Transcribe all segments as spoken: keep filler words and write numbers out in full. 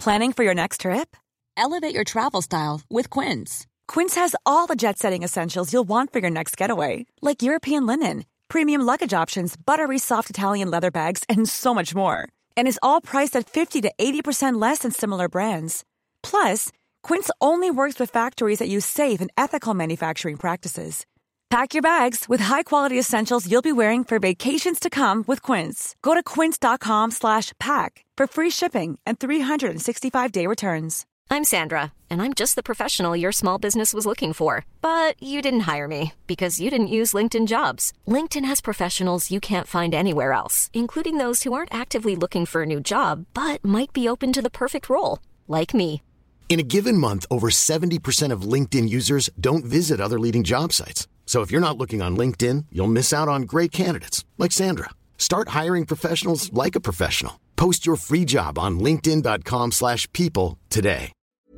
Planning for your next trip? Elevate your travel style with Quince. Quince has all the jet-setting essentials you'll want for your next getaway, like European linen, premium luggage options, buttery soft Italian leather bags, and so much more. And is all priced at fifty to eighty percent less than similar brands. Plus, Quince only works with factories that use safe and ethical manufacturing practices. Pack your bags with high-quality essentials you'll be wearing for vacations to come with Quince. Go to quince.com slash pack for free shipping and three sixty-five day returns. I'm Sandra, and I'm just the professional your small business was looking for. But you didn't hire me because you didn't use LinkedIn Jobs. LinkedIn has professionals you can't find anywhere else, including those who aren't actively looking for a new job, but might be open to the perfect role, like me. In a given month, over seventy percent of LinkedIn users don't visit other leading job sites. So if you're not looking on LinkedIn, you'll miss out on great candidates like Sandra. Start hiring professionals like a professional. Post your free job on linkedin.com slash people today.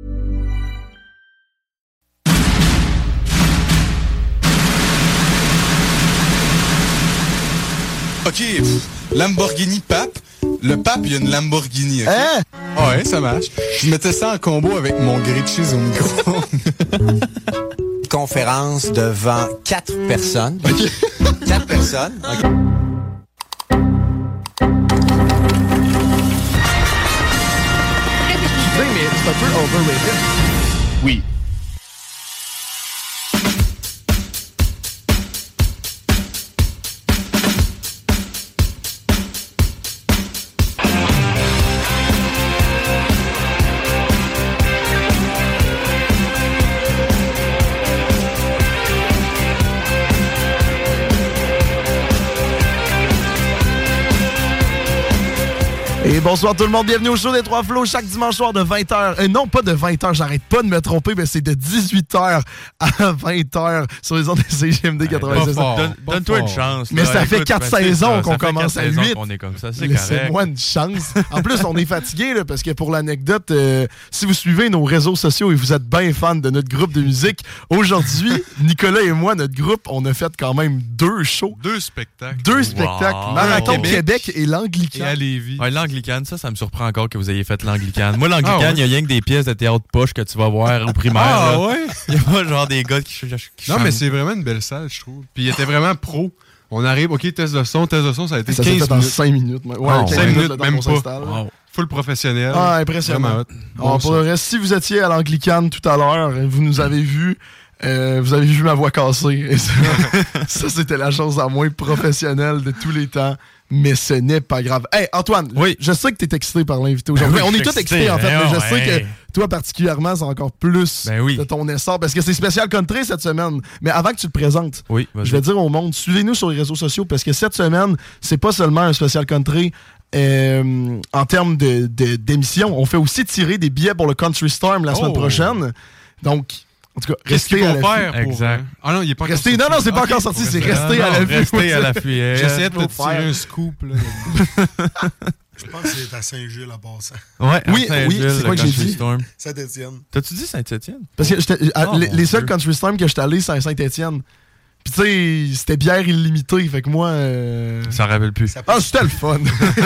OK, Lamborghini Pape. Le pape, il y a une Lamborghini. Okay? Hein? Ouais, ça marche. Je mettais ça en combo avec mon grilled cheese au micro. Conférence devant quatre personnes. Okay. Quatre personnes. Okay. Mais c'est un peu overrated. Oui. Et bonsoir tout le monde, bienvenue au show des Trois Flots chaque dimanche soir de vingt heures. Euh, non, pas de vingt heures, j'arrête pas de me tromper, mais c'est de dix-huit heures à vingt heures sur les ondes de C G M D quatre-vingt-seize. Donne, Donne-toi une chance. Mais là. ça Écoute, fait quatre ben, saisons ça, qu'on ça fait commence à huit. On est comme ça, c'est Laissez-moi une chance. En plus, on est fatigué là, parce que pour l'anecdote, euh, si vous suivez nos réseaux sociaux et vous êtes bien fan de notre groupe de musique, aujourd'hui, Nicolas et moi, notre groupe, on a fait quand même deux shows. Deux spectacles. Deux spectacles. Wow. Marathon Québec. Québec et l'Anglicane. Et à Lévis. Ouais, l'Anglicane, ça, ça me surprend encore que vous ayez fait l'Anglicane. Moi, l'Anglicane, il Ah ouais. y a rien que des pièces de théâtre poche que tu vas voir au primaire. Ah là. ouais? Il y a pas genre des gars qui, qui, qui Non, mais chantent. c'est vraiment une belle salle, je trouve. Puis il était vraiment pro. On arrive, OK, test de son, test de son, ça a été Ça s'est quinze fait en minutes. cinq minutes. Ouais, Ah, quinze cinq minutes, le temps même qu'on pas. s'installe. Wow. Full professionnel. Ah, impressionnant. Vraiment hot. Alors, Bon pour son. le reste, si vous étiez à l'Anglicane tout à l'heure, vous nous avez vu, euh, vous avez vu ma voix cassée. Et ça, ça, c'était la chose la moins professionnelle de tous les temps. Mais ce n'est pas grave. Hey, Antoine, oui. je sais que tu es excité par l'invité aujourd'hui. Ben oui, On je est suis tous excités, en fait, excité. mais je Oh, sais hey. que toi, particulièrement, c'est encore plus Ben oui. de ton essor. Parce que c'est spécial country cette semaine. Mais avant que tu le présentes, Oui, vas-y. je vais dire au monde, suivez-nous sur les réseaux sociaux parce que cette semaine, c'est pas seulement un spécial country. Euh, en termes de, de, d'émissions, on fait aussi tirer des billets pour le Country Storm la semaine Oh. prochaine. Donc, en tout cas, Qu'est-ce restez qu'ils à vont l'affût. faire pour... Exact. euh, Ah non, il est pas encore Restez... sorti. Non, non, c'est pas Ok, encore sorti, pour c'est rester- rester à Non, l'affût. restez à l'affût. J'essayais de Faut te tirer faire. un scoop. Là. Je pense que c'est à Saint-Gilles en passant. Ouais, Oui, à oui, Saint-Gilles, c'est quoi le que j'ai Country dit? Storm. Saint-Étienne. T'as-tu dit Saint-Étienne? Parce que j'étais- à- Oh, les, mon les seuls Dieu. Country Storm que j'étais allé, c'est à Saint-Étienne. Puis tu sais, c'était bière illimitée, fait que moi... euh, Ça rappelle plus. Ah, c'était le fun!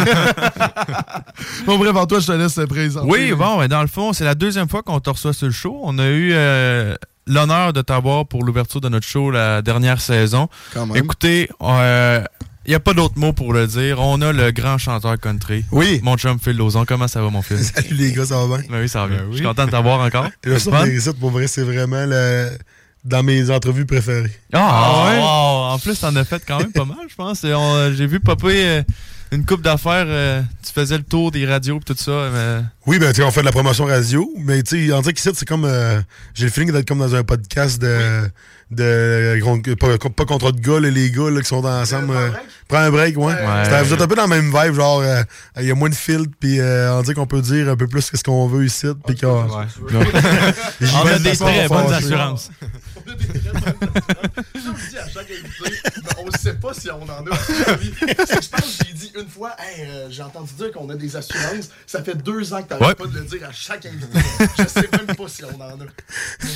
Bon, bref, Antoine, je te laisse te présenter. Oui, bon, ben, dans le fond, c'est la deuxième fois qu'on te reçoit sur le show. On a eu euh, l'honneur de t'avoir pour l'ouverture de notre show la dernière saison. Quand même. Écoutez, il euh, n'y a pas d'autre mot pour le dire. On a le grand chanteur country. Oui. Mon chum Phil Lauzon. Comment ça va, mon fils? Salut les gars, ça va bien? Ben oui, ça va bien. Ben oui. Je suis content de t'avoir encore. Le C'est son fun? des pour vrai, c'est vraiment le... dans mes entrevues préférées. Ah, ouais? wow. En plus, t'en as fait quand même pas mal, je pense. Et on- J'ai vu popper euh, une couple d'affaires. euh, tu faisais le tour des radios et tout ça. Mais... Oui, ben tu sais, on fait de la promotion radio, mais tu sais, on dirait qu'ici, c'est comme... euh, j'ai le feeling d'être comme dans un podcast de... de pas, pas contre de gars, là, les gars là, qui sont ensemble. Euh, prends un break, ouais. Ouais. C'était- Vous êtes un peu dans la même vibe, genre, il euh, y a moins de filtres, puis euh, on dirait qu'on peut dire un peu plus ce qu'on veut ici, puis qu'on... Ouais. J'y On vais a de des façon très bonnes fâchée. assurances. On a des très bonnes assurances. Je le dis à chaque invité, mais on ne sait pas si on en a. C'est que je pense que j'ai dit une fois, hey, euh, j'ai entendu dire qu'on a des assurances. Ça fait deux ans que tu n'arrêtes Ouais. pas de le dire à chaque invité. Je sais même pas si on en a. Bref.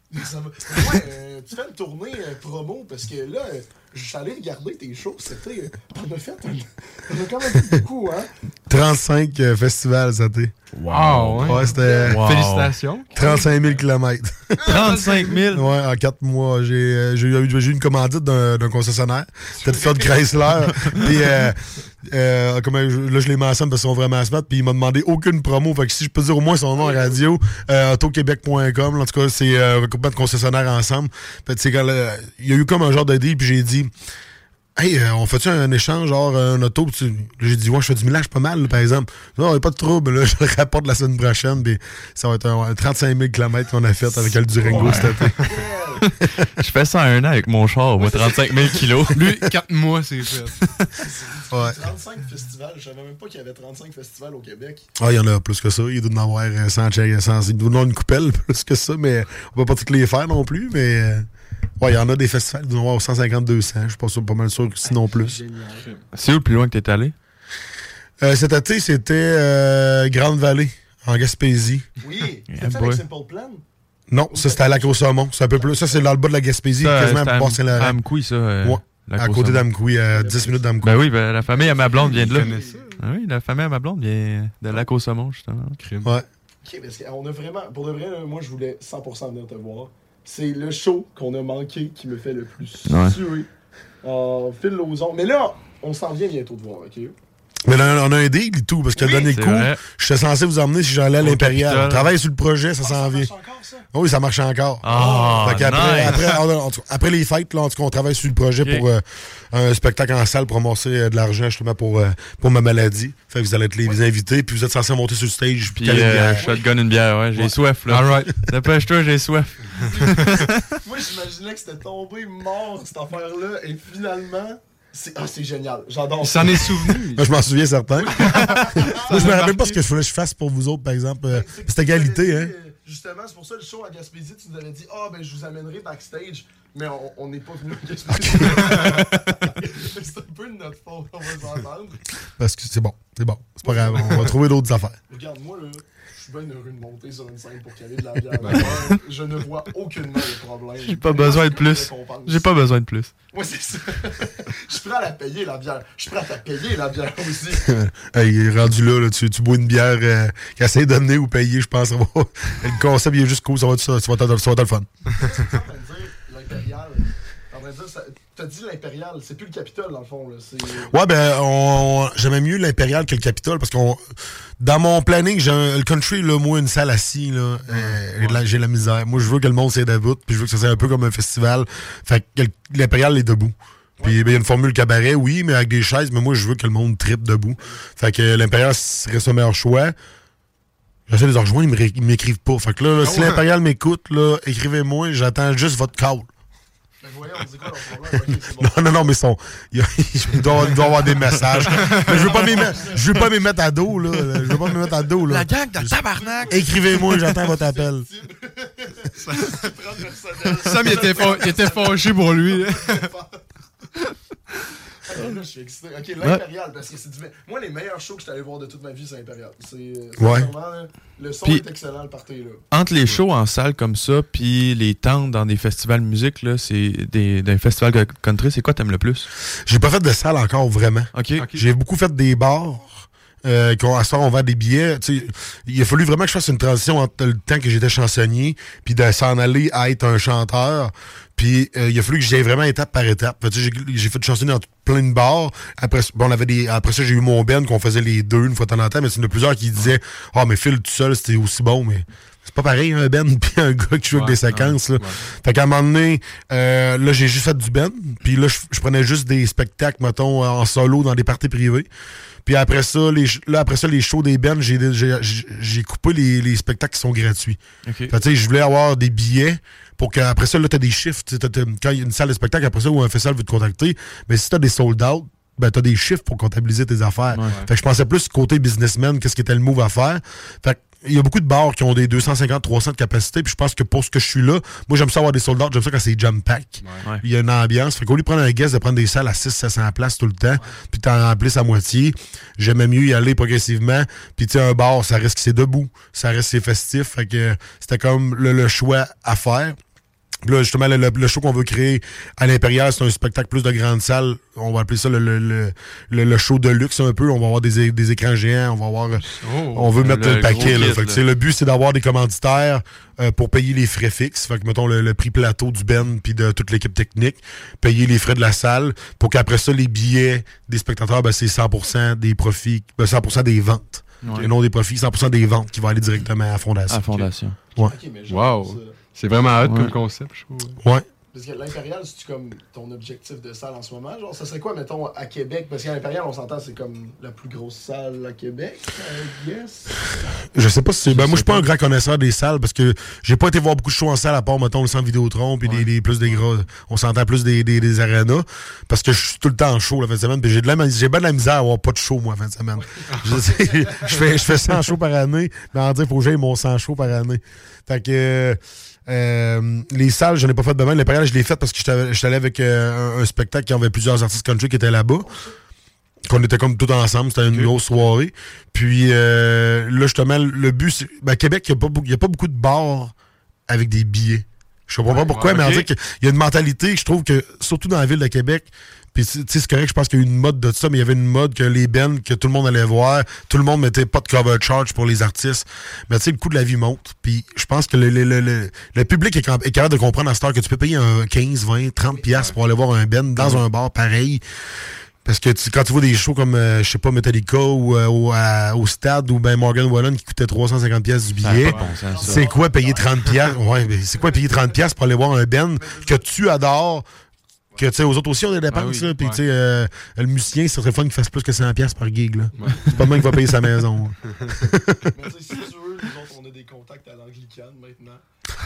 Ça va. Ouais, euh, tu fais une tournée euh, promo parce que là, euh, je suis allé regarder tes shows. C'était. Euh, on a fait. Un... On a quand même fait beaucoup, hein. trente-cinq euh, festivals, ça t'est. Wow, ouais. Ouais, c'était. Wow. Félicitations. trente-cinq mille kilomètres. trente-cinq mille? Ouais, en quatre mois. J'ai, euh, j'ai, eu, j'ai eu une commandite d'un, d'un concessionnaire. C'était de Ford Chrysler. Puis, euh, euh, comment, là, je les mentionne parce qu'ils sont vraiment smart. Puis, il m'a demandé aucune promo. Fait que si je peux dire au moins son nom en radio, euh, auto québec point com. En tout cas, c'est euh, un regroupement de concessionnaires ensemble. Fait que, quand là, il y a eu comme un genre de deal. Puis, j'ai dit. Hey, euh, on fait-tu un échange, genre un auto? Tu... J'ai dit, ouais, je fais du millage pas mal, là, par exemple. Non, il n'y a pas de trouble, là, je le rapporte la semaine prochaine, puis ça va être un, un trente-cinq mille kilomètres qu'on a fait avec le Durango ouais. cet été. Je fais ça un an avec mon char, moi, trente-cinq mille kilos. Lui, quatre mois, c'est fait. Ouais. trente-cinq festivals, je savais même pas qu'il y avait trente-cinq festivals au Québec. Ah, il y en a plus que ça. Il doit en avoir cent, cent, il doit en avoir une coupelle plus que ça, mais on va pas toutes les faire non plus, mais. Ouais, il y en a des festivals, ils doivent avoir cent cinquante à deux cents. Je suis pas sûr, pas mal sûr, sinon plus. C'est où le plus loin que t'es allé? Euh, cet été, c'était euh, Grande-Vallée, en Gaspésie. Oui, yeah, c'était avec Simple Plan? Non, ça c'était à Lac-au-Saumon. C'est un peu plus. Ça, c'est dans le bas de la Gaspésie, ça, quasiment à Bas-Saint-Laurent. À Amkoui, ça. Euh, ouais, à côté d'Amkoui, à dix minutes d'Amkoui. Ben oui, ben, la famille à ma blonde vient de là. Ah oui, la famille à ma blonde vient de Lac-au-Saumon, justement. Ouais. OK, parce qu'on a vraiment... Pour de vrai, là, moi, je voulais cent pour cent venir te voir. C'est le show qu'on a manqué qui me fait le plus ouais. suer. En fil Lauzon. Mais là, on s'en vient bientôt de voir, OK? Mais là, on a un deal et tout, parce que oui, le dernier coup, j'étais censé vous emmener si j'allais à l'Impérial. On travaille sur le projet, ça oh, s'en vient. Ça marche encore, ça? Oui, ça marche encore. Oh, fait après, nice. après, après, après les fêtes, là, en tout cas, on travaille sur le projet okay. pour euh, un spectacle en salle pour ramasser euh, de l'argent justement pour, euh, pour ma maladie. Fait que vous allez être les ouais. invités, puis vous êtes censés monter sur le stage. Puis euh, shotgun une bière, ouais. J'ai ouais. soif, là. All right. Dépêche-toi, j'ai soif. Moi, j'imaginais que c'était tombé mort, cette affaire-là, et finalement... C'est, ah, c'est génial. J'adore ça. Il s'en est souvenu. Moi, je m'en souviens certain. Moi, je me rappelle pas ce que je voulais que je fasse pour vous autres, par exemple. Euh, c'était égalité, hein? Justement, c'est pour ça le show à Gaspésie, tu nous avais dit, ah, oh, ben, je vous amènerai backstage. Mais on n'est pas venu à Gaspésie. C'est un peu de notre faute, on va s'entendre. Parce que c'est bon, c'est bon. C'est pas grave, on va trouver d'autres affaires. Regarde, moi, là, je suis bien heureux de monter sur une scène pour caler de la bière. Je ne vois aucunement le problème. J'ai pas besoin de plus. J'ai pas besoin de plus. Moi, c'est ça. Je suis prêt à la payer, la bière. Je suis prêt à te payer, la bière aussi. Hey, rendu là, là tu, tu bois une bière euh, qui essaie de donner ou payer, je pense. Le concept, il est juste cool, ça va être ça, ça va être, ça va être le fun. Tu es en train de dire l'Impérial. T'as dit l'Impérial, c'est plus le Capitole dans le fond. Là. C'est... Ouais, ben, on, on, j'aimais mieux l'Impérial que le Capitole parce qu'on. Dans mon planning, j'ai un, le country, là, moi, une salle assise, là, ouais, euh, ouais. J'ai la misère. Moi, je veux que le monde s'aide à bout, puis je veux que ça soit un peu comme un festival. Fait que l'Impérial est debout. Puis il ouais. y a une formule cabaret, oui, mais avec des chaises, mais moi, je veux que le monde trippe debout. Fait que l'Impérial serait son meilleur choix. J'essaie de les rejoindre, ils m'écrivent pas. Fait que là, là oh, si ouais. l'Impérial m'écoute, là, écrivez-moi, j'attends juste votre call. Voyons, on dit quoi leur problème? Okay, c'est bon. Non, non, non, mais son, il, il, doit, il doit avoir des messages. Mais je veux pas m'y mettre, je veux pas m'y mettre à dos, là. Je veux pas m'y mettre à dos, là. La gang de tabarnak! Écrivez-moi, j'attends votre appel. Sam, il était, fa... il était fâché pour lui. Okay, là, je suis excité. Ok, l'Impérial, ouais. parce que c'est du... Moi, les meilleurs shows que j'étais allé voir de toute ma vie, c'est l'Impérial. C'est, c'est ouais. vraiment... Là, le son puis, est excellent, le party, là. Entre les shows en salle comme ça, puis les tentes dans des festivals de musique, là, c'est des, des festivals country, c'est quoi t'aimes le plus? J'ai pas fait de salle encore, vraiment. OK. okay. J'ai beaucoup fait des bars. Euh, à ce soir, on vend des billets. T'sais, il a fallu vraiment que je fasse une transition entre le temps que j'étais chansonnier puis de s'en aller à être un chanteur. Puis euh, il a fallu que j'aille vraiment étape par étape. Fait, j'ai, j'ai fait chansonner dans plein de bars. Après, bon, on avait des, après ça, j'ai eu mon band qu'on faisait les deux une fois de temps en temps. Mais c'est une de plusieurs qui disaient « Ah, oh, mais Phil, tout seul, c'était aussi bon. » Mais c'est pas pareil, un band puis un gars qui joue ouais, avec des séquences. Ouais, là. Ouais. Fait qu'à un moment donné, euh, là, j'ai juste fait du band. Puis là, je, je prenais juste des spectacles, mettons, en solo dans des parties privées. Puis après ça, les, là, après ça, les shows des bands, j'ai, j'ai, j'ai coupé les, les spectacles qui sont gratuits. Okay. Fait tu sais, je voulais avoir des billets pour qu'après ça, là, t'as des chiffres. T'as, t'as, quand il y a une salle de spectacle, après ça, ou un festival veut te contacter, mais si t'as des sold out, ben t'as des chiffres pour comptabiliser tes affaires. Ouais, ouais. Fait que je pensais plus côté businessman, qu'est-ce qui était le move à faire. Fait que il y a beaucoup de bars qui ont des deux cent cinquante à trois cents de capacité, puis je pense que pour ce que je suis là, moi j'aime ça avoir des sold out, j'aime ça quand c'est jump pack. Ouais. Il y a une ambiance. Fait qu'au lieu de prendre un guest, de prendre des salles à six cents à sept cents places tout le temps, ouais. puis t'en remplisses à moitié, j'aimais mieux y aller progressivement. Puis tu sais, un bar, ça reste que c'est debout, ça reste c'est festif. Fait que c'était comme le, le choix à faire. Puis là, justement, le, le, le show qu'on veut créer à l'Impérial, c'est un spectacle plus de grande salle. On va appeler ça le, le, le, le show de luxe un peu. On va avoir des, des écrans géants. On va avoir. Oh, on veut mettre le, le paquet. Là. Fait que, le but, c'est d'avoir des commanditaires euh, pour payer les frais fixes. Fait que, mettons, le, le prix plateau du Ben puis de toute l'équipe technique. Payer les frais de la salle. Pour qu'après ça, les billets des spectateurs, ben, c'est cent pour cent des profits, ben, cent pour cent des ventes. Ouais. Et non des profits, cent pour cent des ventes qui vont aller directement à la Fondation. À la Fondation. Ouais. Okay, wow. C'est vraiment hot ouais. comme concept, je trouve. Ouais. Parce que l'Impérial, c'est comme ton objectif de salle en ce moment? Genre, ça serait quoi, mettons, à Québec? Parce qu'à l'Impérial, on s'entend, c'est comme la plus grosse salle à Québec, I guess. Je sais pas si c'est... Ben, moi, je suis pas un grand connaisseur des salles parce que j'ai pas été voir beaucoup de shows en salle à part, mettons, le centre Vidéotron puis ouais. des, des, plus des gros... On s'entend plus des, des, des arénas parce que je suis tout le temps en show la fin de semaine puis j'ai de la, j'ai bien de la misère à avoir pas de show, moi, la fin de semaine. je, sais, je, fais, je fais cent shows par année, mais en dire, faut que j'aille mon cent shows par année. Fait que... Euh, les salles, je n'ai pas fait de même. L'Impérial, je l'ai fait parce que j'étais allé avec euh, un, un spectacle qui avait plusieurs artistes country qui étaient là-bas. Qu'on était comme tous ensemble. C'était une okay. grosse soirée. Puis euh, là, justement, le but, c'est... Ben, à Québec, il n'y a, a pas beaucoup de bars avec des billets. Je comprends ouais, pas pourquoi, ouais, mais okay. on dit qu'il y a une mentalité que je trouve que, surtout dans la ville de Québec, puis tu sais, c'est correct, je pense qu'il y a eu une mode de ça, mais il y avait une mode que les bands, que tout le monde allait voir, tout le monde mettait pas de cover charge pour les artistes. Mais tu sais, le coût de la vie monte. Puis je pense que le, le, le, le, le public est, est capable de comprendre à cette heure que tu peux payer un quinze, vingt, trente piastres pour aller voir un band dans ouais. un bar pareil. Parce que tu, quand tu vois des shows comme, euh, je sais pas, Metallica ou euh, au, à, au stade ou ben Morgan Wallen qui coûtait trois cent cinquante piastres du billet, bon c'est quoi payer trente piastres? Ouais, mais c'est quoi payer trente piastres pour aller voir un band que tu adores? Que, tu sais, aux autres aussi, on a des dépenses, ah oui, là. Puis, ouais. tu sais, euh, le musicien, c'est très fun qu'il fasse plus que cent piastres par gig, là. Ouais. C'est pas le même qui va payer sa maison. Mais, tu sais, si tu veux, nous autres, on a des contacts à l'Anglicane maintenant.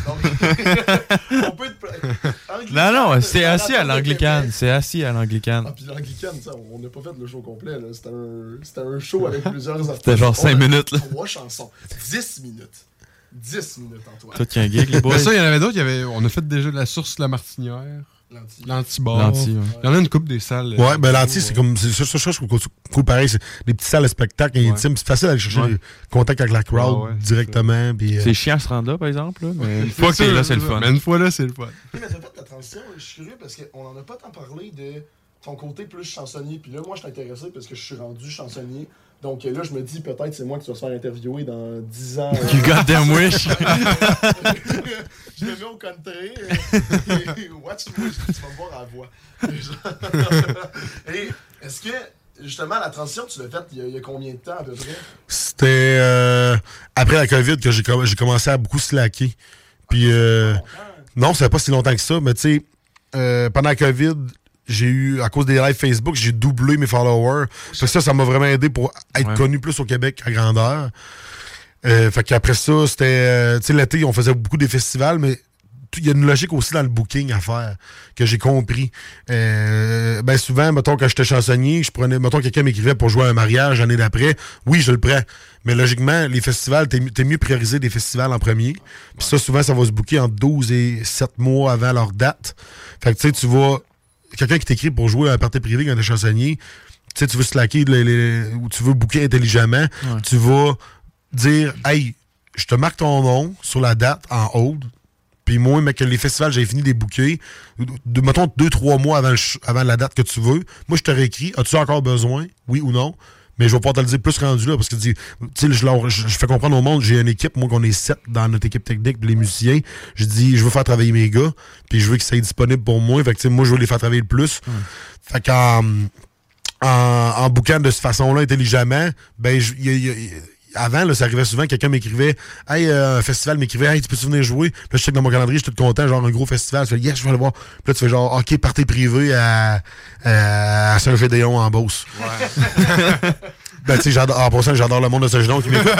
Donc, on peut être. Non, non, c'est assis à l'Anglicane. C'est assis à l'Anglicane. Ah, puis l'Anglicane, on n'a pas fait le show complet, là. C'était un, c'était un show avec plusieurs artistes. C'était genre cinq minutes, là. Trois chansons. dix minutes. dix minutes, Antoine. Toi, tu as un gig, les boys. Mais ça, il y en avait d'autres. Il y avait, on a fait déjà de la source de la Martinière. L'anti-bar. L'anti, ouais. Il y en a une couple des salles. Ouais, ben l'anti, c'est comme. C'est ça, je trouve cool pareil. C'est des petites salles de spectacle ouais. intimes. C'est facile d'aller chercher ouais. des contacts avec la crowd ouais, ouais, directement. C'est, puis, euh... c'est chiant à se rendre là, par exemple. Là, mais une fois que t'es là, c'est le fun. Mais une fois là, c'est le fun. Mais t'as fait ta transition, je suis curieux parce qu'on en a pas tant parlé de ton côté plus chansonnier. Puis là, moi, je suis intéressé parce que je suis rendu chansonnier. Donc là, je me dis, peut-être c'est moi qui vais se faire interviewer dans dix ans. You got them wish! Je me mets au country. Et, watch moi, tu vas me voir à la voix. Et est-ce que, justement, la transition, tu l'as faite il y, a, il y a combien de temps à peu près? C'était euh, après la COVID que j'ai, j'ai commencé à beaucoup slacker. Puis, euh, non, ça fait pas si longtemps que ça, mais tu sais, euh, pendant la COVID, j'ai eu, à cause des lives Facebook, j'ai doublé mes followers. Fait que ça, ça m'a vraiment aidé pour être ouais. connu plus au Québec à grandeur. Euh, fait qu'après ça, c'était... Euh, tu sais, l'été, on faisait beaucoup des festivals, mais il y a une logique aussi dans le booking à faire, que j'ai compris. Euh, ben souvent, mettons, quand j'étais chansonnier, je prenais, mettons, quelqu'un m'écrivait pour jouer à un mariage l'année d'après. Oui, je le prends. Mais logiquement, les festivals, t'es, t'es mieux priorisé des festivals en premier. Puis ça, souvent, ça va se booker entre douze et sept mois avant leur date. Fait que tu sais, tu vas... Quelqu'un qui t'écrit pour jouer à un party privé quand t'es chansonnier, tu sais, tu veux slacker les, les, ou tu veux booker intelligemment, ouais. tu vas dire, hey, je te marque ton nom sur la date en hold, puis moi, mais que les festivals, j'ai fini de les booker, de, mettons deux, trois mois avant, le, avant la date que tu veux, moi, je te réécris, as-tu encore besoin, oui ou non? Mais je vais pouvoir te le dire plus rendu là, parce que tu sais, je, leur, je, je fais comprendre au monde, j'ai une équipe, moi qu'on est sept dans notre équipe technique, pis les musiciens. Je dis, je veux faire travailler mes gars, puis je veux qu'ils soient disponibles pour moi. Fait que moi, je veux les faire travailler le plus. Hum. Fait qu'en en, en bouquant de cette façon-là intelligemment, ben, je, y, y, y, avant, là, ça arrivait souvent, quelqu'un m'écrivait, hey, euh, un festival m'écrivait, hey, tu peux-tu venir jouer? Puis là, je sais que dans mon calendrier, je suis tout content, genre un gros festival. Je fais, yes, je vais aller voir. Puis là, tu fais genre, OK, party privé à, à Saint-Fédéon en Beauce. Ouais. Ben, tu sais, j'adore, en passant, j'adore le monde de Saint-Gédon qui m'écoute.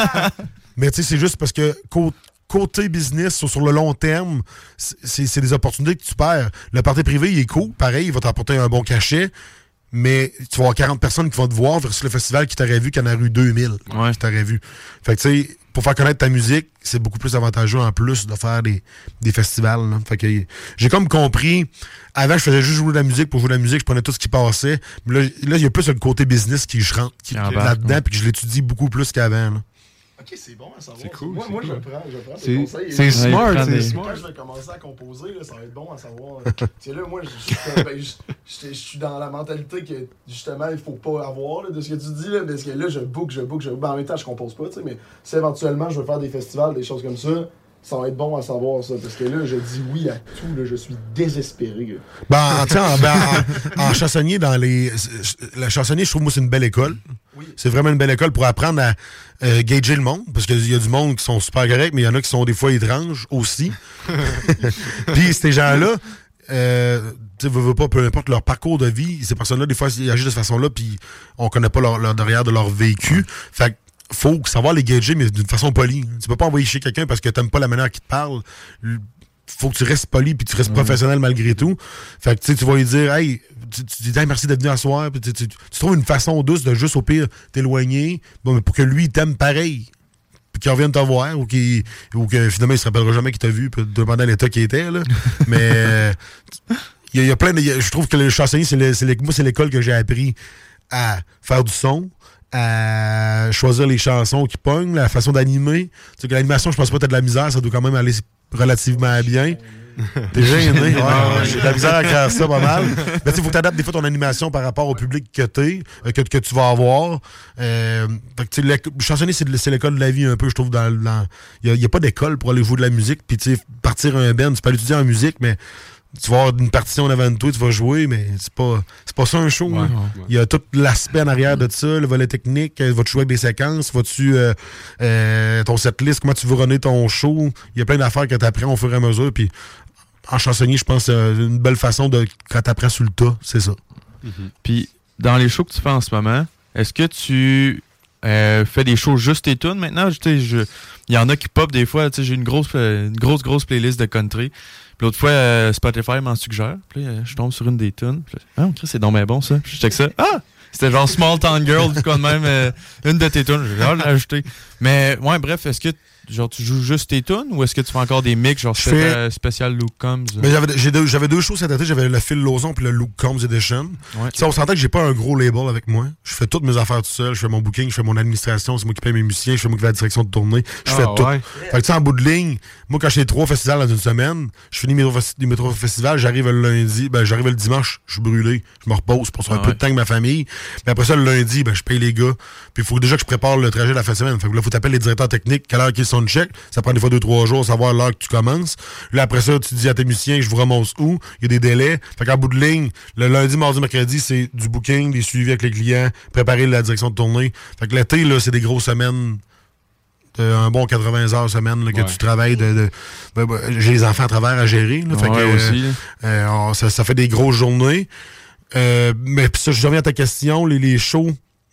Mais tu sais, c'est juste parce que côté business, sur, sur le long terme, c'est, c'est des opportunités que tu perds. Le party privé, il est cool, pareil, il va t'apporter un bon cachet. Mais tu vas avoir quarante personnes qui vont te voir versus le festival qui t'aurait vu, qui en a eu deux mille ouais. qui t'aurait vu. Fait que tu sais, pour faire connaître ta musique, c'est beaucoup plus avantageux en plus de faire des, des festivals. Là. Fait que j'ai comme compris, avant je faisais juste jouer de la musique pour jouer de la musique, je prenais tout ce qui passait. Mais là, il y a plus le côté business qui je rentre qui, là-dedans, puis ouais. que je l'étudie beaucoup plus qu'avant. Là. OK, Ok, c'est bon à savoir. C'est cool, Moi, c'est moi cool. je prends, je prends C'est- des conseils. c'est Et- smart, Quand c'est je- smart. Quand je vais commencer à composer, là, ça va être bon à savoir. Tu sais, là, moi, je- je ben, je- je je suis dans la mentalité que, justement, il faut pas avoir là, de ce que tu dis, là, parce que là, je book, je book, je book. Ben, en même temps, je compose pas, tu sais, mais si éventuellement je veux faire des festivals, des choses comme ça, ça va être bon à savoir, ça, parce que là, je dis oui à tout, là, je suis désespéré. Là. Ben, tu sais, en, ben, en, en chansonnier, dans les. Le chansonnier, je trouve, moi, c'est une belle école. Oui. C'est vraiment une belle école pour apprendre à euh, gager le monde, parce qu'il y a du monde qui sont super corrects, mais il y en a qui sont des fois étranges aussi. Puis ces gens-là, euh, tu sais, veux, veux pas, peu importe leur parcours de vie, ces personnes-là, des fois, ils agissent de cette façon-là, puis on connaît pas leur, leur derrière de leur vécu. Fait que faut savoir les gager, mais d'une façon polie. Tu peux pas envoyer chez quelqu'un parce que t'aimes pas la manière qu'il te parle. Faut que tu restes poli puis tu restes mmh. professionnel malgré tout. Fait que tu sais, tu vas lui dire, hey, tu, tu dis, hey, merci d'être venu à soir. Puis tu, tu, tu trouves une façon douce de juste au pire t'éloigner, bon, mais pour que lui il t'aime pareil. Puis qu'il revienne te voir ou, qu'il, ou que finalement il se rappellera jamais qu'il t'a vu, puis demander à l'état qu'il était. Là. Mais il y, y a plein de. Y a, je trouve que le chansonnier, c'est, le, c'est le, moi, c'est l'école que j'ai appris à faire du son, à choisir les chansons qui pognent, la façon d'animer. Tu sais que l'animation, je pense pas que t'as de la misère, ça doit quand même aller relativement bien. T'es gêné? Ouais, ouais, j'ai de la misère à faire ça pas mal. Mais tu sais, faut que t'adaptes des fois ton animation par rapport au public que t'es, euh, que, que tu vas avoir. Euh, fait que tu sais, le chansonnier, c'est, c'est l'école de la vie un peu, je trouve. Dans, dans, y a, y a pas d'école pour aller jouer de la musique. Puis tu sais, partir un band, tu peux aller étudier en musique, mais tu vas avoir une partition devant toi, tu vas jouer, mais c'est pas, c'est pas ça un show. Il ouais, ouais. y a tout l'aspect en arrière de ça, le volet technique. Vas-tu jouer avec des séquences? Vas-tu euh, euh, ton setlist? Comment tu veux runner ton show? Il y a plein d'affaires que tu apprends au fur et à mesure. Puis en chansonnier, je pense que c'est une belle façon de quand tu apprends sur le tas, c'est ça. Mm-hmm. Puis dans les shows que tu fais en ce moment, est-ce que tu euh, fais des shows juste tes tunes maintenant? Il y en a qui pop des fois. J'ai une grosse, une grosse, grosse playlist de country. Puis l'autre fois, euh, Spotify m'en suggère. Puis là, je tombe sur une des tunes. Puis là, ah, c'est donc bien bon ça. Puis je check ça. Ah! C'était genre Small Town Girl, du coup, de même, euh, une de tes tunes. J'ai hâte de l'ajouter. Mais, ouais, bref, est-ce que genre tu joues juste tes tunes ou est-ce que tu fais encore des mix, genre fais... euh, spécial Luke Combs? Mais j'avais, j'ai deux, j'avais deux shows cet été. J'avais le Phil Lawson puis le Luke Combs Edition. Ouais, okay. On s'entend que j'ai pas un gros label avec moi. Je fais toutes mes affaires tout seul. Je fais mon booking, je fais mon administration. C'est moi qui paye mes musiciens. Je fais moi qui fais la direction de tournée. Je fais ah, tout. Ouais. Fait que tu sais, en bout de ligne, moi, quand j'ai trois festivals dans une semaine, je finis mes trois, mes trois festivals, j'arrive le lundi, ben j'arrive le dimanche, je suis brûlé. Je me repose pour faire ah, un ouais. peu de temps avec ma famille. Mais après ça, le lundi, ben je paye les gars. Puis il faut déjà que je prépare le trajet de la fin de semaine. Fait que là, faut t'appeler les directeurs techniques, quelle heure qu'ils sont de check. Ça prend des fois deux, trois jours, savoir l'heure que tu commences. Là, après ça, tu dis à tes musiciens, je vous remonte où. Il y a des délais. Fait qu'en bout de ligne, le lundi, mardi, mercredi, c'est du booking, des suivis avec les clients, préparer la direction de tournée. Fait que l'été, là, c'est des grosses semaines. Un bon quatre-vingts heures semaine là, que ouais. tu travailles. De, de, de, de, j'ai les enfants à travers à gérer. Là, fait ouais, que, aussi. Euh, euh, ça, ça fait des grosses journées. Euh, mais ça, je reviens à ta question, les, les shows.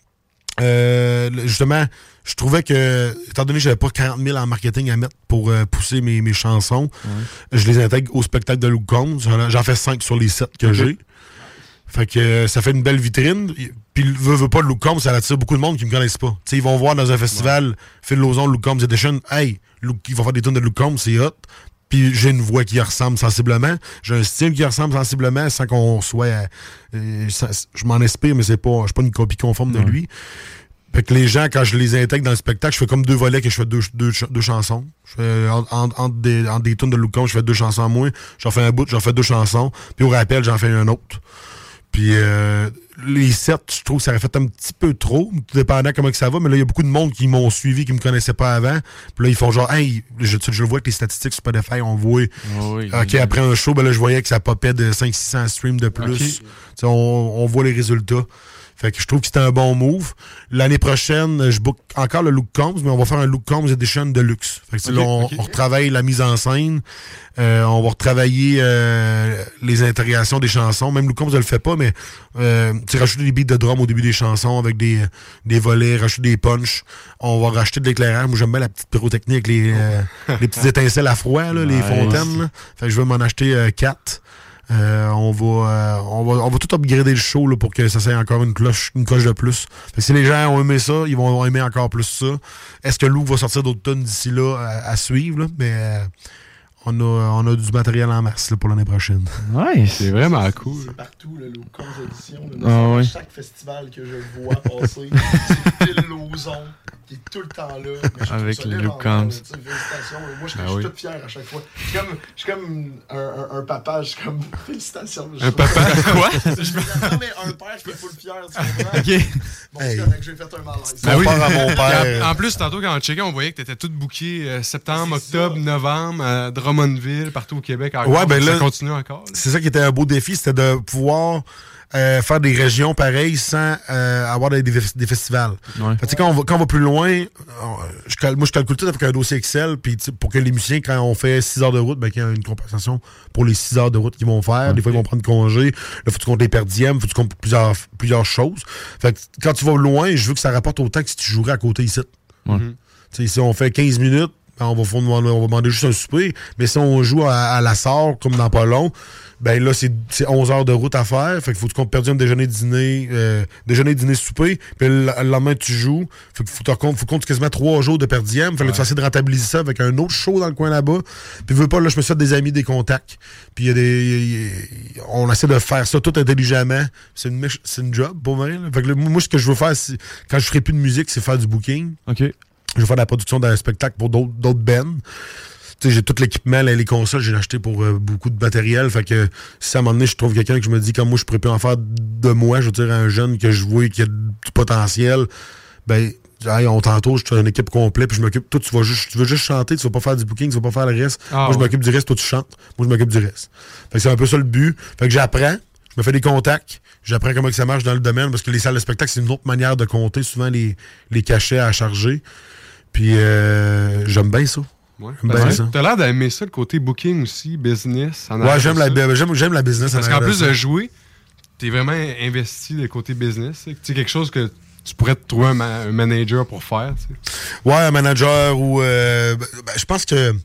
Euh, justement, je trouvais que, étant donné que j'avais pas quarante mille en marketing à mettre pour euh, pousser mes, mes chansons, ouais. je les intègre au spectacle de Luke Combs. J'en fais cinq sur les sept que okay. j'ai. Fait que euh, ça fait une belle vitrine. Puis, veut, veut pas, Luke Combs, ça attire beaucoup de monde qui me connaissent pas. T'sais, ils vont voir dans un festival, ouais. Phil Lawson, Luke Combs Edition, hey, Luke, ils vont faire des tunes de Luke Combs, c'est hot. Puis j'ai une voix qui ressemble sensiblement. J'ai un style qui ressemble sensiblement sans qu'on soit... Euh, ça, je m'en inspire, mais c'est pas, je suis pas une copie conforme de ouais. lui. Fait que les gens, quand je les intègre dans le spectacle, je fais comme deux volets que je fais deux, deux, deux chansons. Je fais entre en, en des, en des tunes de Luke Combs, je fais deux chansons à moi. J'en fais un bout, j'en fais deux chansons. Puis au rappel, j'en fais un autre. Puis euh, les sept, je trouve que ça aurait fait un petit peu trop, tout dépendant comment que ça va, mais là, il y a beaucoup de monde qui m'ont suivi, qui me connaissaient pas avant. Puis là, ils font genre, hey, je, je le vois que les statistiques sur Spotify, on voit. Oh oui, OK, oui. Après un show, ben là, je voyais que ça popait de cinq six cents streams de plus. Okay. On, on voit les résultats. Fait que je trouve que c'était un bon move. L'année prochaine, je book encore le Luke Combs, mais on va faire un Luke Combs Edition Deluxe. Fait que okay, là, on, okay. on retravaille la mise en scène. Euh, on va retravailler euh, les intégrations des chansons. Même Luke Combs ne le fait pas, mais euh, tu rajouter des beats de drum au début des chansons avec des, des volets, rajouter des punchs. On va racheter de l'éclairage. Moi, j'aime bien la petite pyrotechnie avec les, euh, les petites étincelles à froid, là, nice. Les fontaines. Là. Fait que je vais m'en acheter euh, quatre. Euh, on va euh, on va on va tout upgrader le show là, pour que ça soit encore une cloche une coche de plus. Fait que si les gens ont aimé ça, ils vont aimer encore plus ça. Est-ce que Luke va sortir d'autres tonnes d'ici là à, à suivre là? Mais euh, On a, on a du matériel en masse là, pour l'année prochaine. Ouais, c'est vraiment cool. C'est partout, là, l'eau éditions. Ah, oui. Chaque festival que je vois passer, c'est Phil Lauzon qui est tout le temps là. Mais avec le Lou Combs. Félicitations. Moi, je, Ben je suis oui. tout fier à chaque fois. Je suis comme, je suis comme un, un, un papa, je suis comme félicitations. Un papa? Quoi? Je me dis, non, mais un père, je suis full fier. Tu comprends? Ok. Bon, Hey. c'est correct, j'ai fait un malaise. Ben oui. à mon Puis père. En, en plus, tantôt, quand on checkait, on voyait que t'étais tout booké euh, septembre, C'est octobre, ça. novembre, à Drummondville, partout au Québec. Encore. Ouais, ben ça là- continue encore. là. C'est ça qui était un beau défi, c'était de pouvoir euh, faire des régions pareilles sans euh, avoir des, des, des festivals. Ouais. Fait que, tu sais, quand, on va, quand on va plus loin, on- je, cal- moi je calcule tout avec un dossier Excel, puis tu sais, pour que les musiciens, quand on fait six heures de route, ben, qu'il y a une compensation pour les six heures de route qu'ils vont faire. Des fois, ils vont prendre congé. Là, faut que tu comptes les perdièmes, faut que tu comptes plusieurs, plusieurs choses. Fait que quand tu vas loin, je veux que ça rapporte autant que si tu jouerais à côté ici. Ouais. Tu sais, si on fait quinze minutes, ben, on va, faut demander, on va demander juste un souper. Mais si on joue à, à la Sarre, comme dans pas long, ben là, c'est c'est onze heures de route à faire. Fait qu'il faut que tu comptes perdu un déjeuner, dîner, euh, déjeuner, dîner, souper. Puis le, le lendemain, tu joues. Fait qu'il faut que tu comptes, faut compter quasiment trois jours de per diem. Fallait que tu fasses de rentabiliser ça avec un autre show dans le coin là-bas. Puis veux pas, là, je me suis fait des amis, des contacts. Puis il y a des. y a- on essaie de faire ça tout intelligemment. C'est une, mich- c'est une job, pour vrai. Là. Fait que là, moi, ce que je veux faire, c'est- quand je ferai plus de musique, c'est faire du booking. Ok. Je vais faire de la production d'un spectacle pour d'autres d'autres bands. Tu sais, j'ai tout l'équipement, là, les consoles, j'ai acheté pour euh, beaucoup de matériel. Fait que si à un moment donné, je trouve quelqu'un que je me dis, comme moi, je pourrais plus en faire de moi, je veux dire, un jeune que je vois qui a du potentiel, ben, hey, on t'entoure, je suis une équipe complète, puis je m'occupe. Toi, tu vas juste, tu veux juste chanter, tu vas pas faire du booking, tu vas pas faire le reste. Ah, moi, je ouais. m'occupe du reste, toi, tu chantes. Moi, je m'occupe du reste. Fait que c'est un peu ça le but. Fait que j'apprends. Je me fais des contacts, j'apprends comment que ça marche dans le domaine, parce que les salles de spectacle, c'est une autre manière de compter souvent les, les cachets à charger. Puis euh, j'aime bien ça. Ouais. J'aime Parce bien que ça. T'as l'air d'aimer ça, le côté booking aussi, business. en Ouais, arrière j'aime de la, ça. j'aime, j'aime la business. Parce en qu'en arrière plus ça. de jouer, t'es vraiment investi le côté business. Tu sais, quelque chose que tu pourrais te trouver un, ma- un manager pour faire. Tu sais. Ouais, un manager ou. Euh, ben, ben, je pense que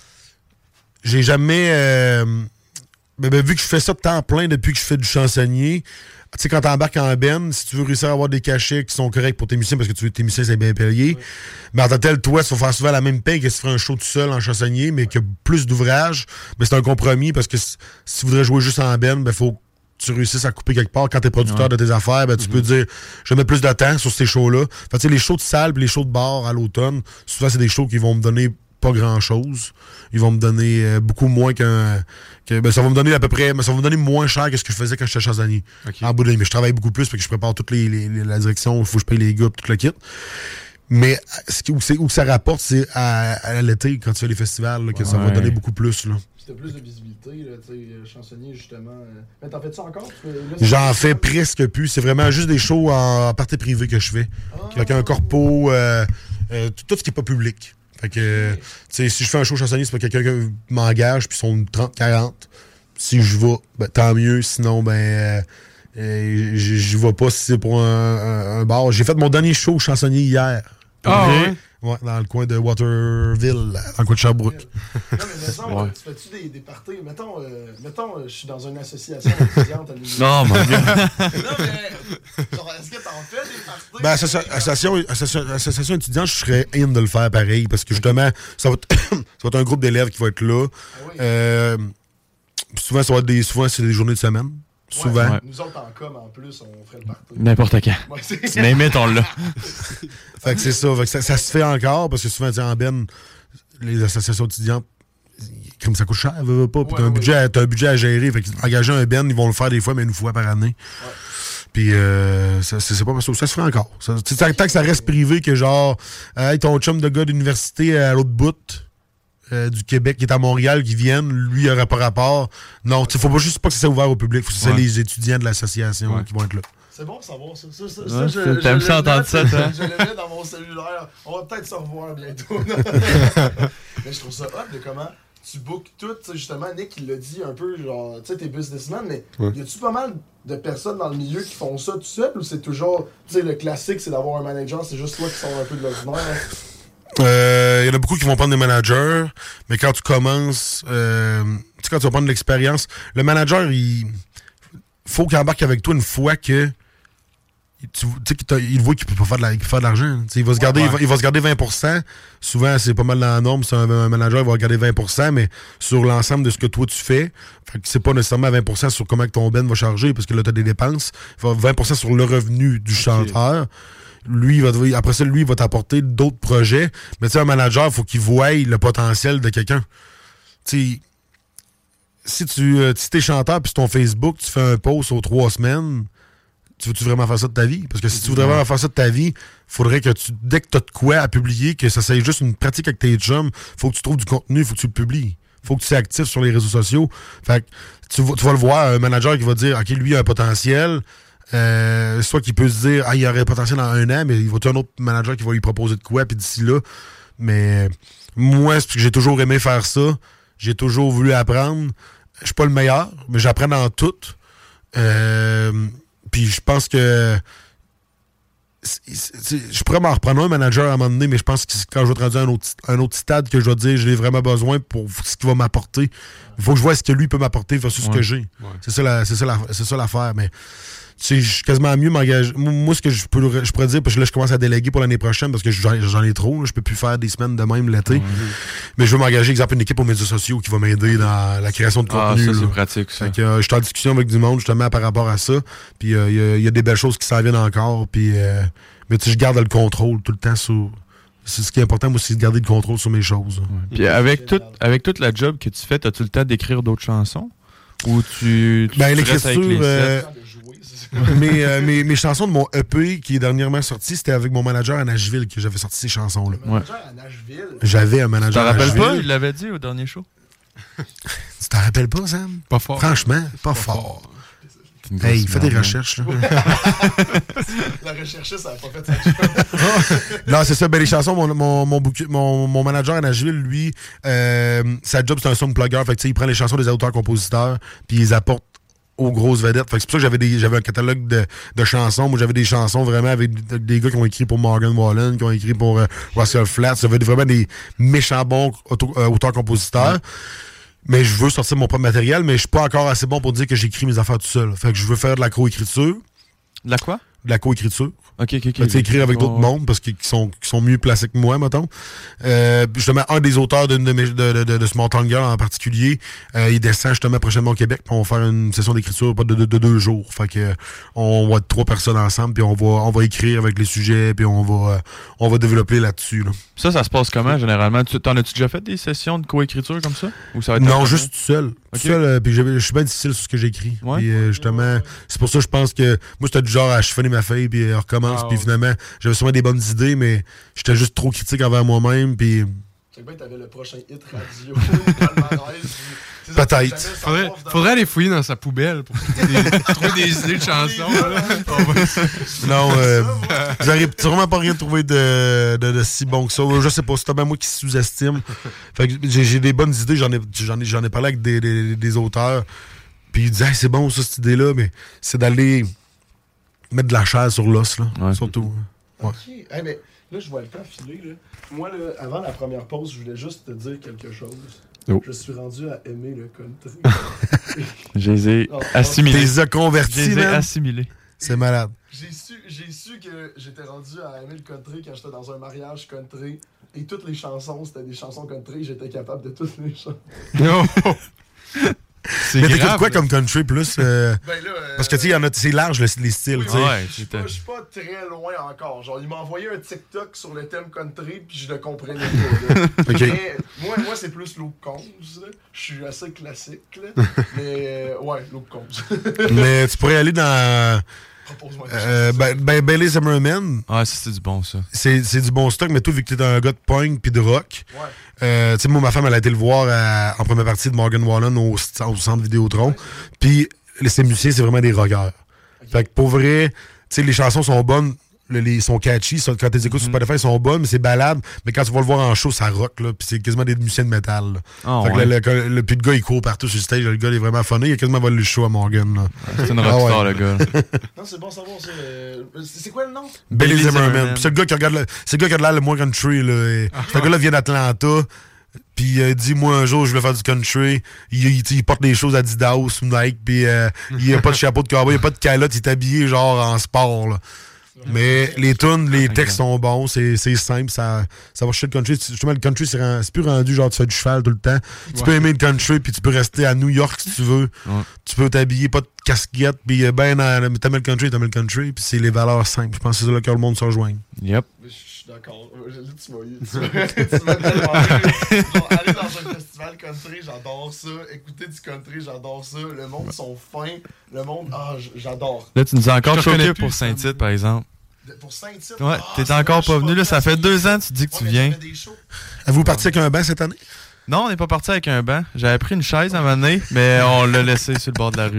j'ai jamais. Euh, ben, ben, vu que je fais ça de temps plein depuis que je fais du chansonnier, tu sais, quand t'embarques en ben, si tu veux réussir à avoir des cachets qui sont corrects pour tes musiciens, parce que tu veux tes musiciens, c'est bien payé, mais en tant que tel, toi, tu vas faire souvent la même paye que si tu ferais un show tout seul en chansonnier, mais qu'il y a plus d'ouvrages. Mais c'est un compromis parce que si, si tu voudrais jouer juste en ben, ben, faut que tu réussisses à couper quelque part. Quand t'es producteur de tes affaires, ben, tu peux dire, je vais mettre plus de temps sur ces shows-là. Fait que, tu sais, les shows de salle et les shows de bar à l'automne, souvent, c'est des shows qui vont me donner pas grand-chose. Ils vont me donner euh, beaucoup moins qu'un... Que, ben, ça va me donner à peu près... Mais ça va me donner moins cher que ce que je faisais quand j'étais chansonnier. Ok. En bout de ligne. Mais je travaille beaucoup plus parce que je prépare toute les, les- les- la direction. Il faut que je paye les gars, tout le kit. Mais ce qui, où, c'est- où ça rapporte, c'est à, à l'été, quand tu fais les festivals, là, que ça va Ouais. donner beaucoup plus. Là. Puis t'as plus de visibilité, là, tu sais, euh, chansonnier, justement. euh. Mais t'en fais-tu encore? Tu fais- là, J'en c'est- fais presque plus. C'est vraiment juste des shows en partie privée que je fais. Avec un corpo, euh, euh, tout, tout ce qui n'est pas public. Fait que, euh, tu sais, si je fais un show chansonnier, c'est pas quelqu'un qui m'engage, puis ils sont trente quarante. Si je vais, ben, tant mieux. Sinon, ben, euh, euh, je je vais pas si c'est pour un, un- un bar. J'ai fait mon dernier show chansonnier hier. Ah, Ok. ouais? Ouais, dans le coin de Waterville, dans le coin de Sherbrooke. Non, mais mettons, Ouais. tu fais-tu des, des parties? Mettons, euh, mettons euh, je suis dans une association étudiante à l'université. Non, mon gars. Non, mais, genre, est-ce que t'en fais des parties? Ben, associa- association, association, association étudiante, je serais in de le faire pareil, parce que justement, ça va être, ça va être un groupe d'élèves qui va être là. Ah oui. Euh, souvent, ça va être des, souvent, c'est des journées de semaine. Souvent. Ouais. Nous autres, en com, en plus, on ferait le party. N'importe quand. Ouais, c'est- Tu m'imites, on l'a. Fait que c'est ça. Fait que ça. Ça se fait encore, parce que souvent, tu sais, en Ben, les associations étudiantes, comme ça coûte cher, veux, veux pas. Puis Ouais, t'as un, ouais. budget à- t'as un budget à gérer. Fait que engager un Ben, ils vont le faire des fois, mais une fois par année. Puis euh, ça, c'est c'est pas parce que ça se fait encore. Ça, tu sais, tant, tant que ça reste privé, que genre, hey, ton chum de gars d'université à l'autre bout euh, du Québec qui est à Montréal, qui viennent, lui, il aurait pas rapport. Non, il faut pas juste pas que ça soit ouvert au public. Faut que c'est Ouais. les étudiants de l'association Ouais. qui vont être là. C'est bon de savoir ça. ça, ça, Ouais, ça, je- t'aimes je ça le entendre note, ça, toi? Je le mets dans mon cellulaire. On va peut-être se revoir bientôt. Mais je trouve ça hot de comment tu bookes tout. Tu sais, justement, Nick, il l'a dit un peu, genre, tu sais, t'es businessman, mais Ouais. y a-tu pas mal de personnes dans le milieu qui font ça tout seul, ou c'est toujours, tu sais, le classique, c'est d'avoir un manager, c'est juste toi qui sors un peu de l'ordinaire? hein? Il euh, y en a beaucoup qui vont prendre des managers, mais quand tu commences, euh, tu sais, quand tu vas prendre de l'expérience, le manager, il faut qu'il embarque avec toi une fois que Tu sais qu'il voit qu'il peut pas faire de, la, faire de l'argent. Il va, se garder, ouais, ouais. Il, va, il va se garder vingt pour cent. Souvent, c'est pas mal dans la norme. C'est un, un manager, il va garder vingt pour cent, mais sur l'ensemble de ce que toi tu fais, fait que c'est pas nécessairement vingt pour cent sur comment ton ben va charger, parce que là, tu as des dépenses. Il va vingt pour cent sur le revenu du okay. chanteur. Lui, il va, après ça, lui, il va t'apporter d'autres projets. Mais tu sais, un manager, il faut qu'il voie le potentiel de quelqu'un. Tu sais, si tu euh, si t'es chanteur, puis sur ton Facebook, tu fais un post aux trois semaines, tu veux-tu vraiment faire ça de ta vie? Parce que si tu voudrais vraiment faire ça de ta vie, faudrait que tu, dès que tu as de quoi à publier, que ça soit juste une pratique avec tes chums, faut que tu trouves du contenu, faut que tu le publies. Faut que tu sois actif sur les réseaux sociaux. Fait que tu, tu vas le voir, un manager qui va dire, OK, lui, il a un potentiel. Euh, soit qu'il peut se dire, ah, il y aurait un potentiel dans un an, mais il va y avoir un autre manager qui va lui proposer de quoi, puis d'ici là. Mais moi, c'est parce que j'ai toujours aimé faire ça. J'ai toujours voulu apprendre. Je suis pas le meilleur, mais j'apprends dans tout. Euh, puis je pense que c'est, c'est, je pourrais m'en reprendre un manager à un moment donné, mais je pense que quand je vais être rendu à un autre, un autre stade que je vais dire, j'ai vraiment besoin pour ce qu'il va m'apporter. Il faut que je vois ce que lui peut m'apporter versus ouais. ce que j'ai. Ouais. C'est ça, la, c'est ça, la, c'est ça l'affaire, mais je suis quasiment mieux m'engager. Moi, ce que je, peux, je pourrais dire, parce que là, je commence à déléguer pour l'année prochaine parce que j'en, j'en ai trop. Là, je peux plus faire des semaines de même l'été. Mmh. Mais je veux m'engager, exemple, une équipe aux médias sociaux qui va m'aider dans la création de contenu. Ah, ça, c'est là. pratique, ça. Fait que, euh, je suis en discussion avec du monde, justement, par rapport à ça. Puis, il euh, y, y a des belles choses qui s'en viennent encore. Puis, euh, mais tu sais, je garde le contrôle tout le temps sur... C'est ce qui est important, moi, c'est de garder le contrôle sur mes choses. Ouais. Puis, avec, tout, avec toute la job que tu fais, as-tu le temps d'écrire d'autres chansons? Ou tu... tu ben, tu l'écriture... Euh, mes, euh, mes, mes chansons de mon E P qui est dernièrement sorti, c'était avec mon manager à Nashville que j'avais sorti ces chansons-là. Le manager à Nashville? J'avais un manager à Nashville. Tu t'en rappelles pas? Il l'avait dit au dernier show. Tu t'en rappelles pas, Sam? Pas fort. Franchement, pas, pas fort. fort. Hey, fais des recherches. Là. La recherchiste, ça n'a pas fait sa job. Non, c'est ça. Ben, les chansons, mon, mon, mon, mon, mon manager à Nashville, lui, euh, sa job, c'est un song plugger. Fait que, il prend les chansons des auteurs-compositeurs, puis il les apporte aux grosses vedettes. Fait que c'est pour ça que j'avais, des, j'avais un catalogue de, de chansons. Moi, j'avais des chansons vraiment avec des gars qui ont écrit pour Morgan Wallen, qui ont écrit pour euh, Russell Flatts. J'avais vraiment des méchants bons auto, euh, auteurs-compositeurs. Ouais. Mais je veux sortir mon propre matériel, mais je suis pas encore assez bon pour dire que j'écris mes affaires tout seul. Fait que je veux faire de la co-écriture. De la quoi? De la co-écriture. OK, OK, OK. Tu sais, écrire avec d'autres oh. mondes parce qu'ils sont, qu'ils sont mieux placés que moi, mettons. Euh, justement, un des auteurs de, de, de, de, de, de Small Town Girl en particulier, euh, il descend justement prochainement au Québec, puis on va faire une session d'écriture de, de, de, de deux jours. Fait que euh, on va être trois personnes ensemble, puis on va, on va écrire avec les sujets, puis on va, euh, on va développer là-dessus. Là. Ça, ça se passe comment, généralement? Tu, t'en as-tu déjà fait des sessions de co-écriture comme ça? Ou ça va être non, juste tout seul. Okay. Tout seul, euh, puis je suis bien difficile sur ce que j'écris. Ouais. Puis euh, justement, c'est pour ça que je pense que moi, c'était du genre à chiffonner ma feuille, puis on recommence, ah, puis finalement, j'avais sûrement des bonnes idées, mais j'étais juste trop critique envers moi-même, puis... C'est que bien, t'avais le prochain hit radio. Peut-être. Faudrait, faudrait aller fouiller dans sa poubelle pour trouver des idées de chansons. Non, euh, j'arrive vraiment pas rien trouvé de, de, de si bon que ça. Je sais pas, c'est même moi qui sous-estime. Fait que j'ai, j'ai des bonnes idées, j'en ai, j'en ai, j'en ai parlé avec des, des, des auteurs, puis ils disaient hey, c'est bon ça, cette idée-là, mais c'est d'aller mettre de la chair sur l'os, là, ouais. Surtout. Ouais. OK. Hey, mais là, je vois le temps filer. Là. Moi, là, avant la première pause, je voulais juste te dire quelque chose. Oh. Je suis rendu à aimer le country. Je les ai oh, assimilés. Tu les as convertis, Je les ai assimilés. C'est malade. J'ai su, j'ai su que j'étais rendu à aimer le country quand j'étais dans un mariage country. Et toutes les chansons, c'était des chansons country. J'étais capable de toutes les chanter. Non! C'est mais t'écoutes quoi là. Comme country plus? Euh, ben là, euh, parce que tu sais, c'est large le, les styles. Oui, ouais, je pas, suis pas très loin encore. Genre, il m'a envoyé un TikTok sur le thème country, puis je le comprenais pas. Okay. Mais moi, moi c'est plus Luke Combs. Je suis assez classique. Là. Mais euh, ouais, Luke Combs. Mais tu pourrais aller dans. Euh, ben, ben Bailey Zimmerman. Ah, ça, c'est du bon, ça. C'est, c'est du bon stock, mais toi, vu que t'es un gars de punk pis de rock, ouais. euh, tu sais, moi, ma femme, elle a été le voir à, en première partie de Morgan Wallen au, au centre Vidéotron. Ouais. Puis, ces musiciens, c'est vraiment des rockers. Okay. Fait que pour vrai, tu sais, les chansons sont bonnes. Le, les, sont catchy, ça, quand tu les écoutes mm-hmm. sur Spotify, ils sont bonnes, mais c'est balade. Mais quand tu vas le voir en show, ça rock, là. Puis c'est quasiment des musiciens de métal. Oh, fait que ouais. le, le, le, puis le gars, il court partout sur le stage. Le gars, il est vraiment funny. Il a quasiment volé le show à Morgan. Là. C'est une rockstar, ah, ouais. le gars. Non, c'est bon, c'est bon. C'est, c'est quoi le nom? Bailey Zimmerman. C'est le gars qui regarde le, c'est le gars qui a de l'air le moins country, là. Ah, c'est ouais. Le gars-là vient d'Atlanta. Puis euh, dit, moi, un jour, je vais faire du country. Il, il, il porte des choses à Adidas ou Nike, puis euh, il a pas de chapeau de cowboy, il a pas de calotte, il est habillé genre en sport, là. Mais les tunes, les textes sont bons, c'est, c'est simple, ça, ça va chercher le country. Justement, le country, c'est, rend, c'est plus rendu genre tu fais du cheval tout le temps. Tu ouais. peux aimer le country, puis tu peux rester à New York si tu veux. Ouais. Tu peux t'habiller, pas de casquette, puis ben, t'aimes le country, t'aimes le country, puis c'est les valeurs simples. Je pense que c'est là que le monde se rejoigne. Yep. Je suis d'accord. Tu m'as tu m'as tellement genre, aller dans un festival country, j'adore ça. Écouter du country, j'adore ça. Le monde sont fins. Le monde, ah, j'adore. Là, tu nous as encore choqué pour Saint-Tite, par exemple. Pour Saint-Tite? Ouais, ah, t'es encore pas venu. Là, ça fait deux ans que tu dis que ouais, tu viens. Avez-vous parti avec un banc cette année? Non, on n'est pas parti avec un banc. J'avais pris une chaise à un moment donné, mais on l'a laissé sur le bord de la rue.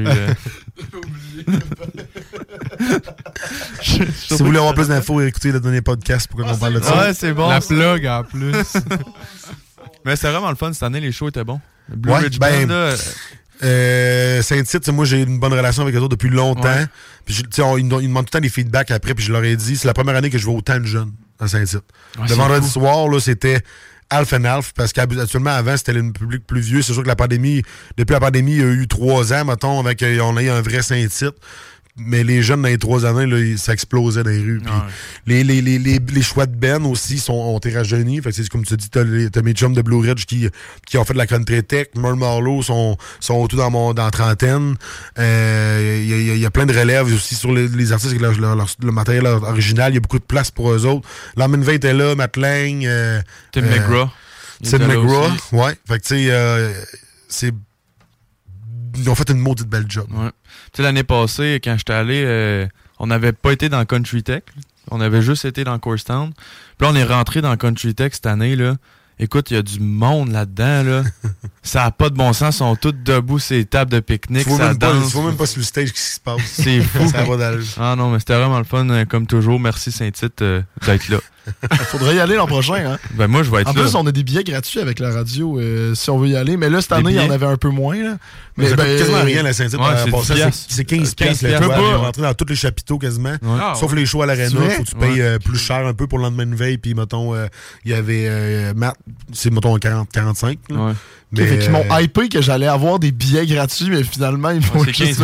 je, je si vous voulez avoir plus d'infos, écoutez le dernier podcast pour qu'on ah, parle de ça. Ouais, c'est bon. La plug en plus. Mais c'est vraiment le fun cette année, les shows étaient bons. Le Blue ouais, Ridge ben, Band, là. Euh, Saint-Tite, moi j'ai une bonne relation avec eux autres depuis longtemps. Ouais. Puis on, ils, ils me demandent tout le temps des feedbacks après, puis je leur ai dit, c'est la première année que je vois autant de jeunes à Saint-Tite. Ouais, le vendredi fou. soir, là, c'était Alf and Alf, parce qu'habituellement avant c'était le public plus vieux. C'est sûr que la pandémie, depuis la pandémie, il y a eu trois ans, mettons, avec on a eu un vrai Saint-Tite. Mais les jeunes dans les trois années, là, ça explosait dans les rues. Puis ouais. les, les, les, les, les choix de Ben aussi sont, ont été rajeunis. Fait que c'est comme tu dis, t'as, les, t'as mes chums de Blue Ridge qui, qui ont fait de la country tech. Merle Marlowe sont, sont tout dans mon dans trentaine. Il euh, y, y, y a plein de relèves aussi sur les, les artistes avec leur, leur, leur, le matériel original. Il y a beaucoup de place pour eux autres. Larmin Veil était là, Matt Lang. Euh, Tim euh, McGraw. Tim McGraw, ouais. Fait que tu sais, euh, c'est... Ils ont fait une maudite belle job. Ouais. Tu sais, l'année passée, quand j'étais allé, euh, on n'avait pas été dans Country Tech. On avait juste été dans Courstown. Puis là, on est rentré dans Country Tech cette année, là. Écoute, il y a du monde là-dedans, là. Ça n'a pas de bon sens. Ils sont tous debout sur les tables de pique-nique. Tu vois, ça même, danse. pas, tu vois même pas sur le stage ce qui se passe. C'est fou. Ça va d'aller. Ah non, mais c'était vraiment le fun, euh, comme toujours. Merci Saint-Tite euh, d'être là. Faudrait y aller l'an prochain, hein? Ben moi, je vais être en là. En plus, on a des billets gratuits avec la radio euh, si on veut y aller. Mais là, cette année, il y en avait un peu moins, là. Mais, mais ça ben, coûte quasiment rien, la Saint-Tite. Ouais, c'est, ça, c'est, c'est quinze piastres. Tu peux rentrer dans tous les chapiteaux quasiment. Ouais. Ah, sauf ouais. les shows à l'Arena. Faut que tu payes ouais. euh, plus cher un peu pour le lendemain de veille. Puis, mettons, il euh, y avait euh, Matt, c'est, mettons, quarante, quarante-cinq. Ouais. Mais okay, fait qu'ils m'ont hypé que j'allais avoir des billets gratuits, mais finalement, ils m'ont ouais, juste...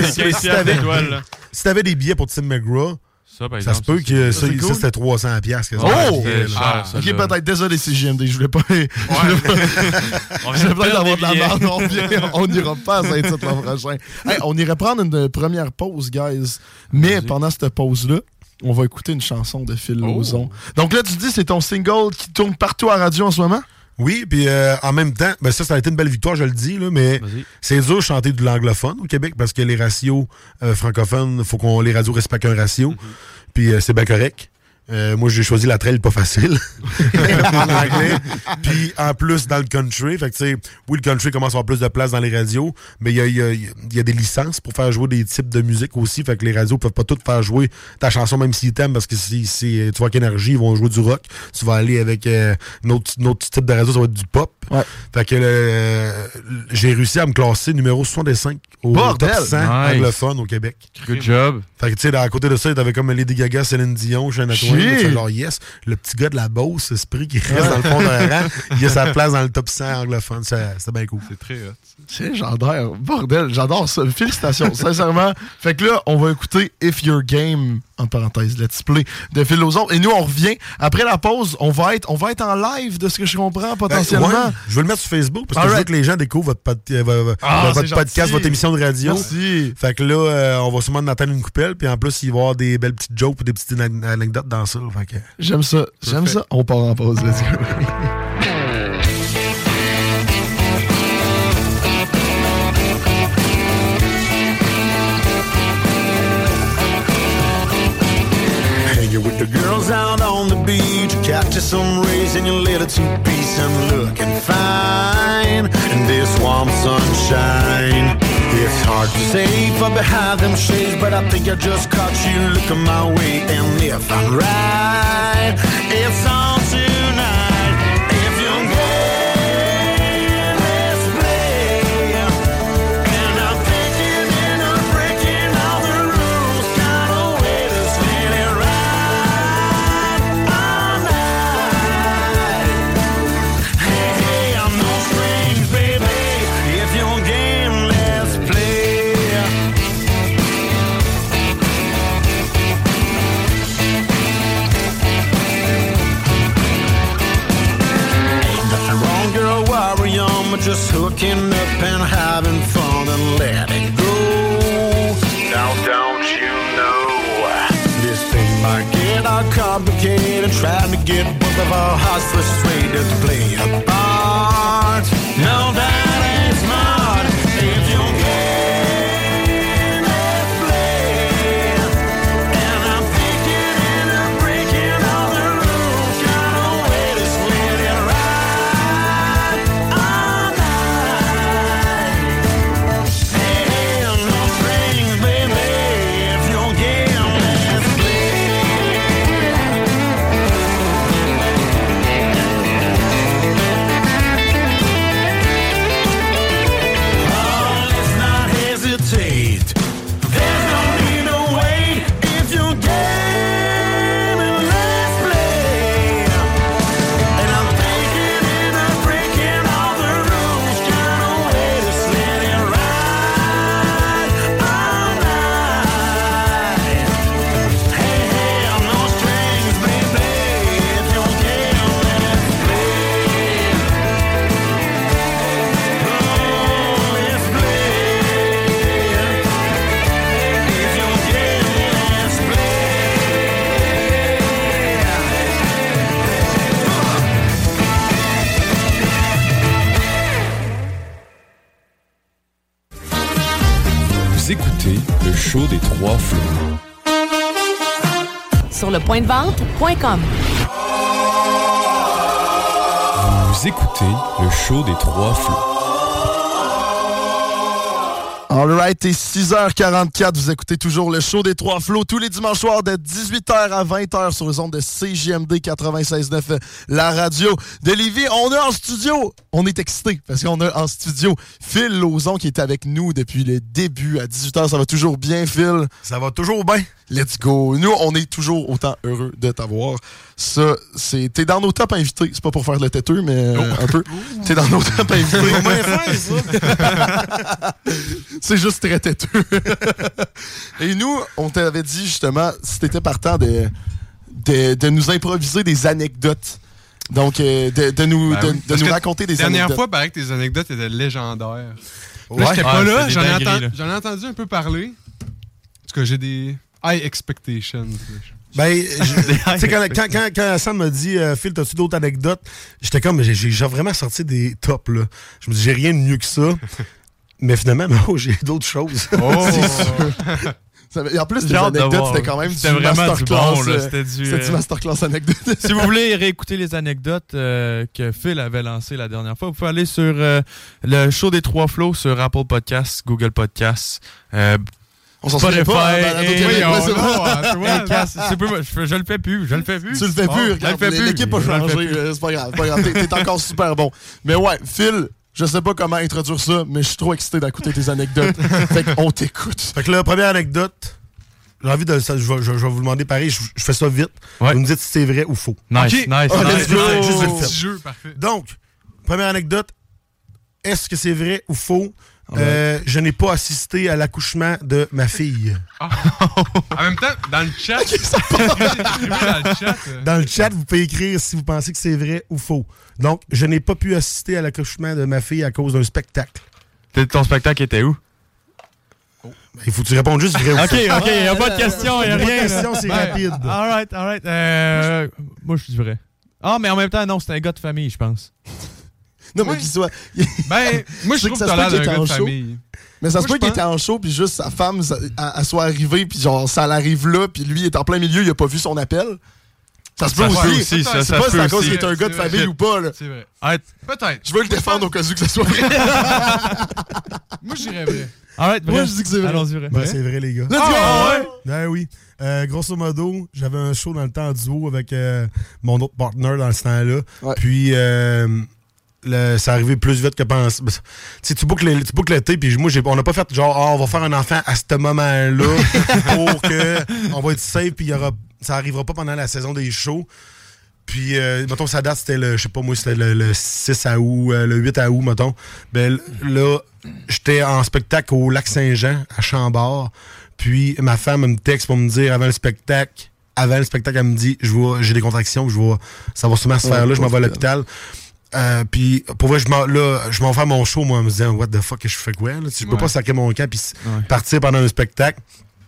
Si t'avais des billets pour Tim McGraw, ça, par ça exemple, se peut que ça, ça, ça c'était trois cents piastres. Oh! Billet, ah, ok, là. Peut-être. Désolé, C J M D. Je voulais pas. Ouais. Je voulais peut-être avoir de la merde. On n'ira pas à Saint-Tite l'an prochain. Hey, on irait prendre une première pause, guys. Mais Vas-y. Pendant cette pause-là, on va écouter une chanson de Phil Lauzon. Oh. Donc là, tu dis c'est ton single qui tourne partout à la radio en ce moment? Oui, puis euh, en même temps, ben ça, ça a été une belle victoire, je le dis, là, mais Vas-y. C'est dur de chanter de l'anglophone au Québec parce que les ratios euh, francophones, il faut qu'on les radios respectent un ratio, mm-hmm. puis euh, c'est bien correct. Euh, moi, j'ai choisi la trail pas facile en anglais. Puis en plus, dans le country, fait que tu sais, oui, le country commence à avoir plus de place dans les radios, mais il y a, y, a, y a des licences pour faire jouer des types de musique aussi. Fait que les radios peuvent pas toutes faire jouer ta chanson, même s'ils t'aiment, parce que si, si tu vois qu'Énergie, ils vont jouer du rock. Tu vas aller avec euh, un, autre, un autre type de radio, ça va être du pop. Ouais. Fait que euh, j'ai réussi à me classer numéro soixante-cinq au Bordel. top cent nice. Anglophone au Québec. Good job. Fait que tu sais, à côté de ça, t'avais comme Lady Gaga, Céline Dion, Shania Twain. Genre, yes, le petit gars de la Beauce, Esprit qui reste dans le fond d'un rang, il a sa place dans le top cent anglophone. C'est, c'est bien cool. C'est très hot. C'est j'adore. Bordel, j'adore ça. Félicitations, sincèrement. Fait que là, on va écouter If Your Game, en parenthèse, Let's Play, de Phil Lauzon. Et nous, on revient. Après la pause, on va être, on va être en live, de ce que je comprends, potentiellement. Ben, ouais, je vais le mettre sur Facebook, parce que All je right. veux que les gens découvrent votre, pod- euh, votre, ah, votre podcast, votre émission de radio. Merci. Fait que là, euh, on va sûrement en attendre une coupelle, puis en plus, il va y avoir des belles petites jokes ou des petites anecdotes dans ça. Fait que... J'aime ça. J'aime ça. On part en pause. Let's go. With the girls out on the beach, catch some rays in your little two-piece and looking fine in this warm sunshine. It's hard to say from behind them shades, but I think I just caught you looking my way. And if I'm right, it's on tonight. If you're gay, let's play. And I'm thinking and I'm breaking all the rules, kind of way to spin it right all night. Hey, hey, I'm time of just hooking up and having fun and let it go. Now don't you know this thing might get all complicated, trying to get both of our hearts frustrated to play a part. No, that ain't smart. If you game, let's play. And I'm thinking and I'm breaking all the rules, got a way to split it right all night. Hey, no strings, baby. If you game, let's play. Oh, let's not hesitate. There's no need to wait. If you game, let's play. And I'm thinking and I'm breaking all the rules, got a way to split it right all night. Hey, hey, no strings, baby. If you game, let's play. Oh, let's play. If you game, let's play. Vous écoutez le show des Trois Flots. Sur le point de vente point com. Vous écoutez le show des Trois Flots. Alright, c'est six heures quarante-quatre. Vous écoutez toujours le show des Trois Flots tous les dimanches soirs de dix-huit heures à vingt heures sur les ondes de C J M D quatre-vingt-seize neuf, la radio de Lévis. On est en studio. On est excités parce qu'on a en studio Phil Lauzon qui est avec nous depuis le début à dix-huit heures. Ça va toujours bien, Phil? Ça va toujours bien. Let's go. Nous, on est toujours autant heureux de t'avoir. Ça, c'est... T'es dans nos top invités. C'est pas pour faire le têteux, mais euh, un peu. T'es dans nos top invités. Comment faire, ça? C'est juste très têteux. Et nous, on t'avait dit justement, si t'étais partant de, de, de nous improviser des anecdotes. Donc, euh, de, de nous, Ben de, oui. de Parce nous que raconter des la dernière anecdotes. fois, il paraît que tes anecdotes étaient légendaires. Ouais. Là, j'étais pas Ouais, là, c'est j'en ai, des dingueries, enten- là. j'en ai entendu un peu parler. Parce que j'ai des high expectations. Ben, je- tu sais, quand, quand, quand, quand Sam m'a dit euh, Phil, t'as-tu d'autres anecdotes? J'étais comme, j'ai, j'ai vraiment sorti des tops, là. Je me dis, j'ai rien de mieux que ça. Mais finalement, oh, j'ai d'autres choses. Oh! C'est sûr. Ça- et en plus, tes J'ai hâte de anecdotes, voir. c'était quand même C'était du vraiment du masterclass. bon, là. euh, C'était du, C'était du euh, masterclass anecdote. Si vous voulez réécouter les anecdotes euh, que Phil avait lancées la dernière fois, vous pouvez aller sur euh, le show des Trois Flots sur Apple Podcasts, Google Podcasts, euh, On s'en Spotify souvient pas, hein, Balado et- Québec, Oui, on- ouais, c'est on- bon. on- et Cass- c'est peu- je, je le fais plus, je le fais plus. Tu le fais Bon, plus, je le regarde, fais plus. l'équipe a Je le fais changé, plus. euh, c'est pas grave, c'est pas grave. T'es, t'es encore super bon. Mais ouais, Phil, je sais pas comment introduire ça, mais je suis trop excité d'écouter tes anecdotes. Fait qu'on t'écoute. Fait que la première anecdote, j'ai envie de. Ça, je, vais, je vais vous demander pareil, je, je fais ça vite. Ouais. Vous me dites si c'est vrai ou faux. Nice, Ok? nice, Ah, nice, let's go. nice. Juste vite Oh. fait. Petit jeu, parfait. Donc, première anecdote, est-ce que c'est vrai ou faux? Euh, je n'ai pas assisté à l'accouchement de ma fille. En même temps, dans le chat, j'ai écrit dans le chat. euh, Dans le chat, vous pouvez écrire si vous pensez que c'est vrai ou faux. Donc, je n'ai pas pu assister à l'accouchement de ma fille à cause d'un spectacle. T'es- Ton spectacle était où? Ben, il faut que tu répondes juste vrai ou Ok, faux. ok, il n'y a pas de question, il n'y a Pas de rien. question, c'est rapide. Alright, alright. Euh, moi, je suis vrai. Ah, mais en même temps, non, c'est un gars de famille, je pense. Non, mais qu'il soit. Ben, moi, je C'est trouve que que ça t'as se peut l'air qu'il d'un était gars de en show. famille. Mais ça se Moi, peut je qu'il pense- était en show, puis juste sa femme, ça- elle, elle soit arrivée, puis genre, ça l'arrive là, puis lui, il est en plein milieu, il a pas vu son appel. Ça se peut Ça se aussi. peut aussi, ça, Je sais ça pas se si peut c'est à cause aussi. qu'il est un gars de C'est vrai. famille ou pas, là. C'est vrai. Alright, Peut-être. Je veux le défendre au cas où que ça soit vrai. Moi, je dirais vrai. alright, Moi, bref. je dis que c'est vrai. Allons-y, vrai. Ben, c'est vrai, les gars. Let's go! Ah, ouais? Ben oui. Euh, grosso modo, j'avais un show dans le temps en duo avec euh, mon autre partner dans ce temps-là. Ouais. Puis, euh, le, ça arrivait plus vite que pensé. Tu sais, tu bookes le- tu bookes l'été, puis moi, j'ai, on n'a pas fait genre, ah, on va faire un enfant à ce moment-là pour que on va être safe, puis il y aura, ça arrivera pas pendant la saison des shows. Puis, euh, mettons, sa date, c'était le, je sais pas moi, c'était le, le six août, euh, le huit août, mettons. Ben là, j'étais en spectacle au Lac-Saint-Jean, à Chambord. Puis, ma femme me texte pour me dire, avant le spectacle, avant le spectacle, elle me dit, je vois, j'ai des contractions, je vois, ça va sûrement se faire là, je m'en vais à l'hôpital. Euh, puis pour vrai, je m'en, là, je m'en fais mon show, moi, en me disant, what the fuck, je fais quoi? Là? Je peux Ouais. pas sacrer mon camp puis Ouais. partir pendant un spectacle.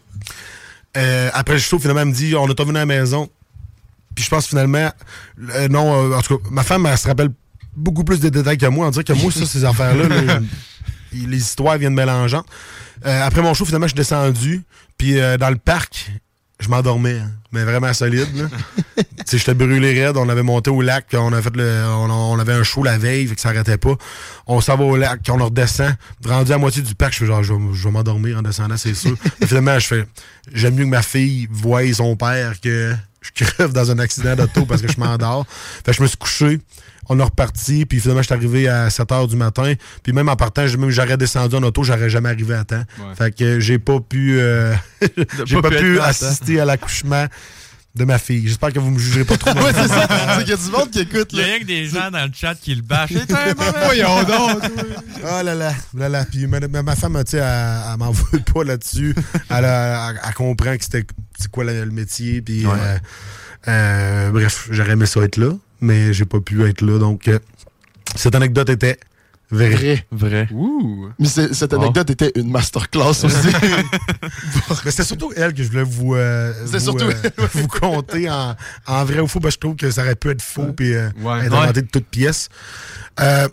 Euh, après le show, finalement, elle me dit, on est revenu à la maison. Puis je pense finalement, euh, non, euh, en tout cas, ma femme, elle se rappelle beaucoup plus des détails que moi. On dirait que moi, ça, ces affaires-là, là, les, les histoires viennent mélangeantes. Euh, après mon show, finalement, je suis descendu. Puis euh, dans le parc, je m'endormais, hein, mais vraiment solide. Tu sais, j'étais brûlé raide. On avait monté au lac. On, avait fait le, on, on avait un show la veille, fait que ça arrêtait pas. On s'en va au lac, on redescend. Rendu à moitié du parc, je fais genre, je vais, je vais m'endormir en descendant, c'est sûr. Et finalement, je fais, j'aime mieux que ma fille voie son père que je crève dans un accident d'auto parce que je m'endors. Fait que je me suis couché. On est reparti, puis finalement, je suis arrivé à sept heures du matin. Puis même en partant, même j'aurais descendu en auto, j'aurais jamais arrivé à temps. Ouais. Fait que j'ai pas pu, euh, j'ai pas pas, pu pu être assister à l'accouchement de ma fille. J'espère que vous me jugerez pas trop. Ouais, c'est ça. C'est qu'il y a du monde qui écoute. Il y a Là. rien que des gens dans le chat qui le bâchent. C'est un mauvais. Voyons donc. Oh là là, là là. Puis ma, ma, ma femme, tu sais, elle, elle m'en veut pas là-dessus. Elle, a- elle, elle comprend que c'était c'est quoi le, le métier. Puis Ouais. euh, euh, bref, j'aurais aimé ça être là, mais j'ai pas pu être là. Donc, euh, cette anecdote était vraie. Vrai. Vrai. Ouh. Mais c'est- cette anecdote était une masterclass aussi. Mais c'était surtout elle que je voulais vous, euh, C'était vous, surtout euh, elle, ouais. vous conter en, en vrai ou faux. Parce que je trouve que ça aurait pu être faux puis euh, Ouais. être inventé de toutes pièces. Euh,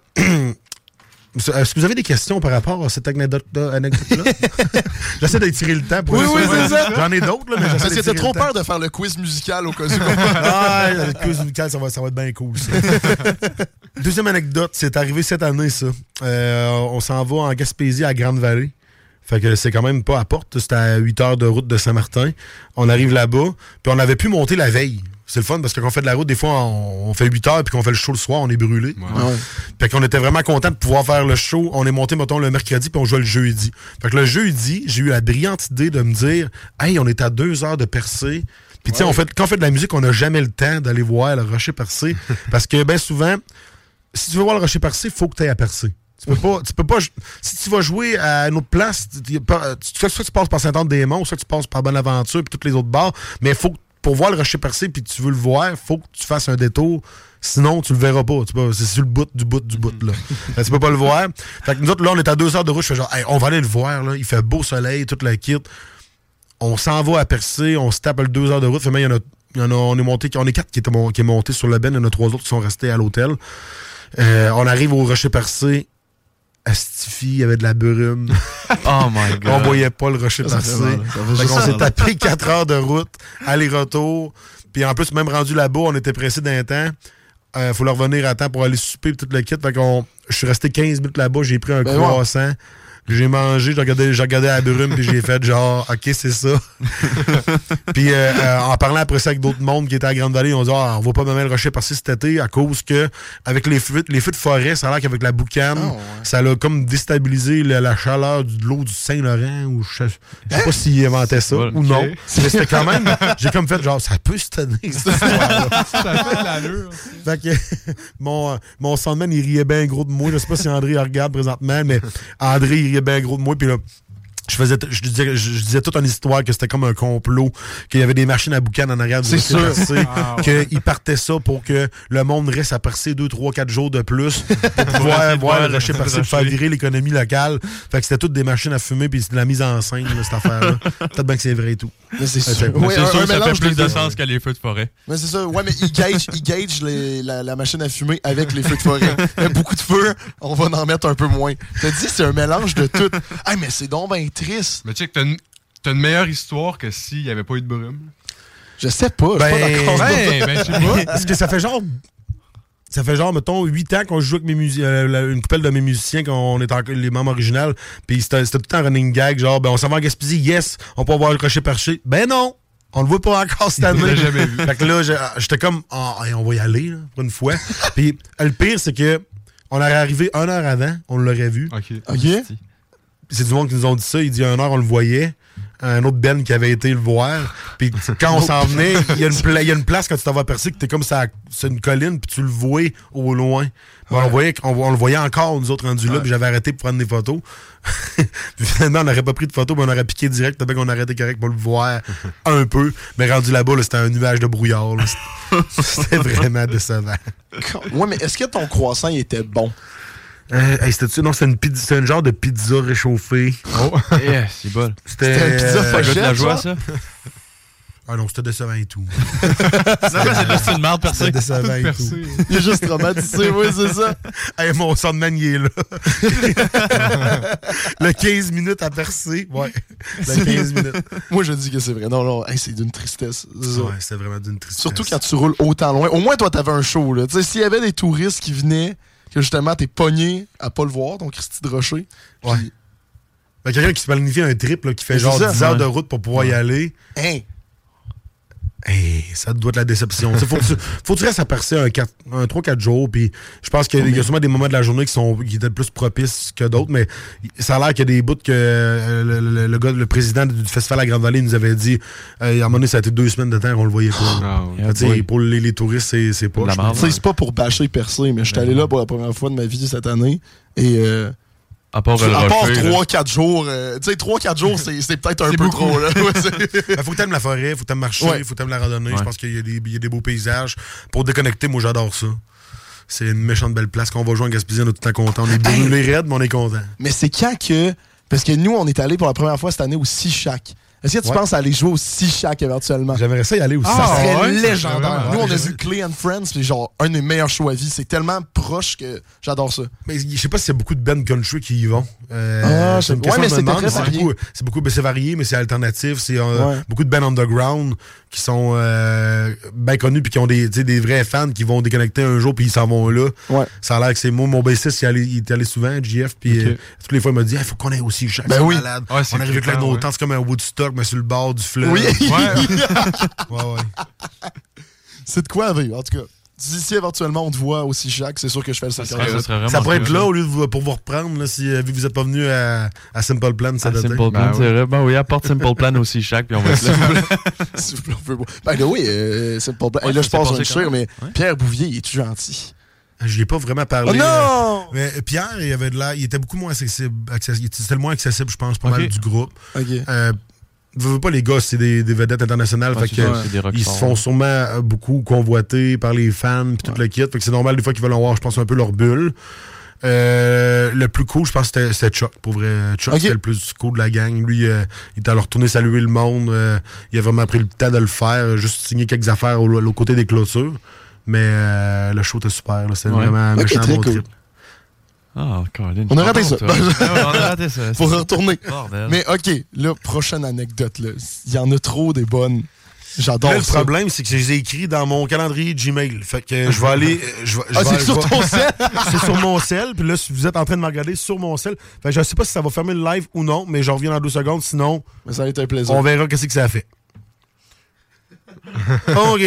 Est-ce que vous avez des questions par rapport à cette anecdote-là? anecdote-là? J'essaie d'étirer le temps. Pour Oui, ça. oui, c'est ça. J'en ai d'autres, là, mais j'essaie Parce que d'étirer t'as trop le temps. peur de faire le quiz musical au cas où. Ah, le quiz musical, ça va, ça va être bien cool, ça. Deuxième anecdote, c'est arrivé cette année, ça. Euh, on s'en va en Gaspésie, à Grande-Vallée. Fait que c'est quand même pas à porte. C'était à huit heures de route de Saint-Martin. On arrive là-bas, puis on avait pu monter la veille. C'est le fun parce que quand on fait de la route, des fois, on, on fait huit heures, puis qu'on fait le show le soir, on est brûlé. Ouais. Fait qu'on était vraiment content de pouvoir faire le show. On est monté, mettons, le mercredi, puis on jouait le jeudi. Fait que le jeudi, j'ai eu la brillante idée de me dire, hey, on est à deux heures de percée. Puis, tu sais, on fait, quand on fait de la musique, on n'a jamais le temps d'aller voir le rocher percé. Parce que, bien souvent, si tu veux voir le rocher percé, il faut que tu ailles à percer. Tu peux pas, tu peux pas. Si tu vas jouer à une autre place, tu, tu, soit tu passes par Saint-Anne-des-Monts, soit tu passes par Bonaventure, puis toutes les autres bars. Mais il faut que pour voir le rocher percé, puis tu veux le voir, faut que tu fasses un détour. Sinon, tu le verras pas. Tu peux, c'est sur le bout du bout du bout, là. Fait que tu peux pas le voir. Fait que nous autres, là, on est à deux heures de route. Je fais genre, hey, on va aller le voir, là. Il fait beau soleil, toute la kit. On s'en va à percer, on se tape le deux heures de route. Fait il y en a, il y en a, on est monté, on est quatre qui étaient mon- qui est monté sur le ben. Il y en a trois autres qui sont restés à l'hôtel. Euh, on arrive au rocher percé. Astifi, il y avait de la brume. Oh my God. On voyait pas le rocher Ça, ça percé. fait mal. Ça fait Fait juste qu'on s'est mal. tapé quatre heures de route, aller-retour. Puis en plus, même rendu là-bas, on était pressé d'un temps. Euh, faut leur revenir à temps pour aller souper et tout le kit. Fait qu'on, je suis resté quinze minutes là-bas, j'ai pris un Ben croissant. J'ai mangé, j'ai regardé, j'ai regardé la brume, puis j'ai fait genre, OK, c'est ça. Puis euh, euh, en parlant après ça avec d'autres mondes qui étaient à Grande-Vallée, on dit, ah, on va pas même le rocher passer cet été à cause que, avec les feux, les feux de forêt, ça a l'air qu'avec la boucane, Oh, ouais. ça a comme déstabilisé la, la chaleur de l'eau du Saint-Laurent, ou je sais, je sais pas s'ils inventaient ça Ouais, ou ok. non. Mais c'était quand même, j'ai comme fait genre, ça peut se tenir, cette histoire-là. Ça fait de l'allure. Fait que mon, euh, mon soundman, il riait bien gros de moi. Je sais pas si André le regarde présentement, mais André, il riait bien gros de moi. Puis là, je faisais, t- je disais, je, je disais toute une histoire que c'était comme un complot, qu'il y avait des machines à boucan en arrière du C'est rocher sûr. percé, Ah, ouais. qu'ils partaient ça pour que le monde reste à percer deux, trois, quatre jours de plus pour pouvoir voir le rocher percé, pour faire virer l'économie locale. Fait que c'était toutes des machines à fumer puis c'était de la mise en scène, là, cette affaire-là. Peut-être bien que c'est vrai et tout. Mais c'est Ouais, sûr. mais Ouais, C'est un- sûr un que ça fait mélange plus des de deux. sens que les feux de forêt. Mais c'est ça. Ouais, mais il gage, il gage les- la, la machine à fumer avec les feux de forêt. Il y a beaucoup de feux, on va en mettre un peu moins. T'as dit, c'est un mélange de tout. Ah, mais c'est donc ben triste. Mais tu sais que t'as une, t'as une meilleure histoire que s'il n'y avait pas eu de brume. Je sais pas, je suis Ben, pas d'accord. Ben, ben, je sais pas. Parce que ça fait genre. Ça fait genre, mettons, huit ans qu'on joue avec mes musi- euh, la- une coupelle de mes musiciens, qu'on est encore les membres originaux. Puis c'était c'était tout le temps un running gag, genre, ben on s'en va en Gaspésie, yes, on peut voir le rocher perché. Ben non! On le voit pas encore cette année. On l'a jamais vu. Fait que là, j'ai- j'étais comme, ah, hey, on va y aller, là, pour une fois. Puis le pire, c'est que on aurait arrivé une heure avant, on l'aurait vu. OK. OK? C'est du monde qui nous ont dit ça. Il dit à une heure, on le voyait. un autre Ben qui avait été le voir. Puis quand on s'en venait, il y, pla- y a une place quand tu t'en vas percer que t'es comme ça, c'est une colline, puis tu le vois au loin. Bon, ouais. on, voyait, on, on le voyait encore, nous autres, rendus là, ouais. Puis j'avais arrêté pour prendre des photos. Puis finalement, on n'aurait pas pris de photos, mais on aurait piqué direct, peut-être qu'on aurait arrêté correct pour le voir un peu. Mais rendu là-bas, là, c'était un nuage de brouillard. Là. C'était vraiment décevant. Ouais, mais est-ce que ton croissant il était bon? Euh, hey, c'était non, c'était une pizza, c'était un genre de pizza réchauffée. Oh, yeah, c'est bon. C'était, c'était une pizza euh, pochette, de la joie, ça. Ah non, c'était décevant et tout. c'est juste une merde percée. C'était décevant et tout. Il est juste traumatisé, oui, c'est ça. Hey, mon Sandman, il est là. Le quinze minutes à percer. Ouais. Le quinze minutes. Moi, je dis que c'est vrai. Non, non, hey, c'est d'une tristesse. C'est ouais, c'est vraiment d'une tristesse. Surtout quand tu roules autant loin. Au moins, toi, t'avais un show, là. Tu sais, s'il y avait des touristes qui venaient, que justement, t'es pogné à pas le voir, ton Christy de Rocher. Ouais. Puis... Ben, quelqu'un qui se planifie un trip, là, qui fait mais genre ça, dix heures ouais. de route pour pouvoir ouais. y aller. Hein? Hey, ça doit être la déception. faut, que tu, faut que tu restes à percer un, un trois quatre jours. Puis je pense qu'il y a, y a sûrement des moments de la journée qui sont qui étaient plus propices que d'autres, mais ça a l'air qu'il y a des bouts que euh, le, le, le gars, le président du Festival à Grande-Vallée nous avait dit. Euh, à un moment donné, ça a été deux semaines de temps qu'on le voyait pas. Ah, ouais. Pour les, les touristes, c'est, c'est pas. C'est pas pour bâcher percer, mais je suis allé là pour la première fois de ma vie cette année. Et. Euh, À part, trois quatre jours, euh, tu sais, trois quatre jours, c'est, c'est peut-être un c'est peu beaucoup. trop. Là. Ouais, ben, faut que t'aimes la forêt, faut que t'aimes marcher, ouais. faut que t'aimes la randonnée. Ouais. Je pense qu'il y a, des, il y a des beaux paysages. Pour déconnecter, moi, j'adore ça. C'est une méchante belle place. Quand on va jouer en Gaspésie, on est tout le temps content. On est brûlés raides, mais on est content. Mais c'est quand que... Parce que nous, on est allés pour la première fois cette année au Six-Shack. Est-ce que tu ouais. penses à aller jouer au Six-Shack éventuellement? J'aimerais ça y aller aussi. Ah, ça serait ouais, légendaire. Ouais, Nous, on ouais, a vu Clay and Friends, c'est genre un des meilleurs choix à vie. C'est tellement proche que j'adore ça. Mais je sais pas s'il y a beaucoup de bands country qui y vont. Euh, ah, c'est une question ouais, mais c'est très c'est beaucoup, c'est beaucoup, ben, c'est varié, mais c'est alternatif. C'est euh, ouais. beaucoup de bands underground qui sont euh, bien connus puis qui ont des, des vrais fans qui vont déconnecter un jour puis ils s'en vont là. Ouais. Ça a l'air que c'est moi, mon bassiste, il, allait, il est allé souvent à J F puis okay. euh, toutes les fois il m'a dit il faut qu'on aille aussi chaque ben oui. malade. Ouais, on arrive avec la ouais. c'est comme un Woodstock mais sur le bord du fleuve. Oui. Ouais. ouais, ouais. C'est de quoi avec, en tout cas. Si éventuellement on te voit au Six-Shack, c'est sûr que je fais le ça. Serait, ça, serait ça pourrait être là au lieu de vous, pour vous reprendre là, si vu que vous n'êtes pas venu à, à Simple Plan. Ça à Simple Plan, ben c'est vrai. Ben oui, apporte Simple Plan au Six-Shack puis on va se là. Ben là, oui, euh, Simple Plan. Ouais, et là, je passe un chien, mais ouais. Pierre Bouvier, il est tout gentil. Je lui ai pas vraiment parlé. Oh non! Mais Pierre, il avait de l'air, il était beaucoup moins accessible. accessible c'était le moins accessible, je pense, pas okay. mal du groupe. OK. Euh, Vous veux pas, les gars, c'est des, des vedettes internationales. Ouais, fait que, ça, ils se font sûrement beaucoup convoiter par les fans puis tout ouais. le kit. Fait que c'est normal des fois qu'ils veulent avoir, je pense, un peu leur bulle. Euh, le plus cool, je pense, c'était, c'était Chuck. Pour vrai, Chuck, okay. c'était le plus cool de la gang. Lui, euh, il est allé retourner saluer le monde. Euh, il a vraiment pris le temps de le faire. Juste signer quelques affaires au, au côté des clôtures. Mais euh, le show était super. Là. C'était ouais. vraiment un okay, méchant bon cool. trip. Ah, Caroline. On a raté ça. Ouais, on a raté ça. Faut retourner. Bordel. Mais OK, là, prochaine anecdote. Là. Il y en a trop des bonnes. J'adore là, ça. Le problème, c'est que je les ai écrits dans mon calendrier Gmail. Fait que je vais aller... Je vais, je ah, vais, c'est je sur vais, ton sel? C'est sur mon sel. Puis là, si vous êtes en train de me regarder sur mon sel, fait que je sais pas si ça va fermer le live ou non, mais je reviens dans deux secondes. Sinon, mais ça va être un plaisir. On verra qu'est-ce que ça a fait. OK.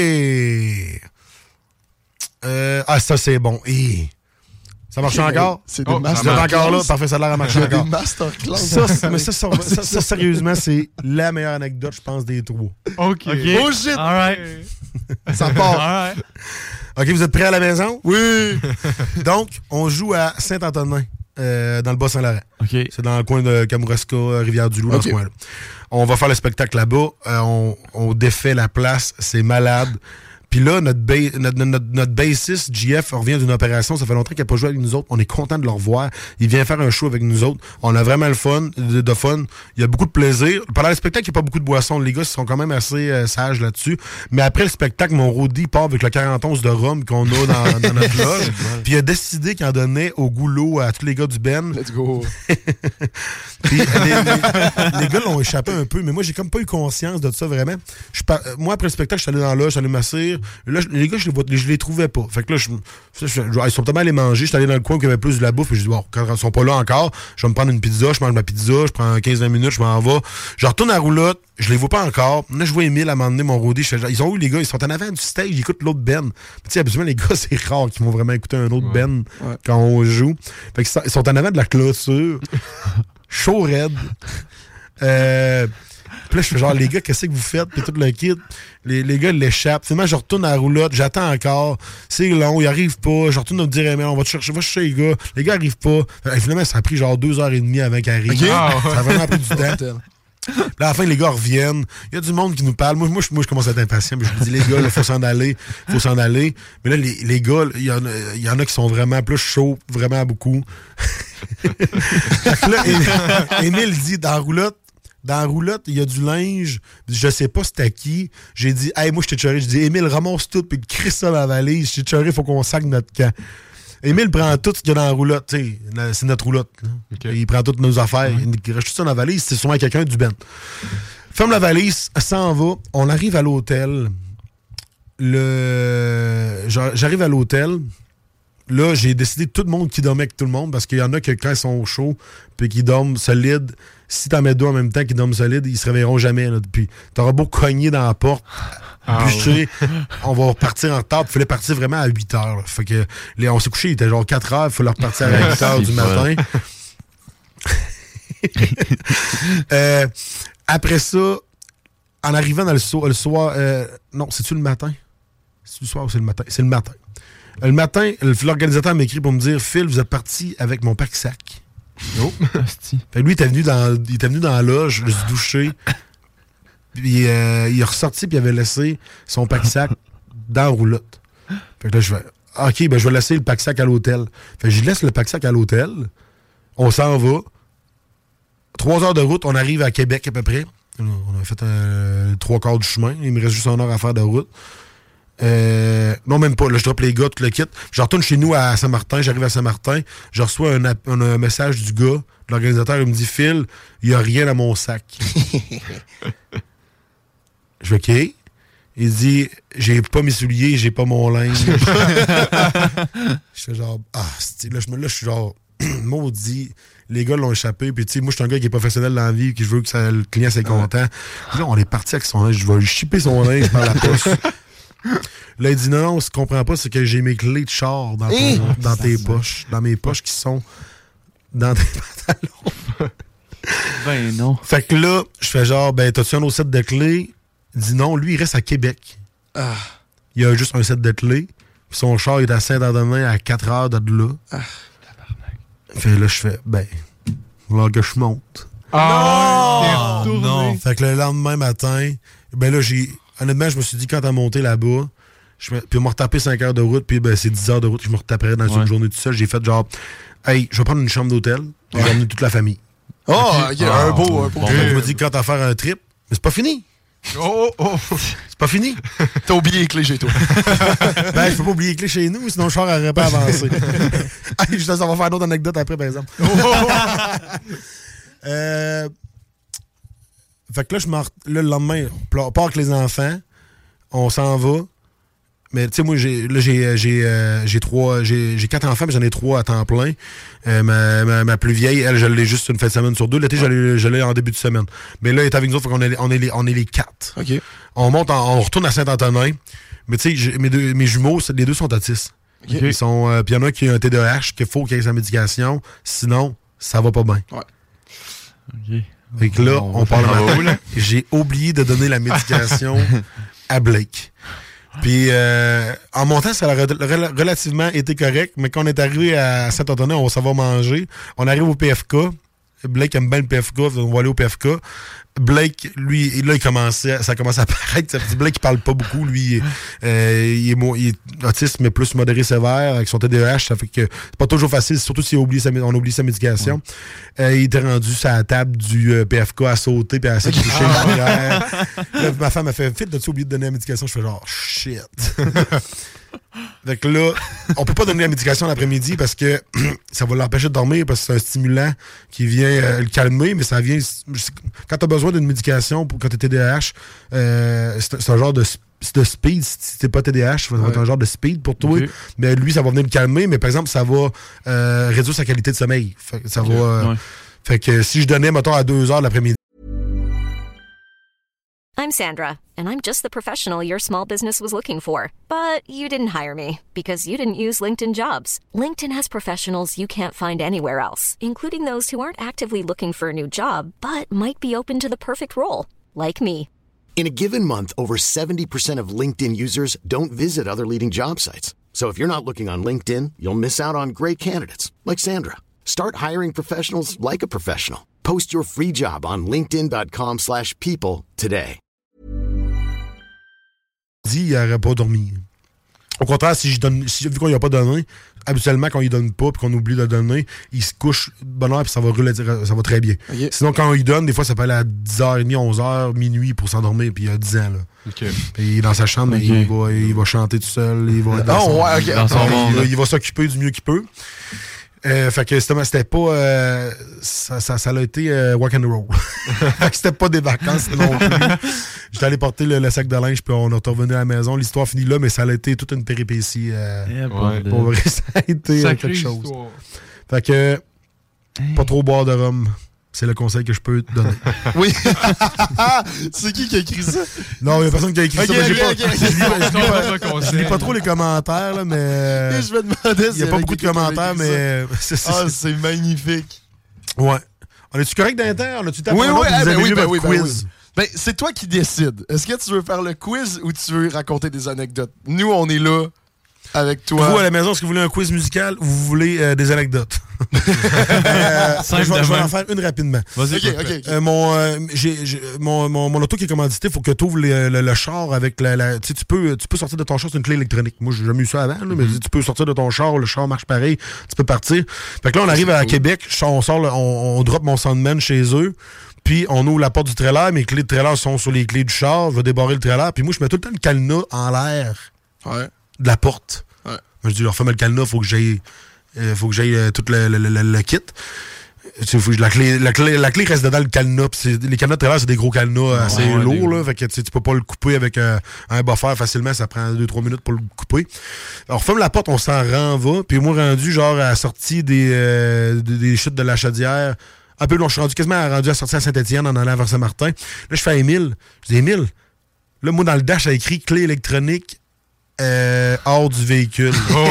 Euh, ah, ça, c'est bon. Et... Ça marche okay, encore? C'est des oh, masterclass. encore là? Parfait, ça a l'air à marcher encore. Des masterclass. Ça, mais ça, ça, ça, ça, ça, sérieusement, c'est la meilleure anecdote, je pense, des trois. OK. okay. Oh shit! All right. Ça part. All right. OK, vous êtes prêts à la maison? Oui! Donc, on joue à Saint-Antonin, euh, dans le Bas-Saint-Laurent. Okay. C'est dans le coin de Kamouraska, Rivière-du-Loup, okay. dans ce coin-là. On va faire le spectacle là-bas. Euh, on, on défait la place. C'est malade. Puis là, notre, ba- notre, notre, notre bassiste, J F, revient d'une opération. Ça fait longtemps qu'il n'a pas joué avec nous autres. On est content de le revoir. Il vient faire un show avec nous autres. On a vraiment le fun, de, de fun. Il y a beaucoup de plaisir. Pendant le spectacle, il n'y a pas beaucoup de boissons. Les gars sont quand même assez euh, sages là-dessus. Mais après le spectacle, mon roadie part avec le quarante once de rhum qu'on a dans, dans notre loge. Puis il a décidé qu'il en donnait au goulot à tous les gars du Ben. Let's go. Puis, les, les, les gars l'ont échappé un peu, mais moi, j'ai comme pas eu conscience de ça, vraiment. Je par... Moi, après le spectacle, je suis allé dans la loge, je suis allé m'asseoir. Là, je, les gars, je les, je les trouvais pas. Fait que là, je, je, je, ils sont tellement allés manger. Je suis allé dans le coin où il y avait plus de la bouffe. Et je dis, bon, quand ils sont pas là encore, je vais me prendre une pizza. Je mange ma pizza. Je prends quinze vingt minutes. Je m'en vais. Je retourne à la roulotte. Je les vois pas encore. Là, je vois Émile à un moment donné, mon roadie. Ils ont eu les gars. Ils sont en avant du stage. Ils écoutent l'autre Ben. Tu sais, absolument, les gars, c'est rare qu'ils vont vraiment écouter un autre ouais. Ben ouais. quand on joue. Fait que ils sont en avant de la clôture. Chaud raide. Euh. Puis là, je fais genre, les gars, qu'est-ce que vous faites? Puis tout le kit. Les, les gars, ils l'échappent. Finalement, je retourne à la roulotte, j'attends encore. C'est long, ils arrivent pas. Je retourne me dire, hey, on va te chercher, va chercher les gars. Les gars arrivent pas. Et finalement, ça a pris genre deux heures et demie avant qu'ils arrivent. Okay. Ça a vraiment pris du temps. Puis là, à la fin, les gars reviennent. Il y a du monde qui nous parle. Moi, moi, je, moi, je commence à être impatient. Mais je me dis, les gars, il faut s'en aller. Il faut s'en aller. Mais là, les, les gars, il y, en a, y en a qui sont vraiment plus chauds, vraiment beaucoup. Là, Émile dit, dans la roulotte, dans la roulotte, il y a du linge. Je sais pas c'était à qui. J'ai dit, hey, moi, je t'ai cheuré. J'ai dit, Émile, ramasse tout, puis crisse ça dans la valise. Je t'ai cheuré, il faut qu'on sac notre camp. Émile prend tout ce qu'il y a dans la roulotte. T'sais, c'est notre roulotte. Okay. Il prend toutes nos affaires. Mm-hmm. Il reste tout ça dans la valise. C'est sûrement quelqu'un du Ben. Ferme la valise, s'en va. On arrive à l'hôtel. Le... J'arrive à l'hôtel. Là, j'ai décidé tout le monde qui dormait avec tout le monde parce qu'il y en a que quand ils sont au chaud puis qu'ils dorment solides, si t'en mets deux en même temps qu'ils dorment solides, ils se réveilleront jamais. Là. Puis t'auras beau cogner dans la porte, ah, bûcher, ouais. On va repartir en retard. Il fallait partir vraiment à huit heures. Là. Fait que les, on s'est couché, il était genre quatre heures, il fallait repartir à huit heures du matin. euh, après ça, en arrivant dans le, so- le soir, euh, non, c'est-tu le matin? C'est-tu le soir ou c'est le matin? C'est le matin. Le matin, l'organisateur m'écrit pour me dire, Phil, vous êtes parti avec mon pack-sac. Oh. Fait que lui, il était venu dans, il était venu dans la loge, se doucher. Puis euh, il est ressorti, puis il avait laissé son pack-sac dans la roulotte. Fait que là, je fais, OK, ben je vais laisser le pack-sac à l'hôtel. Fait que je laisse le pack-sac à l'hôtel. On s'en va. Trois heures de route, on arrive à Québec à peu près. On a fait euh, trois quarts du chemin. Il me reste juste une heure à faire de route. Euh, non, même pas. Là, je drop les gars, tout le kit. Je retourne chez nous à Saint-Martin. J'arrive à Saint-Martin. Je reçois un, un, un message du gars. L'organisateur, il me dit, Phil, il n'y a rien dans mon sac. Je fais OK. Il dit, j'ai pas mes souliers, j'ai pas mon linge. Je fais genre, ah, là, je, là, je suis genre, maudit. Les gars l'ont échappé. Puis, tu sais, moi, je suis un gars qui est professionnel dans la vie, qui je veux que ça, le client soit content. Puis là, on est parti avec son linge. Je vais lui chipper son linge par la poche. Là, il dit non, non, ce qu'on comprend pas, c'est que j'ai mes clés de char dans, ton, hey, dans tes poches. Dans mes poches qui sont dans tes pantalons. Ben non. Fait que là, je fais genre, ben, t'as-tu un autre set de clés? Il dit non, lui, il reste à Québec. Ah. Il a juste un set de clés. Puis son char il est à Saint-Antonin à quatre heures de là. Ah, fait là, je fais, ben, là que je monte. Ah! Non! non! Fait que le lendemain matin, ben là, j'ai. Honnêtement, je me suis dit, quand t'as monté là-bas, je me... puis on m'a retapé cinq heures de route, puis ben, c'est dix heures de route que je me retaperais dans ouais. une journée tout seul. J'ai fait genre, hey, je vais prendre une chambre d'hôtel, je vais ouais. emmener toute la famille. Oh, ok, oh, un beau, un beau. Bon, je me dis, quand t'as faire un trip, mais c'est pas fini. Oh, oh, c'est pas fini. T'as oublié les clés chez toi. Ben, je peux pas oublier les clés chez nous, sinon le char n'aurait pas avancé. Hey, je te on va faire d'autres anecdotes après, par exemple. euh. Fait que là, je m'en... là, le lendemain, on part avec les enfants, on s'en va. Mais tu sais, moi, j'ai, là, j'ai, j'ai, euh, j'ai trois, j'ai, j'ai quatre enfants, mais j'en ai trois à temps plein. Euh, ma, ma, ma plus vieille, elle, je l'ai juste une fin de semaine sur deux. L'été, ouais. je, l'ai, je l'ai en début de semaine. Mais là, elle est avec nous autres, fait qu'on est, on est, les, on est les quatre. Okay. On monte, en, on retourne à Saint-Antonin. Mais tu sais, mes, deux, mes jumeaux, les deux sont autistes. Okay. Ils sont, euh, puis il y en a un qui a un T D A H, qu'il faut qu'il ait sa médication. Sinon, ça va pas bien. Ouais. OK. Fait que là, on, on parle de matin. J'ai oublié de donner la médication à Blake. Puis, euh, en montant, ça a re- relativement été correct, mais quand on est arrivé à Saint-Antonin, on va savoir manger. On arrive au P F K. Blake aime bien le P F K, on va aller au P F K. Blake, lui, là, il commençait, ça commence à apparaître. Ça dit Blake, il parle pas beaucoup. Lui, euh, il, est, il est autiste, mais plus modéré sévère avec son T D A H. Ça fait que c'est pas toujours facile, surtout si on oublie sa, on oublie sa médication. Ouais. Euh, il était rendu sur la table du euh, P F K à sauter puis à essayer de toucher le derrière. Là, ma femme a fait Phil, t'as-tu oublié de donner la médication? Je fais genre shit. Fait que là, on peut pas donner la médication l'après-midi parce que ça va l'empêcher de dormir parce que c'est un stimulant qui vient euh, le calmer, mais ça vient. Quand t'as besoin d'une médication pour quand t'es T D A H, euh, c'est, c'est un genre de, de speed. Si t'es pas T D A H, ça va ouais. être un genre de speed pour toi. Okay. Mais lui, ça va venir le calmer, mais par exemple, ça va euh, réduire sa qualité de sommeil. Fait que ça okay. va. Euh, ouais. Fait que si je donnais, mettons, à deux heures l'après-midi. I'm Sandra, and I'm just the professional your small business was looking for. But you didn't hire me because you didn't use LinkedIn Jobs. LinkedIn has professionals you can't find anywhere else, including those who aren't actively looking for a new job, but might be open to the perfect role. like me. In a given month, over seventy percent of LinkedIn users don't visit other leading job sites. So if you're not looking on LinkedIn, you'll miss out on great candidates like Sandra. Start hiring professionals like a professional. Post your free job on linkedin.com slash people today. Dit, il n'aurait pas dormi. Au contraire, si je donne, si, vu qu'on lui a pas donné, habituellement, quand il donne pas et qu'on oublie de le donner, il se couche de bonne heure et ça va rouler, ça va très bien. Okay. Sinon, quand on lui donne, des fois, ça peut aller à dix heures trente, onze heures, minuit pour s'endormir, puis il a dix ans. Là. Okay. Puis il est dans sa chambre, okay. il, va, il va chanter tout seul, il va, dans oh, son, ouais, okay. dans son il, il, il va s'occuper du mieux qu'il peut. Euh, fait que c'était, c'était pas euh, ça, ça, ça a été euh, walk and roll. Fait que c'était pas des vacances non plus. J'étais allé porter le, le sac de linge puis on est revenu à la maison. L'histoire finit là, mais ça a été toute une péripétie. Euh, yeah, ouais. Pour vrai, ça a été euh, quelque chose. Histoire. Fait que hey. Pas trop boire de rhum. C'est le conseil que je peux te donner. Oui. C'est qui qui a écrit ça? Non, il n'y a personne qui a écrit okay, ça. Okay, okay, okay. Je lis pas, pas, pas trop les commentaires, là, mais. Je me demandais il n'y a pas beaucoup de commentaires, mais. C'est, c'est, ah, c'est magnifique. Ouais. On est-tu correct dans l'inter? On a-tu tapé oui, un autre? Oui, vous ben avez oui, vu ben votre oui, quiz? Ben oui. Ben, c'est toi qui décides. Est-ce que tu veux faire le quiz ou tu veux raconter des anecdotes? Nous, on est là. Avec toi. Vous, à la maison, est-ce que vous voulez un quiz musical ou vous voulez euh, des anecdotes? euh, je, vais, je vais en faire une rapidement. Vas-y. Okay, okay, okay. Euh, mon, euh, j'ai, j'ai, mon, mon, mon auto qui est commandité, il faut que tu ouvres le, le, le char avec la... la tu sais, tu peux, tu peux sortir de ton char, c'est une clé électronique. Moi, j'ai jamais eu ça avant, là, mais mm-hmm. tu peux sortir de ton char, le char marche pareil, tu peux partir. Fait que là, on arrive c'est à cool. Québec, on sort, on, on drop mon Soundman chez eux. Puis on ouvre la porte du trailer, mes clés de trailer sont sur les clés du char, je vais débarrer le trailer, puis moi, je mets tout le temps le cadenas en l'air ouais. de la porte. Ouais. Moi, je dis, leur ferme le cadenas, faut que j'aille, euh, faut que j'aille euh, tout le, le, le, le, le kit. Faut que la, clé, la, clé, la clé reste dedans le cadenas. C'est, les cadenas de trailer, c'est des gros cadenas assez ouais, lourds, là. Fait que tu peux pas le couper avec euh, un buffer facilement, ça prend deux trois minutes pour le couper. Alors, on ferme la porte, on s'en renva. Puis moi, rendu genre à la sortie des, euh, des, des chutes de la Chaudière, un peu, non, je suis rendu quasiment rendu à sortir à Saint-Étienne en allant vers Saint-Martin. Là, je fais Émile. Je dis, Émile, là, moi, dans le dash, ça écrit clé électronique. Euh, hors du véhicule. Oh.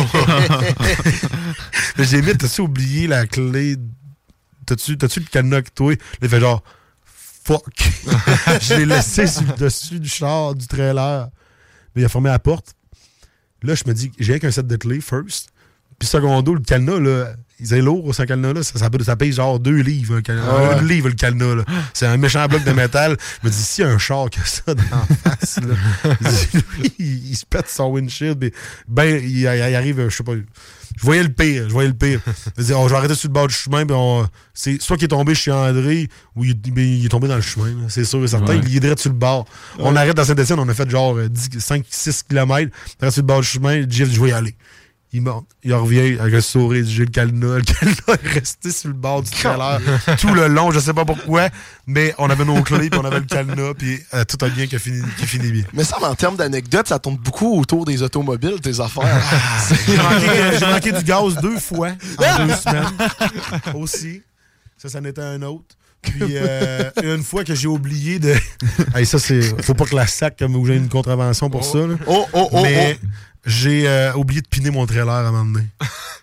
J'ai mis, t'as-tu oublié la clé? T'as-tu, t'as-tu le cadenas que toi? Il fait genre, fuck. Je l'ai laissé sur le dessus du char, du trailer. Mais il a fermé la porte. Là, je me dis, j'ai avec un set de clés, first. Puis secondo, le cadenas, là, il est lourd, ce cadenas là, ça, ça, ça paye genre deux livres, un, cadenas, ah ouais. un livre le cadenas, là. C'est un méchant bloc de métal. Je me dis, si y a un char qui a ça dans la face, là, lui, il, il se pète son windshield, et ben, il, il arrive, je sais pas, je voyais le pire, je voyais le pire. Je me dis, oh, je vais arrêter sur le bord du chemin, puis on, c'est soit qu'il est tombé chez André, ou il, il est tombé dans le chemin, là, c'est sûr et certain, ouais. Il est direct sur le bord. Ouais. On arrête dans Saint-Étienne, on a fait genre cinq six kilomètres, direct sur le bord du chemin, Jeff dit, je vais y aller. Il monte, il revient avec un sourire, j'ai le cadenas. Le cadenas est resté sur le bord du trailer tout le long, je sais pas pourquoi, mais on avait nos clés, puis on avait le cadenas, puis euh, tout a bien qui finit, qui finit bien. Mais ça, en termes d'anecdotes, ça tourne beaucoup autour des automobiles, tes affaires. Ah, j'ai, manqué, euh, j'ai manqué du gaz deux fois en deux semaines aussi. Ça, ça en était un autre. Puis euh, une fois que j'ai oublié de... hey, ça, c'est... Faut pas que la sac, comme j'ai une contravention pour oh. ça. Là. Oh, oh, oh, mais... oh. J'ai euh, oublié de piner mon trailer à un moment donné.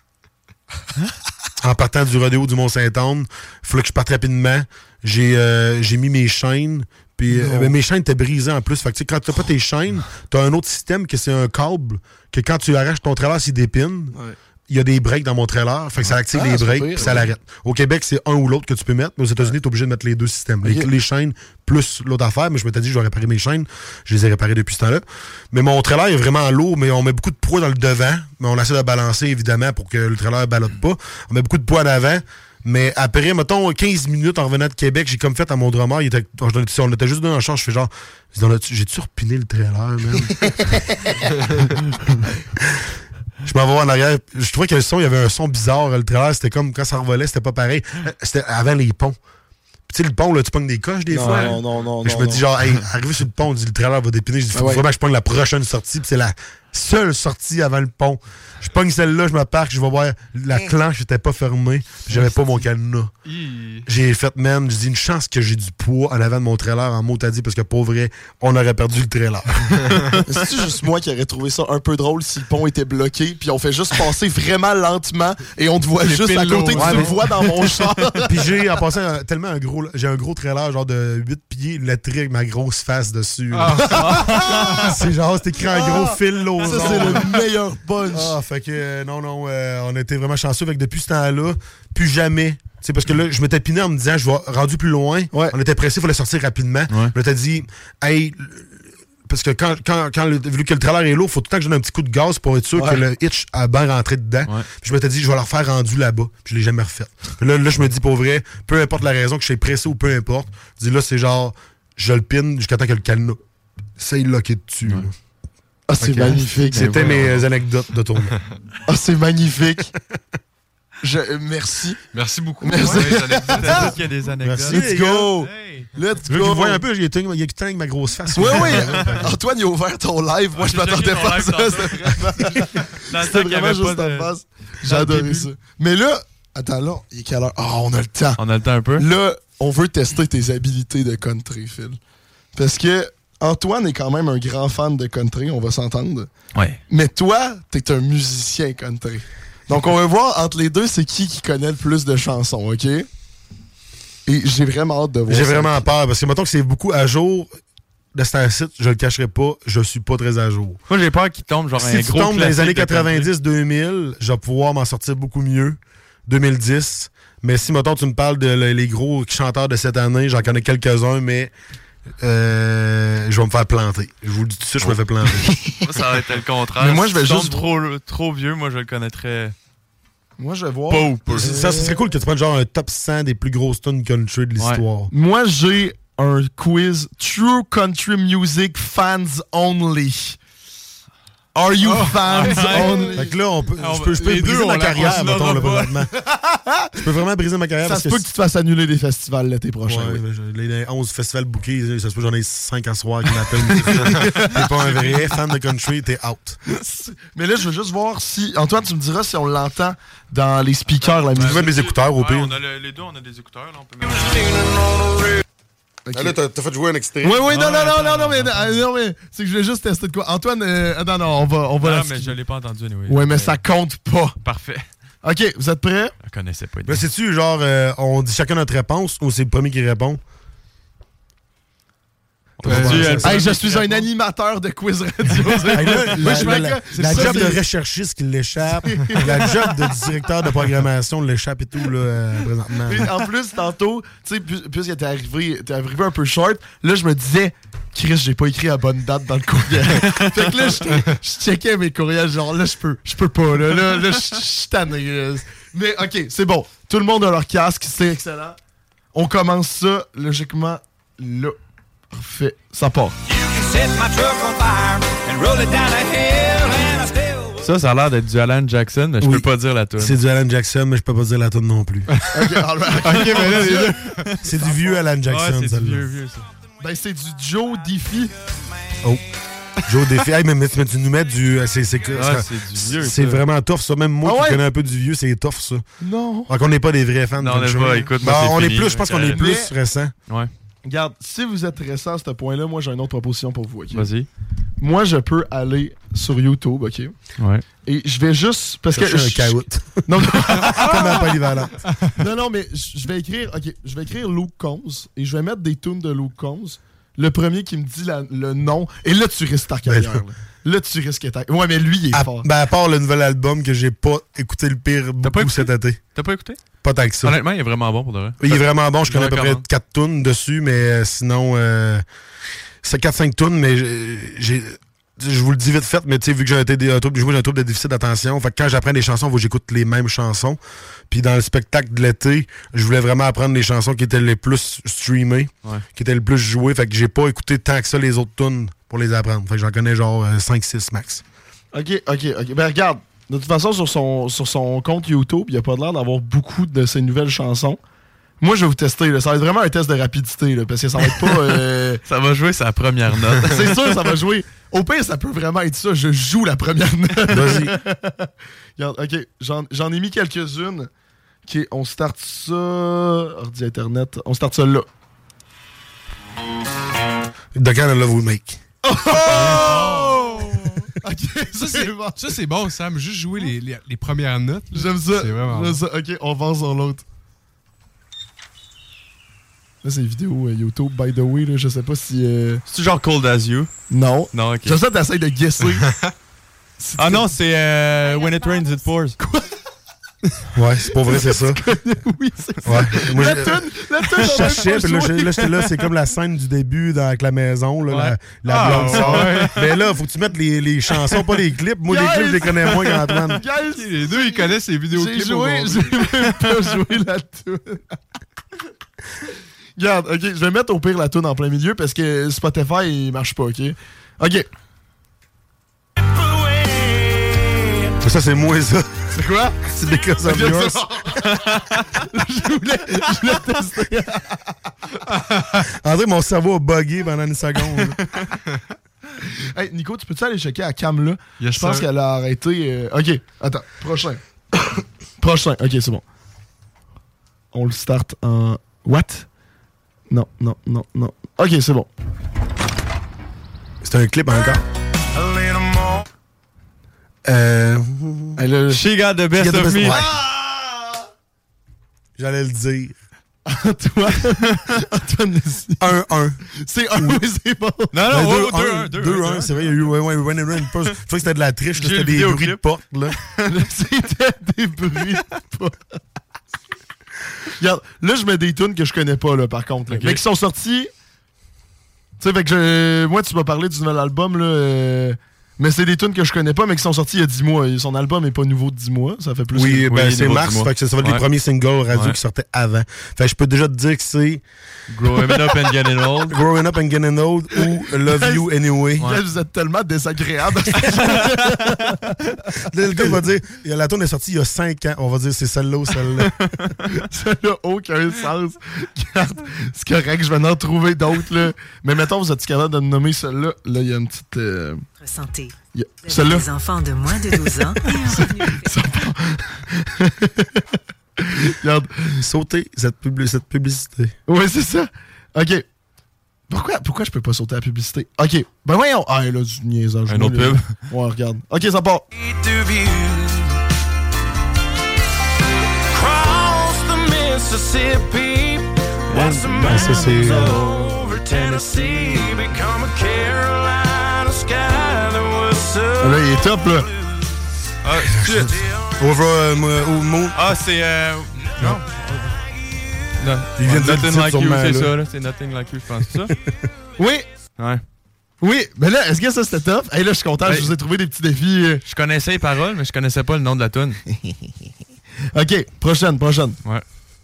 En partant du rodéo du Mont-Saint-Anne, il fallait que je parte rapidement. J'ai, euh, j'ai mis mes chaînes. Puis euh, mes chaînes étaient brisées en plus. Fait que quand tu n'as pas tes chaînes, tu as un autre système que c'est un câble que quand tu arraches ton trailer, s'il dépine. Ouais. Il y a des breaks dans mon trailer, fait que ça active ah, les breaks puis ça ouais. l'arrête. Au Québec, c'est un ou l'autre que tu peux mettre, mais aux États-Unis, ouais. tu es obligé de mettre les deux systèmes. Okay. Les, les chaînes plus l'autre affaire, mais je m'étais dit que je vais réparer mes chaînes. Je les ai réparées depuis ce temps-là. Mais mon trailer est vraiment lourd, mais on met beaucoup de poids dans le devant, mais on essaie de balancer évidemment pour que le trailer ne ballotte pas. On met beaucoup de poids en avant. Mais après, mettons, quinze minutes en revenant de Québec, j'ai comme fait à mon drummer, il était, on était juste dans le char, je fais genre, j'ai-tu repiné le trailer, man? Je m'en vais en arrière. Je trouvais que le son, il y avait un son bizarre. Le trailer, c'était comme quand ça revolait, c'était pas pareil. C'était avant les ponts. Tu sais, le pont, là, tu pognes des coches des non, fois. Non, non, non. Je non, me non. dis, genre, hey, arrivé sur le pont, on dit, le trailer va dépiner. Je dis, faut ah ouais. vraiment que je pogne la prochaine sortie. Puis c'est la, Seule sortie avant le pont. Je pogne celle-là, je me parque, je vais voir. La clenche n'était pas fermée. J'avais pas mon cadenas. J'ai fait, man, j'ai dit une chance que j'ai du poids en avant de mon trailer en mot t'as dit parce que pour vrai, on aurait perdu le trailer. C'est juste moi qui aurais trouvé ça un peu drôle si le pont était bloqué, puis on fait juste passer vraiment lentement et on te voit juste à côté, que tu me vois dans mon char. Puis j'ai en passant un, tellement un gros, j'ai un gros trailer genre de huit pieds lettré avec ma grosse face dessus. Ah. C'est genre, c'est écrit en gros fil lourd. Ça c'est le meilleur punch. Ah, fait que euh, non, non, euh, on a été vraiment chanceux. Fait que depuis ce temps-là, plus jamais. C'est parce que là, je m'étais piné en me disant, je vais rendu plus loin. Ouais. On était pressé, il fallait sortir rapidement. Ouais. Je m'étais dit, hey, parce que quand, quand, quand le, vu que le trailer est lourd, il faut tout le temps que je donne un petit coup de gaz pour être sûr ouais. que le hitch a bien rentré dedans. Ouais. Puis je m'étais dit, je vais leur faire rendu là-bas. Puis je l'ai jamais refait. Là, là, je me dis, pour vrai, peu importe la raison que je sois pressé ou peu importe, je dis là, c'est genre, je le pine jusqu'à temps que le cadenas s'est locké dessus. Ouais. Ah, c'est okay. Magnifique. C'était mes ouais. anecdotes de tournée. Ah, c'est magnifique. Je, euh, merci. Merci beaucoup. Merci. Ouais, il y a des anecdotes. Merci. Let's go. Hey. Let's go. go. Tu vois un peu, j'ai éteint avec ma grosse face. Oui, oui. Antoine, il a ouvert ton live. Moi, je m'attendais pas à ça. C'était vraiment, C'était vraiment juste de... en face. J'ai adoré ça. Mais là, attends, là, il est quelle heure? Ah, oh, on a le temps. On a le temps un peu. Là, on veut tester tes habilités de country, Phil. Parce que Antoine est quand même un grand fan de country, on va s'entendre. Ouais. Mais toi, t'es un musicien country. Donc, on va voir entre les deux, c'est qui qui connaît le plus de chansons, OK? Et j'ai vraiment hâte de voir J'ai ça. vraiment peur, parce que mettons que c'est beaucoup à jour de cet site, je le cacherai pas, je suis pas très à jour. Moi, j'ai peur qu'il tombe genre si un tu gros tombes dans les années quatre-vingt-dix deux mille, je vais pouvoir m'en sortir beaucoup mieux. deux mille dix. Mais si, mettons, tu me parles de les gros chanteurs de cette année, j'en connais quelques-uns, mais... Euh, je vais me faire planter. Je vous le dis tout de suite, je me fais planter. Moi, ça va être le contraire. Mais moi, je vais si juste trop, trop vieux, moi, je le connaîtrais. Moi, je vais voir. Pas ou peu. Ça, ça serait cool que tu prennes genre un top cent des plus grosses tunes country de l'histoire. Ouais. Moi, j'ai un quiz True Country Music Fans Only. Are you oh, fans ouais. only? Fait que là, on peut, on je peux, je peux briser ma carrière, mettons, là, présentement. Je peux vraiment briser ma carrière. Ça parce se peut que que tu te fasses annuler des festivals l'été prochain. Ouais, oui. Les onze festivals bookés, ça se peut que j'en ai cinq à soir qui m'appellent. T'es pas un vrai fan de country, t'es out. Mais là, je veux juste voir si... Antoine, tu me diras si on l'entend dans les speakers, la musique. Je vais mettre mes écouteurs, au ouais, pire. On a le, les deux, on a des écouteurs, là, on peut mettre... Okay. Ah là, t'as, t'as fait jouer un extrait. Oui, oui, non, ah, non, non, non, non, mais, non, mais c'est que je voulais juste tester de quoi. Antoine, euh, non, non, on va, on va. Non, mais je l'ai pas entendu, anyway. Ouais, mais ça compte pas. Parfait. Ok, vous êtes prêts? Je connaissais pas. Mais c'est-tu genre, euh, on dit chacun notre réponse ou c'est le premier qui répond? Euh, hey, je suis un animateur de quiz radio. Hey, là, la, la, la, la job de recherchiste qui l'échappe, la job de directeur de programmation l'échappe et tout, là, euh, présentement. Et en plus, tantôt, tu sais, puisque t'es arrivé, t'es arrivé un peu short, là, je me disais, Chris, j'ai pas écrit à bonne date dans le courriel. Fait que là, je checkais mes courriels, genre, là, je peux, je peux pas, là, là, là, je suis tanné. Mais, OK, c'est bon. Tout le monde a leur casque, c'est excellent. On commence ça, logiquement, là. Parfait, ça part. Ça, ça a l'air d'être du Alan Jackson, mais je oui. peux pas dire la tune. C'est du Alan Jackson, mais je peux pas dire la tune non plus. OK, okay, mais là, les deux. C'est du vieux Alan Jackson, ouais, c'est du vieux, vieux, ça. Ben, c'est du Joe Diffie. Oh. Joe Diffie. Hey, mais, mais, mais tu nous mets du... C'est, c'est, ah, c'est du vieux, c'est vraiment tough, ça. Même moi ah, qui ouais? connais un peu du vieux, c'est tough, ça. Non. Donc, on n'est pas des vrais fans non, de country. Non, on n'est pas. Écoute, moi, bon, c'est on fini, est plus, je pense qu'on est plus mais... récent. Ouais. Regarde, si vous êtes récent à ce point-là, moi, j'ai une autre proposition pour vous. Okay? Vas-y. Moi, je peux aller sur YouTube, OK? Ouais. Et je vais juste... Parce Chercher que... un caout. Non, non. Comme un polyvalent. Non, non, mais je vais écrire... OK, je vais écrire Luke Combs et je vais mettre des tunes de Luke Combs. Le premier qui me dit la, le nom. Et là, tu risques ta carrière. Ben, là. là, tu risques ta... Ouais, mais lui, il est à, fort. Ben, à part le nouvel album que j'ai pas écouté le pire beaucoup cet été. T'as pas écouté? Pas tant que ça. Honnêtement, il est vraiment bon pour de vrai. Il est vraiment bon. Je, je connais à peu près recommande. quatre tunes dessus, mais euh, sinon, euh, c'est quatre cinq tunes, mais j'ai... Je vous le dis vite fait, mais tu sais, vu que j'ai un, un trouble, j'ai un trouble de déficit d'attention, fait que quand j'apprends des chansons, il faut que j'écoute les mêmes chansons. Puis dans le spectacle de l'été, je voulais vraiment apprendre les chansons qui étaient les plus streamées, ouais. qui étaient les plus jouées. Fait que j'ai pas écouté tant que ça les autres tunes pour les apprendre. Fait que j'en connais genre euh, cinq six max. OK, OK, OK. Ben regarde, de toute façon, sur son, sur son compte YouTube, il a pas l'air d'avoir beaucoup de ses nouvelles chansons. Moi, je vais vous tester. Là. Ça va être vraiment un test de rapidité, là, parce que ça va être pas... Euh... ça va jouer sa première note. C'est sûr, ça va jouer. Au pire, ça peut vraiment être ça. Je joue la première note. Vas-y. Regarde, OK, j'en, j'en ai mis quelques-unes. OK, on start ça... Ordi Internet. On start ça là. The kind of love we make. Oh! Oh! OK, ça, c'est bon. Ça, c'est bon, Sam. Juste jouer les, les, les premières notes. Là. J'aime ça. C'est vraiment J'aime bon. ça. OK, on va sur l'autre. Là, c'est une vidéo euh, YouTube, by the way. Là, je sais pas si... Euh... C'est-tu genre Cold As You? Non. Non, OK. J'aime ça, t'essayes de guesser. si ah non, c'est euh, When It Rains, It Pours. Quoi? Ouais, c'est pas vrai, c'est ça. Oui, c'est ça. Ouais. Moi, la je- toune, la toune, Je on va cherchais, pas puis là, jouer. je- là, j'étais là, c'est comme la scène du début dans, avec la maison, là, Ouais. la, la Ah, blonde sœur. ouais. Mais là, faut que tu mettes les, les chansons, pas les clips. Moi, Guys! les clips, je les connais moins qu'Antoine. Guys, Les deux, ils connaissent les vidéoclips. j'ai joué, aujourd'hui. j'ai même pas joué la toune. Regarde, OK, je vais mettre au pire la toune en plein milieu parce que Spotify, il marche pas, OK? OK. Ça, c'est moi, ça. C'est quoi? C'est Because of Ok, Yours. c'est bon. je, voulais, je voulais tester. André, mon cerveau a bugué pendant une seconde. Hey, Nico, tu peux-tu aller checker à Cam là? Yes, je pense sir. qu'elle a arrêté. euh, OK, attends. Prochain. Prochain. OK, c'est bon. On le start en. What? Non, non, non, non. OK, c'est bon. C'est un clip encore. Euh. Elle a... She got the best She got the of best- me. Ouais. J'allais le dire. Antoine. Antoine, un un. C'est un, oui, c'est bon. Non, Ben, non, deux, oh, deux, un, deux, deux, un, un, c'est vrai, il y a eu ouais, ouais, Run and Run. Je croyais que c'était de la triche, là, J'ai c'était le des vidéoclip. bruits de porte. Là. C'était des bruits de pas. Regarde, là, je mets des tunes que je connais pas, là, par contre. là. Ok. Mais qui sont sortis. Tu sais, fait que je... moi, tu m'as parlé du nouvel album, là. euh, Mais c'est des tunes que je connais pas, mais qui sont sortis il y a dix mois. Son album est pas nouveau de dix mois. Ça fait plus Oui, que... ben Oui, c'est nouveau mars, du mois. fait que ça va être Ouais. les premiers singles radio Ouais. qui sortaient avant. Fait que je peux déjà te dire que c'est Growing Up and Getting Old. Growing Up and Getting Old ou Love You Anyway. Là, vous êtes tellement désagréable. Là, le gars va dire, la tune est sortie il y a cinq ans. On va dire c'est celle-là ou celle-là. Ça n'a aucun sens. Regarde, c'est correct, je vais en trouver d'autres. Là. Mais mettons, vous êtes capable de nommer celle-là. Là, il y a une petite... euh, Santé. y a- Celle-là. Les enfants de moins de douze ans et un revenu. Regarde. Sauter cette, publi- cette publicité. Ouais, c'est ça. OK. Pourquoi, pourquoi je peux pas sauter la publicité? OK. Ben voyons. Ah, là, du niaisage. Un moi, autre là. pub. Ouais, regarde. OK, ça part. Ben, ça, c'est. euh, Là, il est top, là. Ah, shit. Over euh, Mo- Moon. Ah, c'est... Euh... Non. Non. Il vient de dire le Nothing titre Like You, sûrement, c'est là. ça, là. C'est Nothing Like You, je pense. C'est ça? Oui. Ouais. Oui. Mais là, est-ce que ça, c'était top? Hey, là, je suis content. Ben, Je vous ai trouvé des petits défis. euh. Je connaissais les paroles, mais je connaissais pas le nom de la tune. OK. Prochaine, prochaine. Ouais.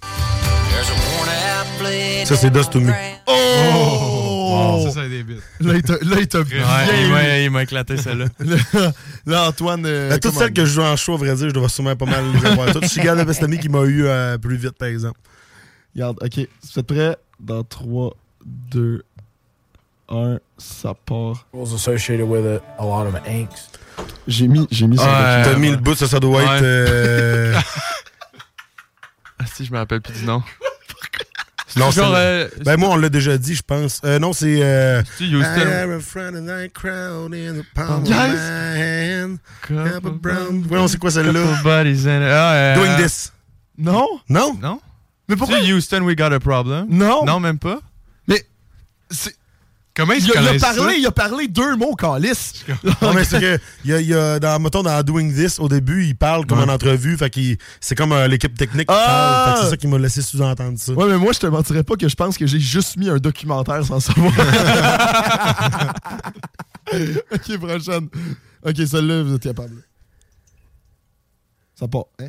Ça, c'est Dust to Me. Oh! Ça, ça a des bits. Là, il t'a là, il t'a bien... Ouais, il m'a- il m'a éclaté, celle-là. Là, là, Antoine... euh, Ben, toutes comment- celles que je joue en show, à vrai dire, je dois sûrement pas mal les avoir toutes. Je suis gars de best ami qui m'a eu euh, plus vite, par exemple. Regarde, OK. Vous êtes prêts? Dans trois, deux, un, ça part. associated with it, a lot of angst. J'ai mis, j'ai mis son Ouais. document. T'as mis le bout, ça, ça doit Ouais. être. euh, Ah, si, je me rappelle plus du nom. Non, genre, c'est- euh, Ben, moi, on l'a déjà dit, je pense. Euh, non, c'est. Euh... c'est Houston. I am a friend of that crowd in the palm of Yes. my hand. Cup of brown. Voyons, c'est quoi celle-là? Couple buddies in it. Ah, euh, Doing this. Non? Non? Non? Mais pourquoi? C'est Houston, we got a problem. Non. Non, même pas. Mais... c'est- Comment ils Il se a, il a connaissent ça? parlé, il a parlé deux mots, calice. Non, mais c'est que, il y a, il y a dans, mettons, dans Doing This, au début, il parle comme Ouais. en entrevue, fait qu'il, c'est comme euh, l'équipe technique qui Ah! parle. Fait que c'est ça qui m'a laissé sous-entendre ça. Ouais, mais moi, je te mentirais pas que je pense que j'ai juste mis un documentaire sans savoir. OK, prochaine. OK, celle-là, vous êtes capable. Ça part. Hein?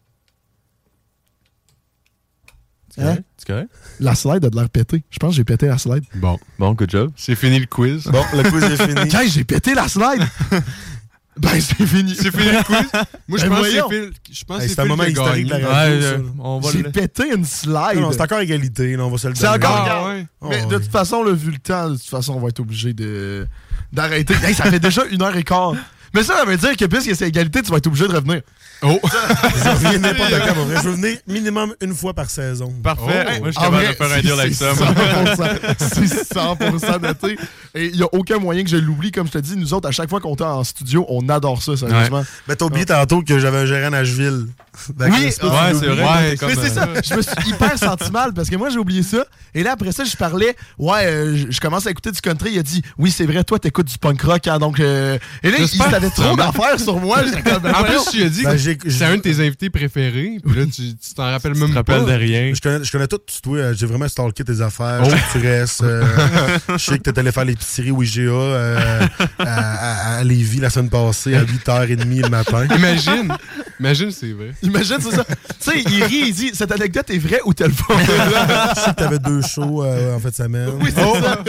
Hein? C'est correct? La slide a de l'air pété. Je pense que j'ai pété la slide. Bon. Bon, good job. C'est fini le quiz. Bon, le quiz est fini. Guys, j'ai pété la slide! Ben, c'est fini. C'est fini le quiz. Moi, je Ben, pense que voyons. c'est Phil. Je pense Hey, que c'est c'est un Phil moment qui a historique gagné. de la radio, Ouais, ça, euh, là. on va J'ai le... pété une slide. Non, non, c'est encore égalité, là, on va se le dire. C'est encore, Ah, regarde. ouais. Mais Oh, de ouais. toute façon, là, vu le temps, de toute façon, on va être obligé de d'arrêter. Hey, ça fait déjà une heure et quart. Mais ça, ça veut dire que puisque c'est égalité, tu vas être obligé de revenir. Oh! Je reviens n'importe quand. pour vrai. Je veux venir minimum une fois par saison. Parfait. Oh. Moi, je suis En capable vrai, de faire un deal avec c'est ça. moi. cent pour cent C'est cent pour cent noté. Et il n'y a aucun moyen que je l'oublie. Comme je te dis, nous autres, à chaque fois qu'on est en studio, on adore ça, sérieusement. Ben, t'as oublié tantôt que j'avais un gérant à Nashville. Ben, Oui, Christophe, ouais, tu c'est l'oublies. vrai. Ouais, t'es comme, Mais c'est ça, euh, je me suis hyper senti mal parce que moi j'ai oublié ça. Et là après ça, je parlais, ouais, euh, je- je commence à écouter du country. Il a dit, oui, c'est vrai, toi t'écoutes du punk rock. Hein, donc, euh... Et là, il J'espère savait trop d'affaires sur moi. J'étais comme, ben, En voyons. plus, tu as dit Ben, que j'ai- c'est un de tes invités préférés. Puis là, tu tu t'en rappelles même Je me pas. rappelle de rien. Je connais, je connais tout, toi. euh, J'ai vraiment stalké tes affaires. Oh. Je sais que tu restes. euh, je sais que t'es allé faire l'épicerie au I G A euh, à, à, à Lévis la semaine passée à huit heures trente le matin. Imagine. Imagine, c'est vrai. Imagine, c'est ça. Tu sais, il rit, il dit, cette anecdote est vraie ou t'es le fond? Je sais que t'avais deux shows euh, en fin de semaine. Oui, c'est ça.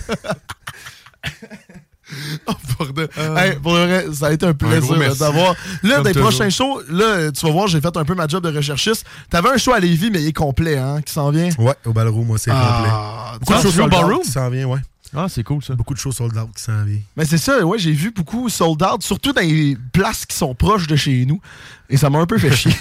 Oh, bordel. Hey, pour le vrai, ça a été un plaisir gros de merci. t'avoir. Là, Comme des toujours. prochains shows, là, tu vas voir, j'ai fait un peu ma job de recherchiste. T'avais un show à Lévis, mais il est complet, hein, qui s'en vient. Ouais, au Ballroom, moi, c'est complet. Ah, Beaucoup de tu choses joues au sold out Ballroom? qui s'en vient, ouais. Ah, c'est cool, ça. Beaucoup de choses sold out qui s'en vient. Mais c'est ça, ouais, j'ai vu beaucoup sold out, surtout dans les places qui sont proches de chez nous. Et ça m'a un peu fait chier.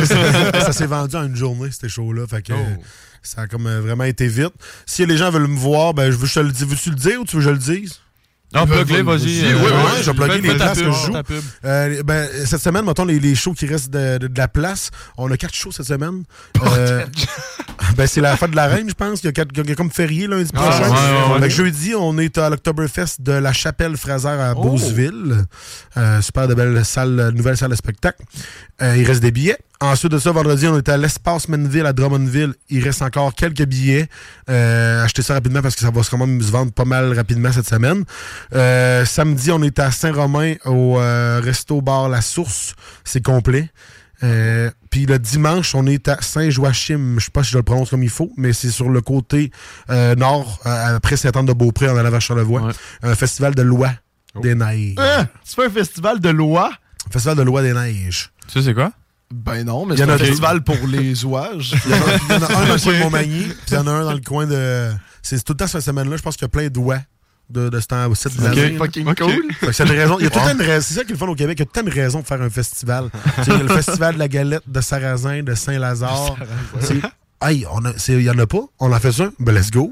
Ça s'est vendu en une journée, ces shows-là. Fait que Oh. euh, ça a comme euh, vraiment été vite. Si les gens veulent me voir, ben je veux, je te le dis. Veux-tu le dire ou tu veux que je le dise? Non, Ben, plug-les, vas-y. vas-y. Oui, euh, oui, ouais, je vais plugger fais les ta places pub, que je fais joue. ta pub. Euh, ben, cette semaine, mettons, les, les shows qui restent de, de, de la place. On a quatre shows cette semaine. Euh, ben, c'est la fête de la Reine, je pense. Il y a, quatre, il y a comme férié lundi Ah, prochain. ouais, ouais, ouais. Fait que jeudi, on est à l'Octoberfest de la Chapelle Fraser à Oh. Beauceville. Euh, super de belle salle, nouvelle salle de spectacle. Euh, il reste des billets. Ensuite de ça, vendredi, on est à l'Espace Manville à Drummondville. Il reste encore quelques billets. Euh, achetez ça rapidement parce que ça va quand même se vendre pas mal rapidement cette semaine. Euh, samedi, on est à Saint-Romain au euh, Resto-Bar La Source. C'est complet. Euh, Puis le dimanche, on est à Saint-Joachim. Je sais pas si je le prononce comme il faut, mais c'est sur le côté euh, nord, euh, après Saint-Anne-de-Beaupré, en allant vers Charlevoix. Ouais. Un festival de loi des neiges. Hein? Tu fais un festival de loi? Festival de loi des neiges. Tu sais, c'est quoi? Ben non, mais Il y c'est en a un deux. festival pour les ouages. Il y en a, il y en a un dans le coin de Montmagny, puis il y en a un dans le coin de... C'est tout le temps cette semaine-là, je pense qu'il y a plein de doigts de, de ce temps au site de Ok, l'année. fucking Ok. cool. Fait que c'est une raison. Il y a tout le temps une raison. C'est ça qui est le fun au Québec. Il y a tout le temps une raison de faire un festival. Tu sais, il y a le festival de la galette de Sarrasin, de Saint-Lazare. C'est- Hey, on a- c'est- il y en a pas. On en fait ça. Ben, let's go.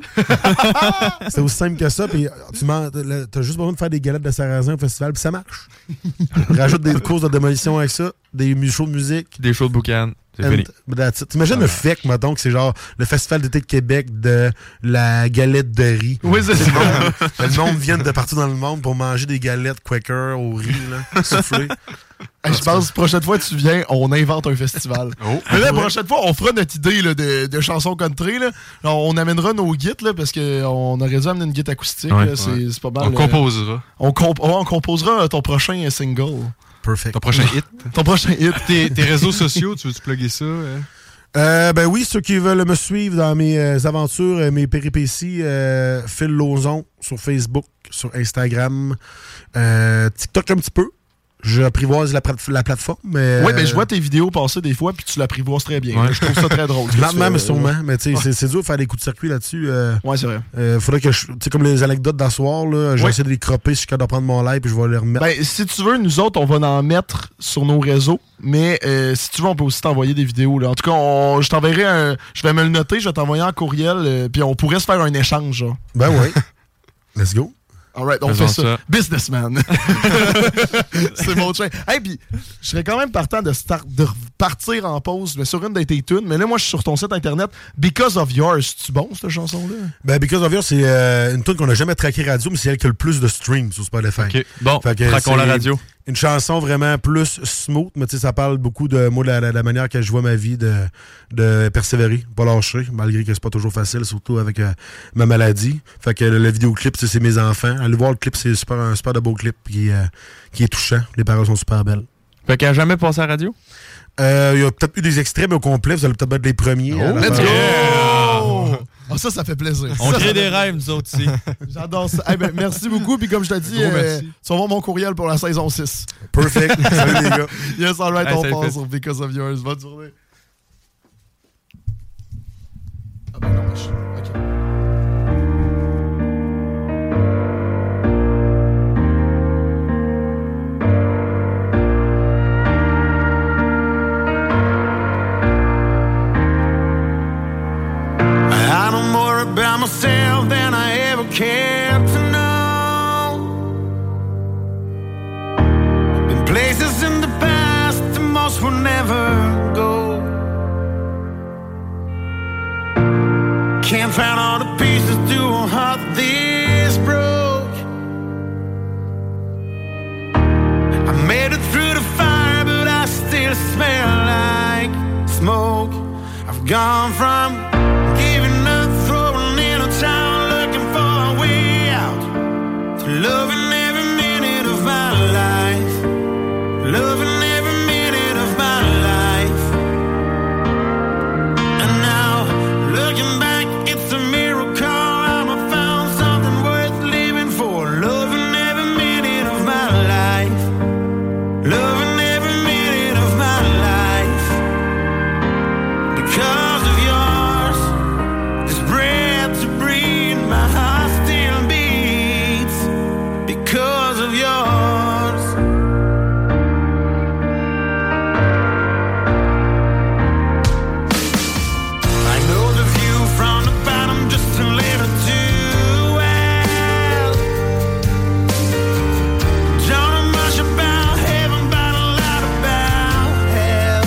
C'est aussi simple que ça. Puis tu m'en- le- t'as juste besoin de faire des galettes de Sarrasin au festival, puis ça marche. Rajoute des courses de démolition avec ça, des mu- shows de musique. Des shows de boucan. C'est And fini. that's it. T'imagines le F E C, mettons, que c'est genre le Festival d'été de Québec de la galette de riz. Oui, c'est ça. Le monde, le monde vient de partout dans le monde pour manger des galettes Quaker au riz, là, soufflées. Hey, je pense que la prochaine fois que tu viens, on invente un festival. Oh. Mais là, la prochaine fois, on fera notre idée là, de, de chansons country. Là. Alors, on amènera nos guides là, parce qu'on aurait dû amener une guide acoustique. Ouais. là. C'est Ouais. c'est pas mal. On euh, composera. on, comp- ouais, on composera ton prochain single. Perfect. Ton prochain hit. Ton prochain hit. Tes, tes réseaux sociaux, tu veux-tu plugger ça? hein? Euh, ben oui, ceux qui veulent me suivre dans mes euh, aventures, euh, mes péripéties, euh, Phil Lauzon sur Facebook, sur Instagram, euh, TikTok un petit peu. J'apprivoise la, plat- la plateforme. Mais, Oui, ben je vois tes vidéos passer des fois, puis tu l'apprivoises très bien. Ouais. là. Je trouve ça très drôle. Lentement, mais Euh, sûrement. Mais tu sais, c'est- c'est dur de faire des coups de circuit là-dessus. Euh, Ouais, c'est vrai. euh, faudrait que je. Tu sais, comme les anecdotes d'asseoir, là, je vais Ouais. essayer de les cropper si je suis capable de prendre mon live, puis je vais les remettre. Ben, si tu veux, nous autres, on va en mettre sur nos réseaux. Mais euh, si tu veux, on peut aussi t'envoyer des vidéos. Là. En tout cas, on- je t'enverrai un. Je vais me le noter, je vais t'envoyer en courriel. euh, puis on pourrait se faire un échange. Genre. Ben oui. Let's go. Alright, on Faisons fait ça. ça. Businessman. C'est mon train. Hey, puis je serais quand même partant de, start, de repartir en pause mais sur une de tes tunes. Mais là, moi, je suis sur ton site internet. Because of Yours. C'est-tu bon, cette chanson-là? Ben, Because of You, c'est euh, une tune qu'on n'a jamais traquée radio, mais c'est elle qui a le plus de streams sur Spotify. OK. Bon, Fait que traquons la c'est radio. Une chanson vraiment plus smooth, mais tu sais, ça parle beaucoup de moi, de la, la- la manière que je vois ma vie, de, de persévérer, pas lâcher, malgré que c'est pas toujours facile, surtout avec euh, ma maladie. Fait que le, le vidéoclip, c'est c'est mes enfants. Allez voir le clip, c'est super, un super de beau clip qui, euh, qui est touchant. Les paroles sont super belles. Fait qu'elle a jamais passé à la radio? Euh, Il y a peut-être eu des extraits, mais au complet, vous allez peut-être être les premiers. à la let's faire. go! Oh! Ah, ça, ça fait plaisir. On ça, crée ça des fait... rêves, nous autres aussi. J'adore ça. Eh ben, merci beaucoup. Puis comme je t'ai dit, euh, tu vas voir mon courriel pour la saison six. Perfect. Salut les gars. Yes, all right, Hey, on salut, passe Fitz. sur Because of Yours. Bonne journée. Ah ben non, je... OK. I know more about myself than I ever cared to know. Been places in the past that most will never go. Can't find all the pieces to a heart this broke. I made it through the fire, but I still smell like smoke. I've gone from giving up, throwing in a towel, looking for a way out, to loving every minute of my life, loving every minute of my life. And now, looking back, it's a miracle I found something worth living for, loving every minute of my life, loving every minute of my life. Because of yours, this breath to breathe, my heart still beats. Because of yours. I know the view from the bottom just a little too well. Don't know much about heaven, but a lot about hell.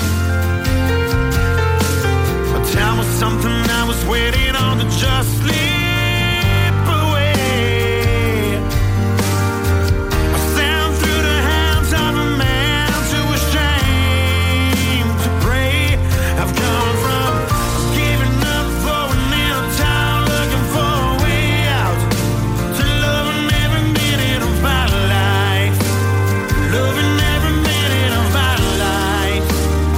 But tell me something I was waiting on to just slip away. I stand through the hands of a man too ashamed to pray. I've gone from giving up, throwing in a towel, looking for a way out, to loving every minute of my life, loving every minute of my life.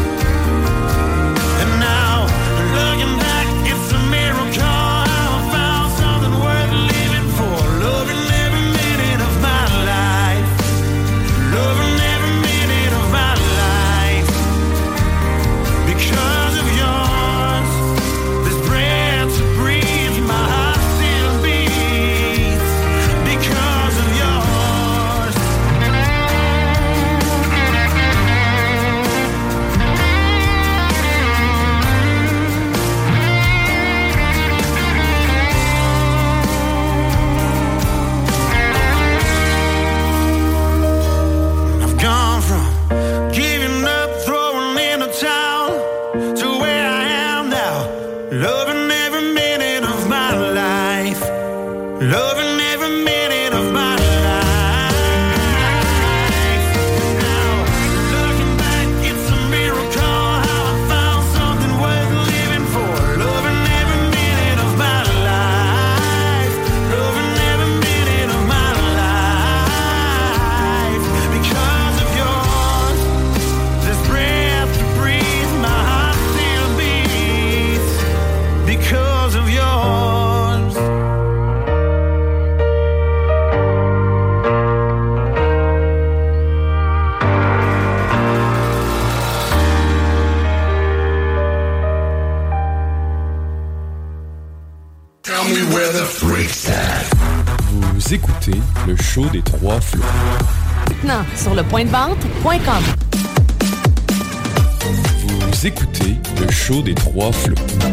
And now, looking back, it's a miracle how I found something worth living for, loving every minute of my life, loving every minute of my life. Because of yours, this breath to breathe, my heart still beats. Because of yours. I've gone from giving up, throwing in a towel, to where I am now, loving every minute of my life, loving every minute of my life. Now, looking back, it's a miracle how I found something worth living for, loving every minute of my life, loving every minute of my life. Because of yours, this breath to breathe, my heart still beats. Because of yours. Tell me where the freaks at. Vous écoutez le show des trois flots. Maintenant, sur le point de vente point com. Vous écoutez le show des trois flots.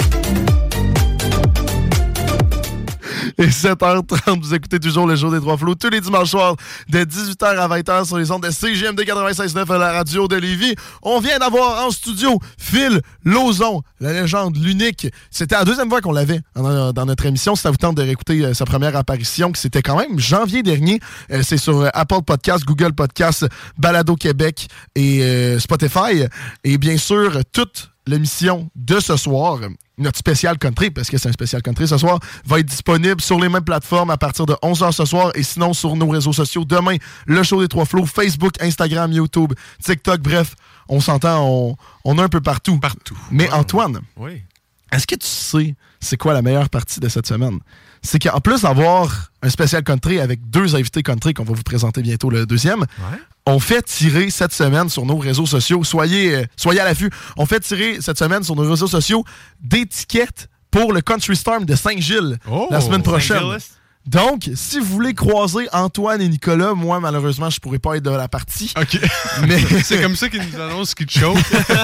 Et sept heures trente, vous écoutez toujours le jour des Trois Flots tous les dimanches soirs de dix-huit heures à vingt heures sur les ondes de C G M D quatre-vingt-seize neuf à la radio de Lévis. On vient d'avoir en studio Phil Lauzon, la légende, l'unique. C'était la deuxième fois qu'on l'avait dans, dans notre émission. Si ça vous tente de réécouter euh, sa première apparition, qui c'était quand même janvier dernier. Euh, c'est sur euh, Apple Podcasts, Google Podcasts, Balado Québec et euh, Spotify. Et bien sûr, toute l'émission de ce soir, notre spécial country, parce que c'est un spécial country ce soir, va être disponible sur les mêmes plateformes à partir de onze heures ce soir et sinon sur nos réseaux sociaux demain. Le show des Trois Flots, Facebook, Instagram, YouTube, TikTok, bref, on s'entend, on, on est un peu partout. Partout. Mais Ouais. Antoine, Oui. est-ce que tu sais c'est quoi la meilleure partie de cette semaine? C'est qu'en plus d'avoir un spécial country avec deux invités country qu'on va vous présenter bientôt le deuxième, ouais. on fait tirer cette semaine sur nos réseaux sociaux. Soyez, euh, soyez à l'affût. On fait tirer cette semaine sur nos réseaux sociaux des tickets pour le Country Storm de Saint-Gilles oh, la semaine prochaine. Donc, si vous voulez croiser Antoine et Nicolas, moi, malheureusement, je pourrais pas être de la partie. OK. Mais... c'est comme ça qu'ils nous annoncent qu'ils te chauffent.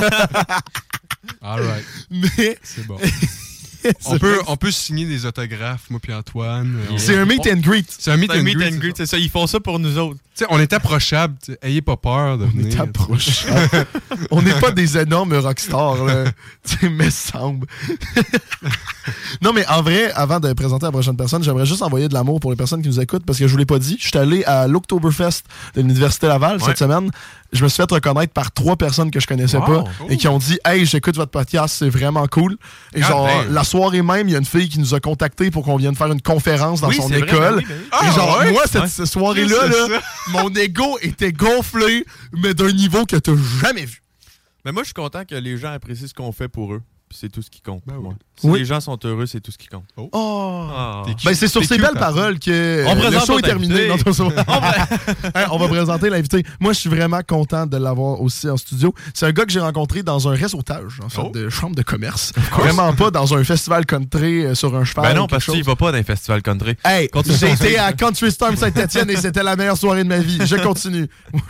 All right. Mais... C'est bon. on, peut, on peut signer des autographes, moi puis Antoine. C'est on... un meet and greet. C'est un meet, c'est and, meet greet, and greet, c'est ça. Ils font ça pour nous autres. T'sais, on est approchables. Ayez pas peur de venir. On est approchables. On n'est pas des énormes rockstars, là. Mais semble. Non, mais en vrai, avant de présenter la prochaine personne, j'aimerais juste envoyer de l'amour pour les personnes qui nous écoutent parce que je vous l'ai pas dit. Je suis allé à l'Oktoberfest de l'Université Laval ouais. cette semaine. Je me suis fait reconnaître par trois personnes que je connaissais wow, pas cool. et qui ont dit « Hey, j'écoute votre podcast, c'est vraiment cool. » Et God genre, damn. La soirée même, il y a une fille qui nous a contactés pour qu'on vienne faire une conférence dans oui, son école. Vrai, ben oui, ben oui. Et ah, genre, ouais? moi, cette, ouais. cette soirée-là, là, mon ego était gonflé, mais d'un niveau que t'as jamais vu. Mais moi, je suis content que les gens apprécient ce qu'on fait pour eux. C'est tout ce qui compte. Ben oui. Si oui. les gens sont heureux, c'est tout ce qui compte. Oh! oh. Ah. Ben c'est sur ces belles paroles que on le show est terminé. Non, on, va... hein, on va présenter l'invité. Moi, je suis vraiment content de l'avoir aussi en studio. C'est un gars que j'ai rencontré dans un réseautage, en fait, oh. de chambre de commerce. Vraiment pas dans un festival country euh, sur un cheval. Ben non, parce qu'il va pas dans un festival country. Hey, continue. J'ai été à Country Storm Saint-Étienne et c'était la meilleure soirée de ma vie. Je continue.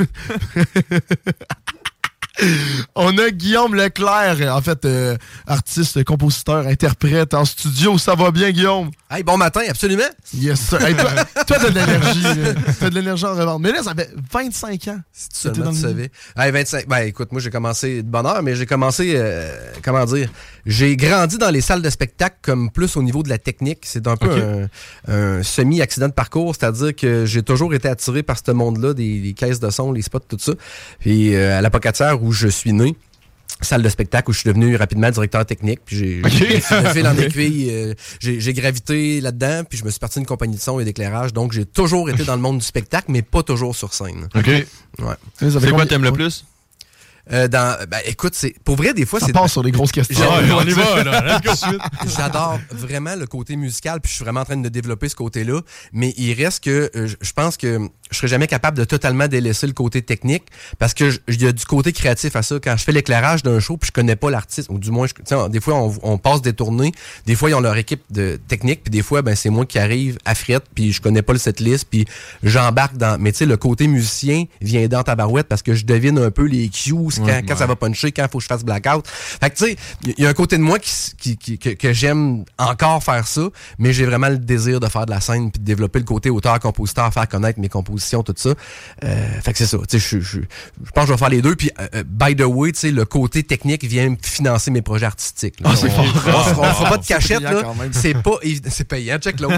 On a Guillaume Leclerc, en fait, euh, artiste, compositeur, interprète en studio. Ça va bien, Guillaume? Hey, bon matin, absolument. Yes, sir. Hey, toi, toi, t'as de l'énergie. T'as de l'énergie en revente. Mais là, ça fait vingt-cinq ans. Si tu seulement tu savais. Hey, vingt-cinq Ben, écoute, moi, j'ai commencé de bonne heure, mais j'ai commencé, euh, comment dire, j'ai grandi dans les salles de spectacle comme plus au niveau de la technique. C'est un peu okay. un, un semi-accident de parcours, c'est-à-dire que j'ai toujours été attiré par ce monde-là, des, des caisses de son, les spots, tout ça. Puis euh, à la Pocatière, où je suis né, salle de spectacle où je suis devenu rapidement directeur technique, puis j'ai okay. fait en aiguille, euh, j'ai, j'ai gravité là-dedans, puis je me suis parti d'une compagnie de son et d'éclairage, donc j'ai toujours été dans le monde du spectacle, mais pas toujours sur scène. OK. Ouais. C'est quoi combien... t'aimes le plus? Euh, dans, ben, écoute, c'est pour vrai, des fois, ça c'est... passe sur les grosses questions. Ah, on y va, là. J'adore vraiment le côté musical, puis je suis vraiment en train de développer ce côté-là, mais il reste que euh, je pense que je serais jamais capable de totalement délaisser le côté technique, parce que il y a du côté créatif à ça. Quand je fais l'éclairage d'un show, puis je connais pas l'artiste, ou du moins, je, des fois, on, on passe des tournées, des fois, ils ont leur équipe de technique, puis des fois, ben c'est moi qui arrive à frette, puis je connais pas le setlist, puis j'embarque dans... Mais tu sais, le côté musicien vient dans ta barouette, parce que je devine un peu les cues, quand, ouais, quand ouais. ça va puncher, quand il faut que je fasse blackout. Fait que tu sais, il y a un côté de moi qui, qui, qui, que, que j'aime encore faire ça, mais j'ai vraiment le désir de faire de la scène, puis de développer le côté auteur-compositeur, faire connaître mes compositions, tout ça. Euh, fait que c'est ça. Tu sais, je, je, je pense que je vais faire les deux. Puis, euh, by the way, tu sais, le côté technique vient financer mes projets artistiques. Là. Oh, c'est on, on, on, on, on fera pas de cachette, là. C'est pas évident. C'est payant. Check l'autre.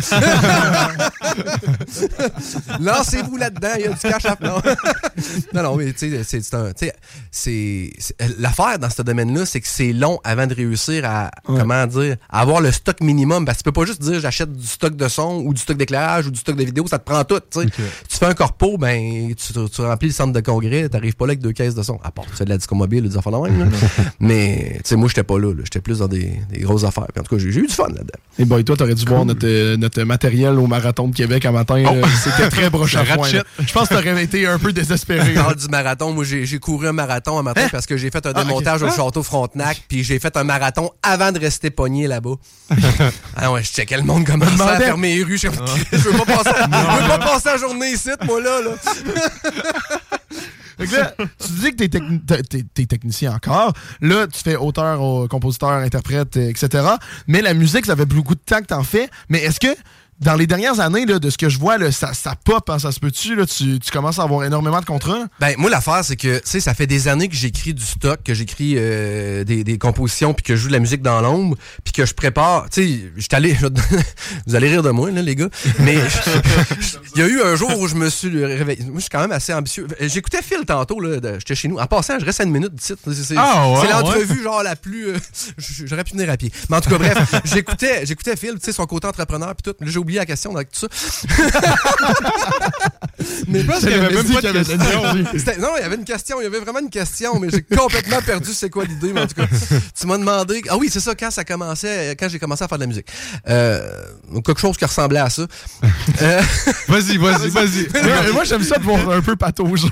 Lancez-vous là-dedans. Il y a du cash à non. non, non, mais tu sais, c'est, c'est un. Tu sais, c'est, c'est. L'affaire dans ce domaine-là, c'est que c'est long avant de réussir à, ouais. comment dire, à avoir le stock minimum. Parce que tu peux pas juste dire j'achète du stock de son ou du stock d'éclairage ou du stock de vidéo. Ça te prend tout, tu sais. Okay. Tu fais un corpo, ben, tu, tu remplis le centre de congrès, t'arrives pas là avec deux caisses de son. À part, tu fais de la disco mobile, des affaires de même, là. Mais, tu sais, moi, j'étais pas là, là. J'étais plus dans des, des grosses affaires. Puis en tout cas, j'ai, j'ai eu du fun là-dedans. Et boy, toi, t'aurais dû cool. voir notre, notre matériel au Marathon de Québec un matin. Oh. C'était très broche à foin. Je pense que t'aurais été un peu désespéré. Parle du marathon. Moi, j'ai, j'ai couru un marathon un matin hein? parce que j'ai fait un démontage ah, okay. au Château Frontenac, puis j'ai fait un marathon avant de rester pogné là-bas. Ah ouais, je checkais le monde commençait à fermer les rues. Je, ah. je veux pas passer, je veux pas passer la journée ici, moi, là, là. Fait que là, tu dis que t'es, techni- t'es, t'es technicien encore. Là, tu fais auteur, compositeur, interprète, et cetera. Mais la musique, ça fait beaucoup de temps que t'en fais. Mais est-ce que dans les dernières années, là, de ce que je vois, là, ça, ça pop, hein, ça se peut-tu? Là, tu, tu commences à avoir énormément de contrats? Ben, moi, l'affaire, c'est que, tu sais, ça fait des années que j'écris du stock, que j'écris euh, des, des compositions, puis que je joue de la musique dans l'ombre, puis que je prépare. Tu sais, j'étais allé... Vous allez rire de moi, là, les gars. Mais il y a eu un jour où je me suis réveillé. Moi, je suis quand même assez ambitieux. J'écoutais Phil tantôt, là. De, j'étais chez nous. En passant, je reste à une minute d'ici. C'est, c'est, ah, ouais, c'est l'entrevue, ouais. genre, la plus... Euh, j'aurais pu venir à pied. Mais en tout cas, bref, j'écoutais, j'écoutais Phil, tu sais, son côté entrepreneur, puis tout. Là, j'ai oublié la question dans tout ça. Mais je pense qu'il y avait même pas de question. question. Non, il y avait une question. Il y avait vraiment une question, mais j'ai complètement perdu c'est quoi l'idée. Mais en tout cas, tu m'as demandé... Ah oui, c'est ça, quand ça commençait, quand j'ai commencé à faire de la musique. Euh, quelque chose qui ressemblait à ça. Euh... Vas-y, vas-y, vas-y. Ouais, moi, j'aime ça de voir un peu patauger.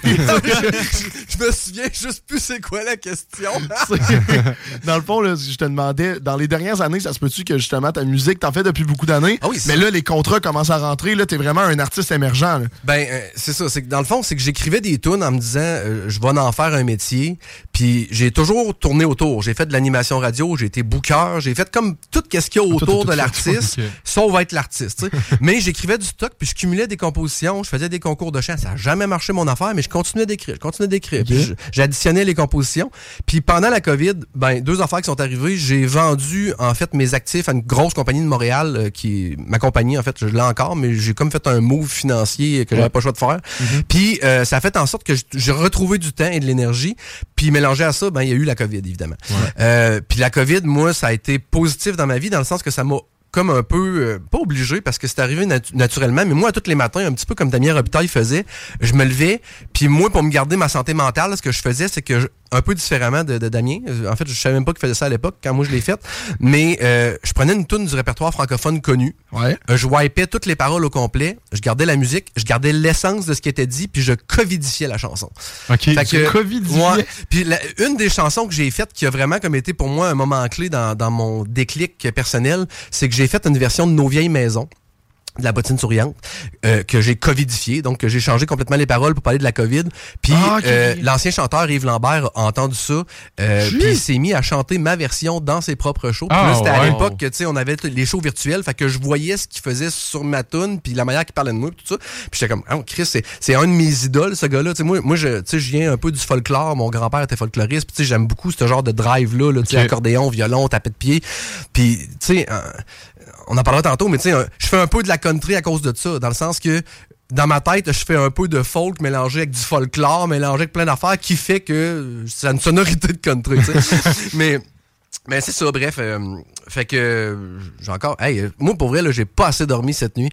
je, je me souviens juste plus c'est quoi la question. Dans le fond, là, je te demandais, dans les dernières années, ça se peut-tu que justement ta musique, t'en fais depuis beaucoup d'années, ah oui, mais là, les contrats commencent à rentrer, là, t'es vraiment un artiste émergent. Là. Ben, euh, c'est ça. C'est que dans le fond, c'est que j'écrivais des tunes en me disant, euh, je vais en faire un métier. Puis j'ai toujours tourné autour. J'ai fait de l'animation radio, j'ai été booker, j'ai fait comme tout ce qu'il y a autour tout, tout, tout, de l'artiste, okay. Sauf être l'artiste. Mais j'écrivais du stock, puis je cumulais des compositions, je faisais des concours de chant. Ça n'a jamais marché mon affaire, mais je continuais d'écrire. Je continuais d'écrire. Okay. Puis j'additionnais les compositions. Puis pendant la COVID, ben deux affaires qui sont arrivées. J'ai vendu en fait mes actifs à une grosse compagnie de Montréal euh, qui ma compagnie en fait, je l'ai encore, mais j'ai comme fait un move financier que j'avais ouais. pas le choix de faire. Mm-hmm. Puis euh, ça a fait en sorte que j'ai retrouvé du temps et de l'énergie. Puis mélangé à ça, ben il y a eu la COVID évidemment. Ouais. Euh, puis la COVID, moi, ça a été positif dans ma vie dans le sens que ça m'a comme un peu, euh, pas obligé parce que c'est arrivé nat- naturellement, mais moi, tous les matins, un petit peu comme Damien Robitaille faisait, je me levais, puis moi, pour me garder ma santé mentale, ce que je faisais, c'est que, je, un peu différemment de, de Damien, en fait, je savais même pas qu'il faisait ça à l'époque, quand moi je l'ai fait, mais euh, je prenais une toune du répertoire francophone connu, ouais. euh, je wipais toutes les paroles au complet, je gardais la musique, je gardais l'essence de ce qui était dit, puis je covidifiais la chanson. OK, fait que, covidifiais. Ouais, puis la, une des chansons que j'ai faites qui a vraiment comme été pour moi un moment clé dans, dans mon déclic personnel, c'est que j'ai fait une version de Nos vieilles maisons, de la bottine souriante, euh, que j'ai covidifié, donc que j'ai changé complètement les paroles pour parler de la COVID. Puis ah, okay. euh, l'ancien chanteur Yves Lambert a entendu ça, euh, puis il s'est mis à chanter ma version dans ses propres shows. Puis ah, là, c'était ouais. à l'époque que tu sais, on avait t- les shows virtuels, fait que je voyais ce qu'il faisait sur ma toune, puis la manière qu'il parlait de moi, puis tout ça. Puis j'étais comme, oh, Chris, c'est, c'est un de mes idoles, ce gars-là. T'sais, moi, moi, je, tu sais, je viens un peu du folklore. Mon grand-père était folkloriste, puis tu sais, j'aime beaucoup ce genre de drive-là, là, tu sais, okay. accordéon, violon, tapette de pied. Puis tu sais. Euh, on en parlera tantôt, mais tu sais, je fais un peu de la country à cause de ça, dans le sens que dans ma tête, je fais un peu de folk mélangé avec du folklore, mélangé avec plein d'affaires qui fait que c'est une sonorité de country, tu sais. mais mais c'est ça, bref. Euh, fait que j'ai encore... Hey, moi, pour vrai, là, j'ai pas assez dormi cette nuit.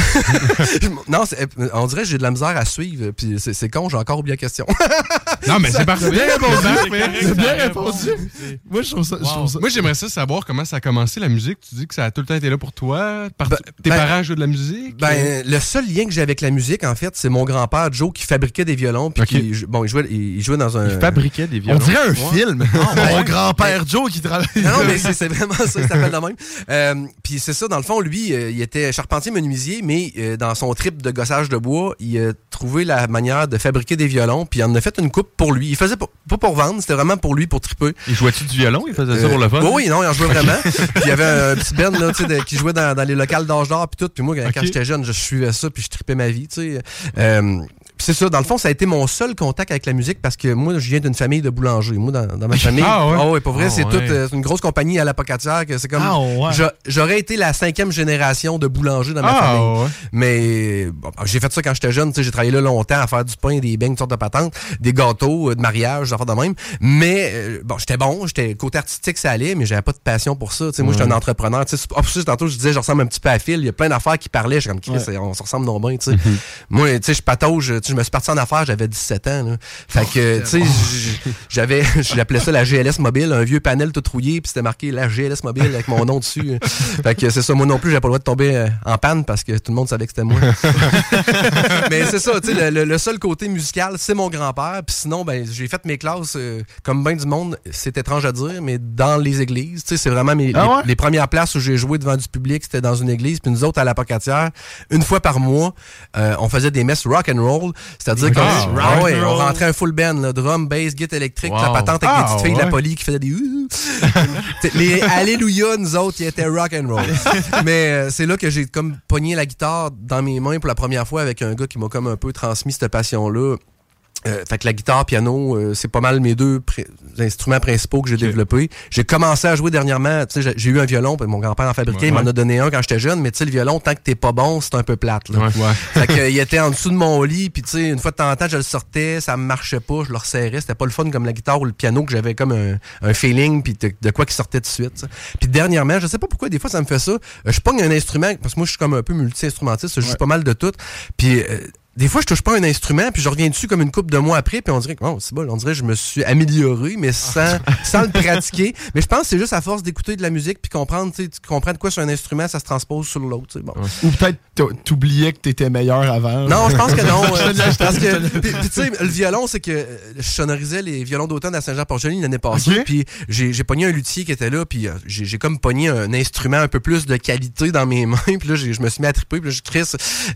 non, c'est, on dirait que j'ai de la misère à suivre, puis c'est, c'est con, j'ai encore oublié la question. non, mais c'est parfait. Bien répondu. C'est bien répondu. Moi, je trouve ça, wow. je trouve ça... Moi, j'aimerais ça savoir comment ça a commencé, la musique. Tu dis que ça a tout le temps été là pour toi. Par... Ben, Tes ben, parents jouent de la musique? Ben, le seul lien que j'ai avec la musique, en fait, c'est mon grand-père, Joe, qui fabriquait des violons. Puis okay. qui, bon, il jouait, il jouait dans un... Il fabriquait des violons. On dirait un ouais. film. Oh, mon ouais. grand-père Joe qui travaille... Non, non, mais c'est, c'est vraiment ça, il s'appelle de même. Euh, puis c'est ça, dans le fond, lui, euh, il était charpentier menuisier, mais euh, dans son trip de gossage de bois, il a trouvé la manière de fabriquer des violons, puis il en a fait une coupe pour lui. Il faisait pas, pas pour vendre, c'était vraiment pour lui, pour triper. Il jouait-tu du violon? Il faisait ça euh, pour le fun? Oui, non, il en jouait vraiment. Puis il y avait un petit Ben là, de, qui jouait dans, dans les locales d'âge d'or, puis tout. Puis moi, quand okay. j'étais jeune, je suivais ça, puis je tripais ma vie, tu sais. Euh, c'est ça, dans le fond, ça a été mon seul contact avec la musique parce que moi, je viens d'une famille de boulangers. Moi, dans, dans ma famille, ah ouais, oh, ouais pour vrai, ah c'est ouais. toute euh, une grosse compagnie à la Pocatière que c'est comme... Ah ouais. j'a, j'aurais été la cinquième génération de boulangers dans ma ah famille. Ouais. Mais bon, j'ai fait ça quand j'étais jeune, tu sais, j'ai travaillé là longtemps à faire du pain, des beignes, toutes sortes de patentes, des gâteaux, de mariage, des affaires de même. Mais euh, bon, j'étais bon, j'étais côté artistique, ça allait, mais j'avais pas de passion pour ça. Tu sais, moi, j'étais un entrepreneur. Tu sais, oh, tantôt, je disais, je ressemble un petit peu à Phil. Il y a plein d'affaires qui parlaient. J'étais comme, Chris, ouais. on se ressemble non bien, tu sais. Moi, tu sais, je patauge, tu sais, je me suis parti en affaires. J'avais dix-sept ans. Là. Fait que, oh, tu sais, bon. j'avais, j'appelais ça la G L S Mobile, un vieux panel tout rouillé, puis c'était marqué la G L S Mobile avec mon nom dessus. Fait que c'est ça, moi non plus, j'avais pas le droit de tomber en panne parce que tout le monde savait que c'était moi. Mais c'est ça, tu sais, le, le seul côté musical, c'est mon grand-père. Puis sinon, ben, j'ai fait mes classes, euh, comme bien du monde, c'est étrange à dire, mais dans les églises. Tu sais, c'est vraiment mes, ah ouais? les, les premières places où j'ai joué devant du public, c'était dans une église. Puis nous autres, à la Pocatière, une fois par mois, euh, on faisait des messes rock and roll. C'est-à-dire qu'on ah, ouais, on rentrait un full band, là, drum, bass, guitare électrique, wow. la patente avec ah, des petites filles ouais. de la police qui faisaient des... les Alléluia, nous autres, ils étaient rock and roll. Mais euh, c'est là que j'ai comme pogné la guitare dans mes mains pour la première fois avec un gars qui m'a comme un peu transmis cette passion-là. Euh, fait que la guitare, piano, euh, c'est pas mal mes deux pr- instruments principaux que j'ai okay. développés. J'ai commencé à jouer dernièrement, tu sais, j'ai, j'ai eu un violon, puis mon grand-père en fabriquait, ouais, il m'en ouais. a donné un quand j'étais jeune, mais tu sais, le violon, tant que t'es pas bon, c'est un peu plate, là. Ouais, ouais. Fait que, il était en dessous de mon lit, puis tu sais, une fois de temps en temps, je le sortais, ça me marchait pas, je le resserrais, c'était pas le fun comme la guitare ou le piano, que j'avais comme un, un feeling, puis de, de quoi qui sortait tout de suite, t'sais. Puis dernièrement, je sais pas pourquoi, des fois, ça me fait ça, je pogne un instrument, parce que moi, je suis comme un peu multi-instrumentiste, je joue ouais. pas mal de tout, puis... Euh, des fois, je touche pas un instrument, puis je reviens dessus comme une couple de mois après, puis on dirait que oh, c'est bon, on dirait que je me suis amélioré, mais sans, sans le pratiquer. Mais je pense que c'est juste à force d'écouter de la musique, puis comprendre, tu sais, tu comprends de quoi sur un instrument, ça se transpose sur l'autre. Bon. Ouais. Ou peut-être t'oubliais que t'étais meilleur avant. Non, je pense que non. euh, parce que, puis, puis, tu sais, le violon, c'est que je sonorisais les violons d'automne à Saint-Jean-Port-Joli l'année passée, okay. Puis j'ai, j'ai pogné un luthier qui était là, puis euh, j'ai, j'ai comme pogné un instrument un peu plus de qualité dans mes mains, puis là, j'ai, je me suis mis à triper, puis là, je crisse.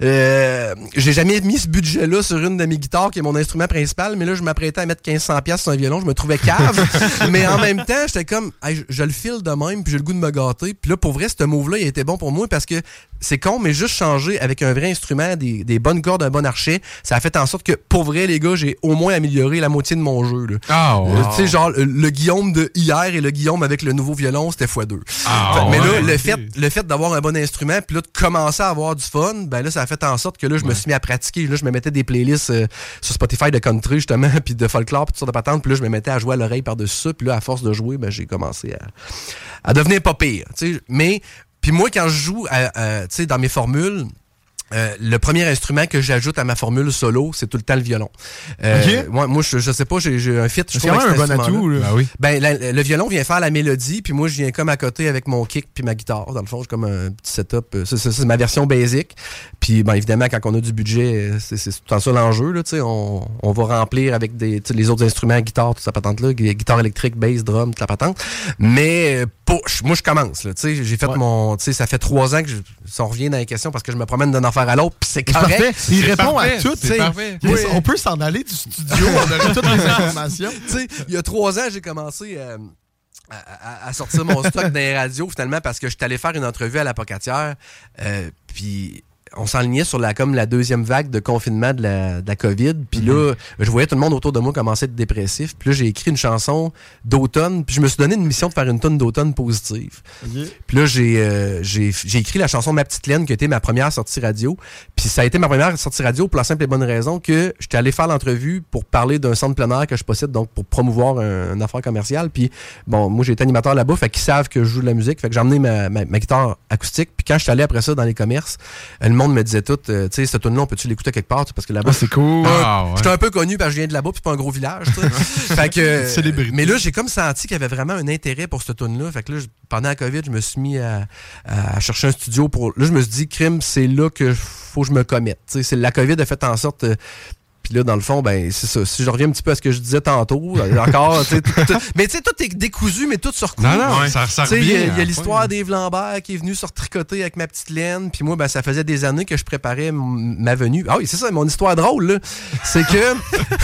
Euh, j'ai jamais mis ce budget-là sur une de mes guitares, qui est mon instrument principal, mais là, je m'apprêtais à mettre quinze cents dollars sur un violon, je me trouvais cave, mais en même temps, j'étais comme, hey, je, je le file de même, puis j'ai le goût de me gâter, puis là, pour vrai, ce move-là, il était bon pour moi, parce que c'est con, mais juste changer avec un vrai instrument, des, des bonnes cordes, un bon archet, ça a fait en sorte que, pour vrai, les gars, j'ai au moins amélioré la moitié de mon jeu. Là. Oh, wow. euh, tu sais, genre, le, le Guillaume de hier et le Guillaume avec le nouveau violon, c'était fois deux. Oh, fait, mais là, ouais, le, okay. fait, le fait d'avoir un bon instrument, puis là, de commencer à avoir du fun, ben là, ça a fait en sorte que là, je ouais. me suis mis à pratiquer. Là, je me mettais des playlists euh, sur Spotify de country, justement, puis de folklore, puis toutes sortes de patentes, puis là, je me mettais à jouer à l'oreille par-dessus ça, puis là, à force de jouer, ben, j'ai commencé à, à devenir pas pire. Tu sais, mais... Puis moi, quand je joue à, à, tu sais, dans mes formules, euh, le premier instrument que j'ajoute à ma formule solo, c'est tout le temps le violon. Euh, okay. Moi, moi je, je sais pas, j'ai, j'ai un fit. C'est quand même un bon atout. Là. Ben, oui. ben la, le violon vient faire la mélodie, puis moi, je viens comme à côté avec mon kick puis ma guitare. Dans le fond, j'ai comme un petit setup. C'est, c'est, c'est ma version basic. Puis, ben, évidemment, quand on a du budget, c'est, c'est tout en ça l'enjeu. Là, on, on va remplir avec des, les autres instruments, guitare, toute sa patente-là, guitare électrique, bass, drum, toute la patente. Mais push, moi, je commence. Là, j'ai fait ouais. mon... Ça fait trois ans que je, si on revient dans les questions, parce que je me promène d'un affaire à l'autre, puis c'est correct. C'est Il c'est répond parfait, à tout. C'est parfait. Oui. On peut s'en aller du studio, on aurait toutes les informations. Il y a trois ans, j'ai commencé... Euh, À, à, à sortir mon stock dans les radios, finalement, parce que j'étais allé faire une entrevue à l'Apocatière, euh, puis on s'enlignait sur la comme la deuxième vague de confinement de la, de la COVID, puis mm-hmm. là, je voyais tout le monde autour de moi commencer à être dépressif, puis là, j'ai écrit une chanson d'automne, puis je me suis donné une mission de faire une tonne d'automne positive. Okay. Puis là, j'ai, euh, j'ai, j'ai écrit la chanson Ma Petite Laine, qui a été ma première sortie radio, puis ça a été ma première sortie radio pour la simple et bonne raison que j'étais allé faire l'entrevue pour parler d'un centre plein air que je possède, donc pour promouvoir un, une affaire commerciale, puis bon, moi, j'ai été animateur là-bas, fait qu'ils savent que je joue de la musique, fait que j'ai emmené ma, ma, ma guitare acoustique, puis quand je suis allé après ça dans les commerces, le monde me disait tout, euh, tu sais, cette tune-là, on peut-tu l'écouter quelque part? Parce que là-bas, ah, c'est cool. Euh, ah, ouais. J'étais un peu connu parce que je viens de là-bas, puis c'est pas un gros village. Fait que, euh, mais là, j'ai comme senti qu'il y avait vraiment un intérêt pour cette tune-là. Fait que là, pendant la COVID, je me suis mis à, à chercher un studio pour. Là, je me suis dit, crime, c'est là que faut que je me commette. Tu sais, c'est la COVID a fait en sorte. Euh, Puis là, dans le fond, ben c'est ça. Si je reviens un petit peu à ce que je disais tantôt, encore, tu sais, mais tu sais, tout est décousu, mais tout se recouvre. Non, non, ouais. ça, ça revient. Il y a, y a l'histoire d'Yves Lambert qui est venu se retricoter avec Ma Petite Laine. Puis moi, ben ça faisait des années que je préparais m- ma venue. Ah oui, c'est ça, mon histoire drôle, là. C'est que...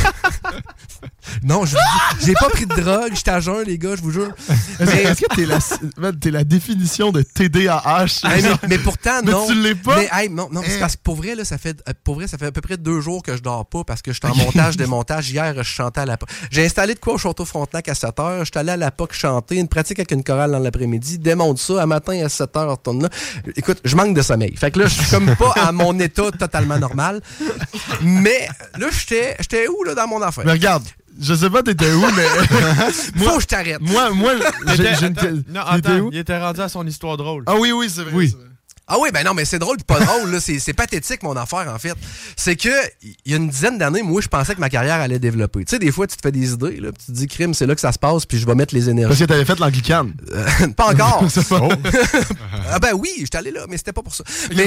non, je j'ai pas pris de drogue, j'étais à jeun, les gars, je vous jure. Mais... Est-ce que t'es la, t'es la définition de T D A H? Hey, mais, mais pourtant, non. Mais tu l'es pas? Mais, hey, non, non, c'est parce que pour vrai, là, ça fait, pour vrai, ça fait à peu près deux jours que je dors pas parce que je suis en montage, démontage. Hier, je chantais à la P O C. J'ai installé de quoi au Château-Frontenac à sept heures. Je suis allé à la P O C chanter, une pratique avec une chorale dans l'après-midi, démonte ça, à matin à sept heures, retourne là. Écoute, je manque de sommeil. Fait que là, je suis comme pas à mon état totalement normal. Mais là, j'étais, j'étais où, là, dans mon affaire? Mais regarde. Je sais pas t'étais où, mais... moi, Faut que je t'arrête. Moi, moi, j'ai, j'ai une... Non, attends, où? Il était rendu à son histoire drôle. Ah oui, oui, c'est vrai. Oui. C'est vrai. Ah oui, ben non, mais c'est drôle pis pas drôle, là. C'est, c'est pathétique, mon affaire, en fait. C'est que, il y a une dizaine d'années, moi, je pensais que ma carrière allait développer. Tu sais, des fois, tu te fais des idées, là, pis tu te dis, crime, c'est là que ça se passe, puis je vais mettre les énergies. Parce que t'avais fait l'anglicane. Euh, pas encore. Oh. Ah ben oui, j'étais allé là, mais c'était pas pour ça. Mais...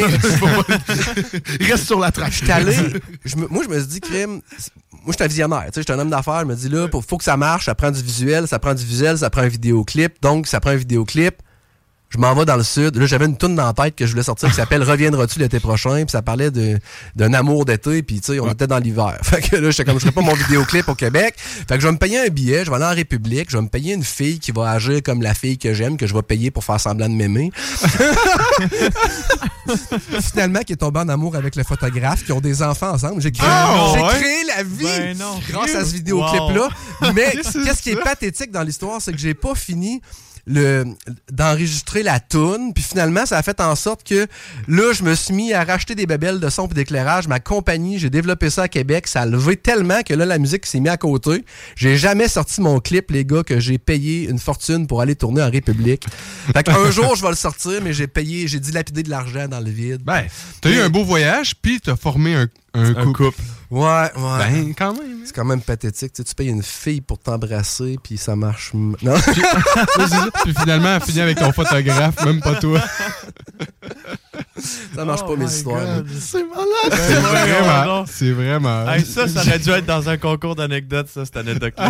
Il reste sur la traque. J'étais allé, je me, moi, je me suis dit, crime, moi, j'étais un visionnaire, tu sais, j'étais un homme d'affaires, je me dis, là, faut que ça marche, ça prend du visuel, ça prend du visuel, ça prend un vidéoclip, donc, ça prend un vidéoclip. Je m'en vais dans le sud. Là, j'avais une toune dans la tête que je voulais sortir qui s'appelle Reviendras-tu l'été prochain? Puis ça parlait de, d'un amour d'été. Puis, tu sais, on ouais. était dans l'hiver. Fait que là, j'étais comme, je ferais pas mon vidéoclip au Québec. Fait que je vais me payer un billet, je vais aller en République, je vais me payer une fille qui va agir comme la fille que j'aime, que je vais payer pour faire semblant de m'aimer. Finalement, qui est tombé en amour avec le photographe, qui ont des enfants ensemble. J'ai créé, oh, j'ai ouais. créé la vie ben non, grâce à ce vidéoclip-là. Wow. Mais qu'est-ce qui est pathétique dans l'histoire, c'est que j'ai pas fini le d'enregistrer la toune, puis finalement ça a fait en sorte que là je me suis mis à racheter des babelles de son et d'éclairage. Ma compagnie, j'ai développé ça à Québec, ça a levé tellement que là la musique s'est mise à côté. J'ai jamais sorti mon clip, les gars, que j'ai payé une fortune pour aller tourner en République. Fait qu'un jour je vais le sortir, mais j'ai payé, j'ai dilapidé de l'argent dans le vide. Ben, t'as mais... eu un beau voyage, puis t'as formé un Un, Un couple. Ouais, ouais. Ben, quand même. C'est quand même pathétique. Tu sais, tu payes une fille pour t'embrasser, puis ça marche. M- non? Puis finalement, elle finit avec ton photographe, même pas toi. Ça marche Oh pas mes my histoires. God, c'est malade. C'est vraiment. C'est vraiment. Hey, ça, ça aurait dû être dans un concours d'anecdotes, ça, cette anecdote-là.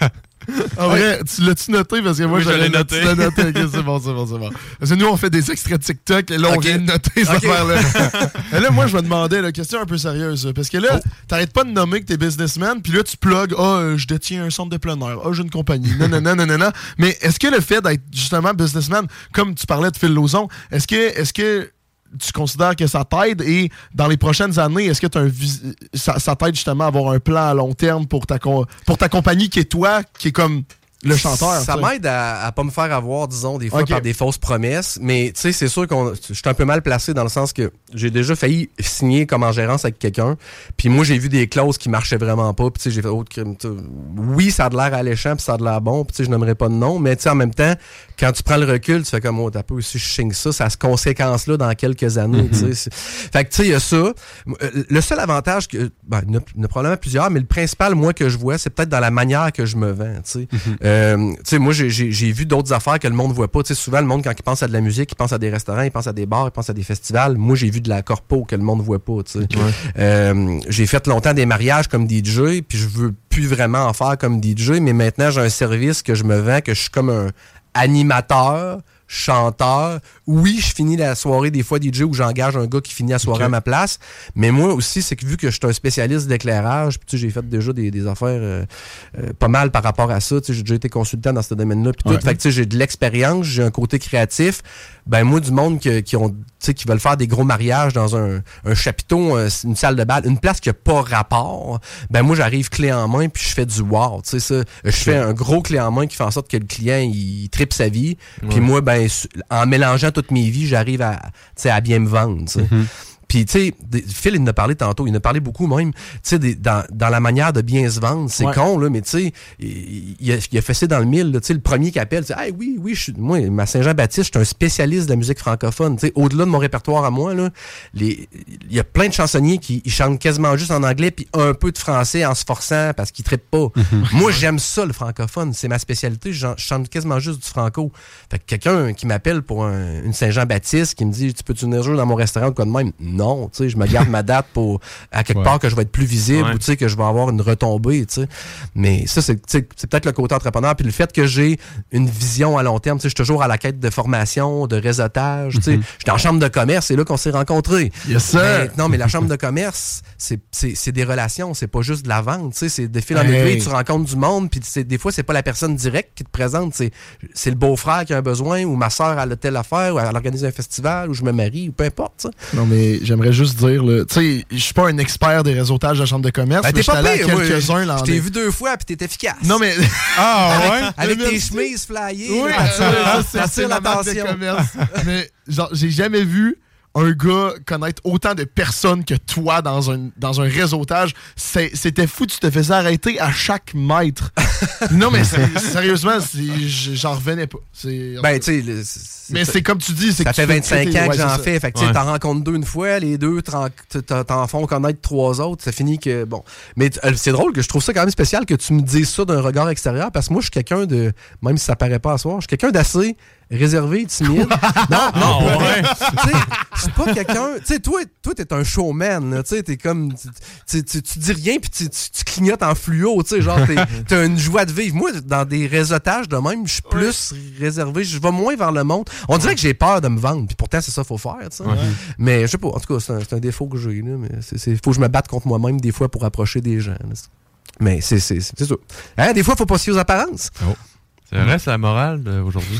En vrai, tu l'as-tu noté? Parce que moi, Oui, je j'avais l'ai noté. Tu l'as noté. Ok, c'est bon, c'est bon, c'est bon. Parce que nous, on fait des extraits de TikTok et là, on Ok. vient de noter cette Ok. affaire-là. Et là, moi, je me demandais, là, question un peu sérieuse. Parce que là, Oh. t'arrêtes pas de nommer que t'es businessman, puis là, tu plugues, ah, euh, je détiens un centre de plein air, ah, j'ai une compagnie, non, non, non, non, non, non. Mais est-ce que le fait d'être justement businessman, comme tu parlais de Phil Lauzon, est-ce que, est-ce que tu considères que ça t'aide et dans les prochaines années, est-ce que t'as un vis- ça, ça t'aide justement à avoir un plan à long terme pour ta, co- pour ta compagnie qui est toi, qui est comme le chanteur? Ça t'sais? m'aide à, à pas me faire avoir, disons, des fois Ok. par des fausses promesses. Mais tu sais, c'est sûr qu'on, je suis un peu mal placé dans le sens que j'ai déjà failli signer comme en gérance avec quelqu'un. Puis moi, j'ai vu des clauses qui marchaient vraiment pas. Puis tu sais, j'ai fait autre crime. t'sais, Oui, ça a de l'air alléchant, puis ça a de l'air bon. Puis tu sais, je n'aimerais pas de nom. Mais tu sais, en même temps, quand tu prends le recul, tu fais comme, oh, t'as peu aussi, je signe ça. Ça a ce conséquence-là dans quelques années. tu sais. C'est- Fait que tu sais, il y a ça. Euh, Le seul avantage, que, ben, il y en a- il y en a probablement plusieurs, mais le principal, moi, que je vois, c'est peut-être dans la manière que je me vends. tu sais. Euh, tu sais, moi, j'ai- j'ai j'ai vu d'autres affaires que le monde voit pas. Tu sais, souvent, le monde, quand il pense à de la musique, il pense à des restaurants, il pense à des bars, il pense à des festivals. Moi, j'ai vu de la corpo que le monde voit pas. tu sais. Euh, j'ai fait longtemps des mariages comme D J, puis je veux plus vraiment en faire comme D J, mais maintenant, j'ai un service que je me vends, que je suis comme un animateur, chanteur. Oui, je finis la soirée des fois D J où j'engage un gars qui finit la soirée Ok. à ma place. Mais moi aussi, c'est que vu que je suis un spécialiste d'éclairage, puis tu sais, j'ai fait déjà des, des affaires euh, euh, pas mal par rapport à ça. Tu sais, j'ai déjà été consultant dans ce domaine-là. Puis Ouais. tout. Fait que tu sais, j'ai de l'expérience, j'ai un côté créatif. Ben moi, du monde que- qui ont, tu sais, qui veulent faire des gros mariages dans un, un chapiteau, un- une salle de bal, une place qui n'a pas rapport. Ben moi, j'arrive clé en main puis je fais du wow. Tu sais ça, je fais un gros clé en main qui fait en sorte que le client il, il tripe sa vie. Puis Ouais. moi, ben su- en mélangeant toutes mes vies, j'arrive à, tu sais, à bien me vendre. tu sais. Puis, tu sais, des- Phil, il en a parlé tantôt, il en a parlé beaucoup même, tu sais, des- dans, dans la manière de bien se vendre. C'est Ouais. con, là, mais tu sais, il, il a, il a fait ça dans le mille, là, tu sais, le premier qui appelle, tu sais, hey, oui, oui, je suis, moi, ma Saint-Jean-Baptiste, je suis un spécialiste de la musique francophone. Tu sais, au-delà de mon répertoire à moi, là, les, il y a plein de chansonniers qui ils chantent quasiment juste en anglais puis un peu de français en se forçant parce qu'ils trippent pas. Moi, j'aime ça, le francophone. C'est ma spécialité. Je je chante quasiment juste du franco. Fait que quelqu'un qui m'appelle pour un- une Saint-Jean-Baptiste, qui me dit, tu peux-tu venir jouer dans mon restaurant ou quoi de même? Non, tu sais, je me garde ma date pour, à quelque Ouais. part que je vais être plus visible Ouais. ou tu sais, que je vais avoir une retombée, tu sais. Mais ça, c'est, tu sais, c'est peut-être le côté entrepreneur. Puis le fait que j'ai une vision à long terme, tu sais, je suis toujours à la quête de formation, de réseautage, tu sais. J'étais en chambre de commerce, c'est là qu'on s'est rencontrés. Yes, sir. Mais, non, mais la chambre de commerce, c'est, c'est, c'est des relations, c'est pas juste de la vente, tu sais, c'est de fil en Hey. aiguille, tu rencontres du monde, puis c'est, des fois, c'est pas la personne directe qui te présente, c'est, c'est le beau-frère qui a un besoin, ou ma soeur a telle affaire, ou elle organise un festival, ou je me marie, ou peu importe, tu sais. Non, mais j'aimerais juste dire, là, tu sais, je suis pas un expert des réseautages de la chambre de commerce, Ben, mais t'es je suis pas allé à pire, moi. quelques-uns. là, Je en- t'ai vu deux fois, puis t'es efficace. Non, mais. Ah, avec, ouais? avec tes Merci. chemises flyées, Oui, là, t'attires- euh, ça, c'est- t'attires c'est ma marque de l'attention. commerce. Mais genre, j'ai jamais vu un gars connaître autant de personnes que toi dans un, dans un réseautage. C'est- C'était fou, tu te faisais arrêter à chaque mètre. Non, mais c'est- sérieusement, c'est- j'en revenais pas. C'est- Ben, tu sais, le- c'est- mais c'est comme tu dis, c'est ça que fait tu fais vingt-cinq traiter- ans que ouais, j'en c'est ça. fais. Fait que tu sais, Ouais. t'en rencontres deux une fois, les deux t'en, t'en- t'en font connaître trois autres. Ça finit que, bon. Mais euh, c'est drôle que je trouve ça quand même spécial que tu me dises ça d'un regard extérieur parce que moi, je suis quelqu'un de, même si ça paraît pas à soir, je suis quelqu'un d'assez réservé, timide. non, non, ouais. tu sais, je suis pas quelqu'un. Tu sais, toi, toi, t'es un showman. là. Tu sais, t'es comme, tu, tu, tu, tu dis rien puis tu, tu, tu clignotes en fluo. Tu sais, genre, t'es, t'as une joie de vivre. Moi, dans des réseautages de même, je suis plus réservé. Je vais moins vers le monde. On dirait que j'ai peur de me vendre. Puis pourtant, c'est ça qu'il faut faire. Tu sais. Mais je sais pas. En tout cas, c'est un, c'est un défaut que j'ai. Là, mais c'est, c'est, faut que je me batte contre moi-même des fois pour approcher des gens. là. Mais c'est, c'est, c'est, c'est ça. Hein, des fois, il faut pas se fier aux apparences. Oh. C'est vrai, c'est la morale d'aujourd'hui.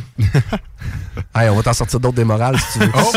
Hey, on va t'en sortir d'autres des morales si tu veux. Oh!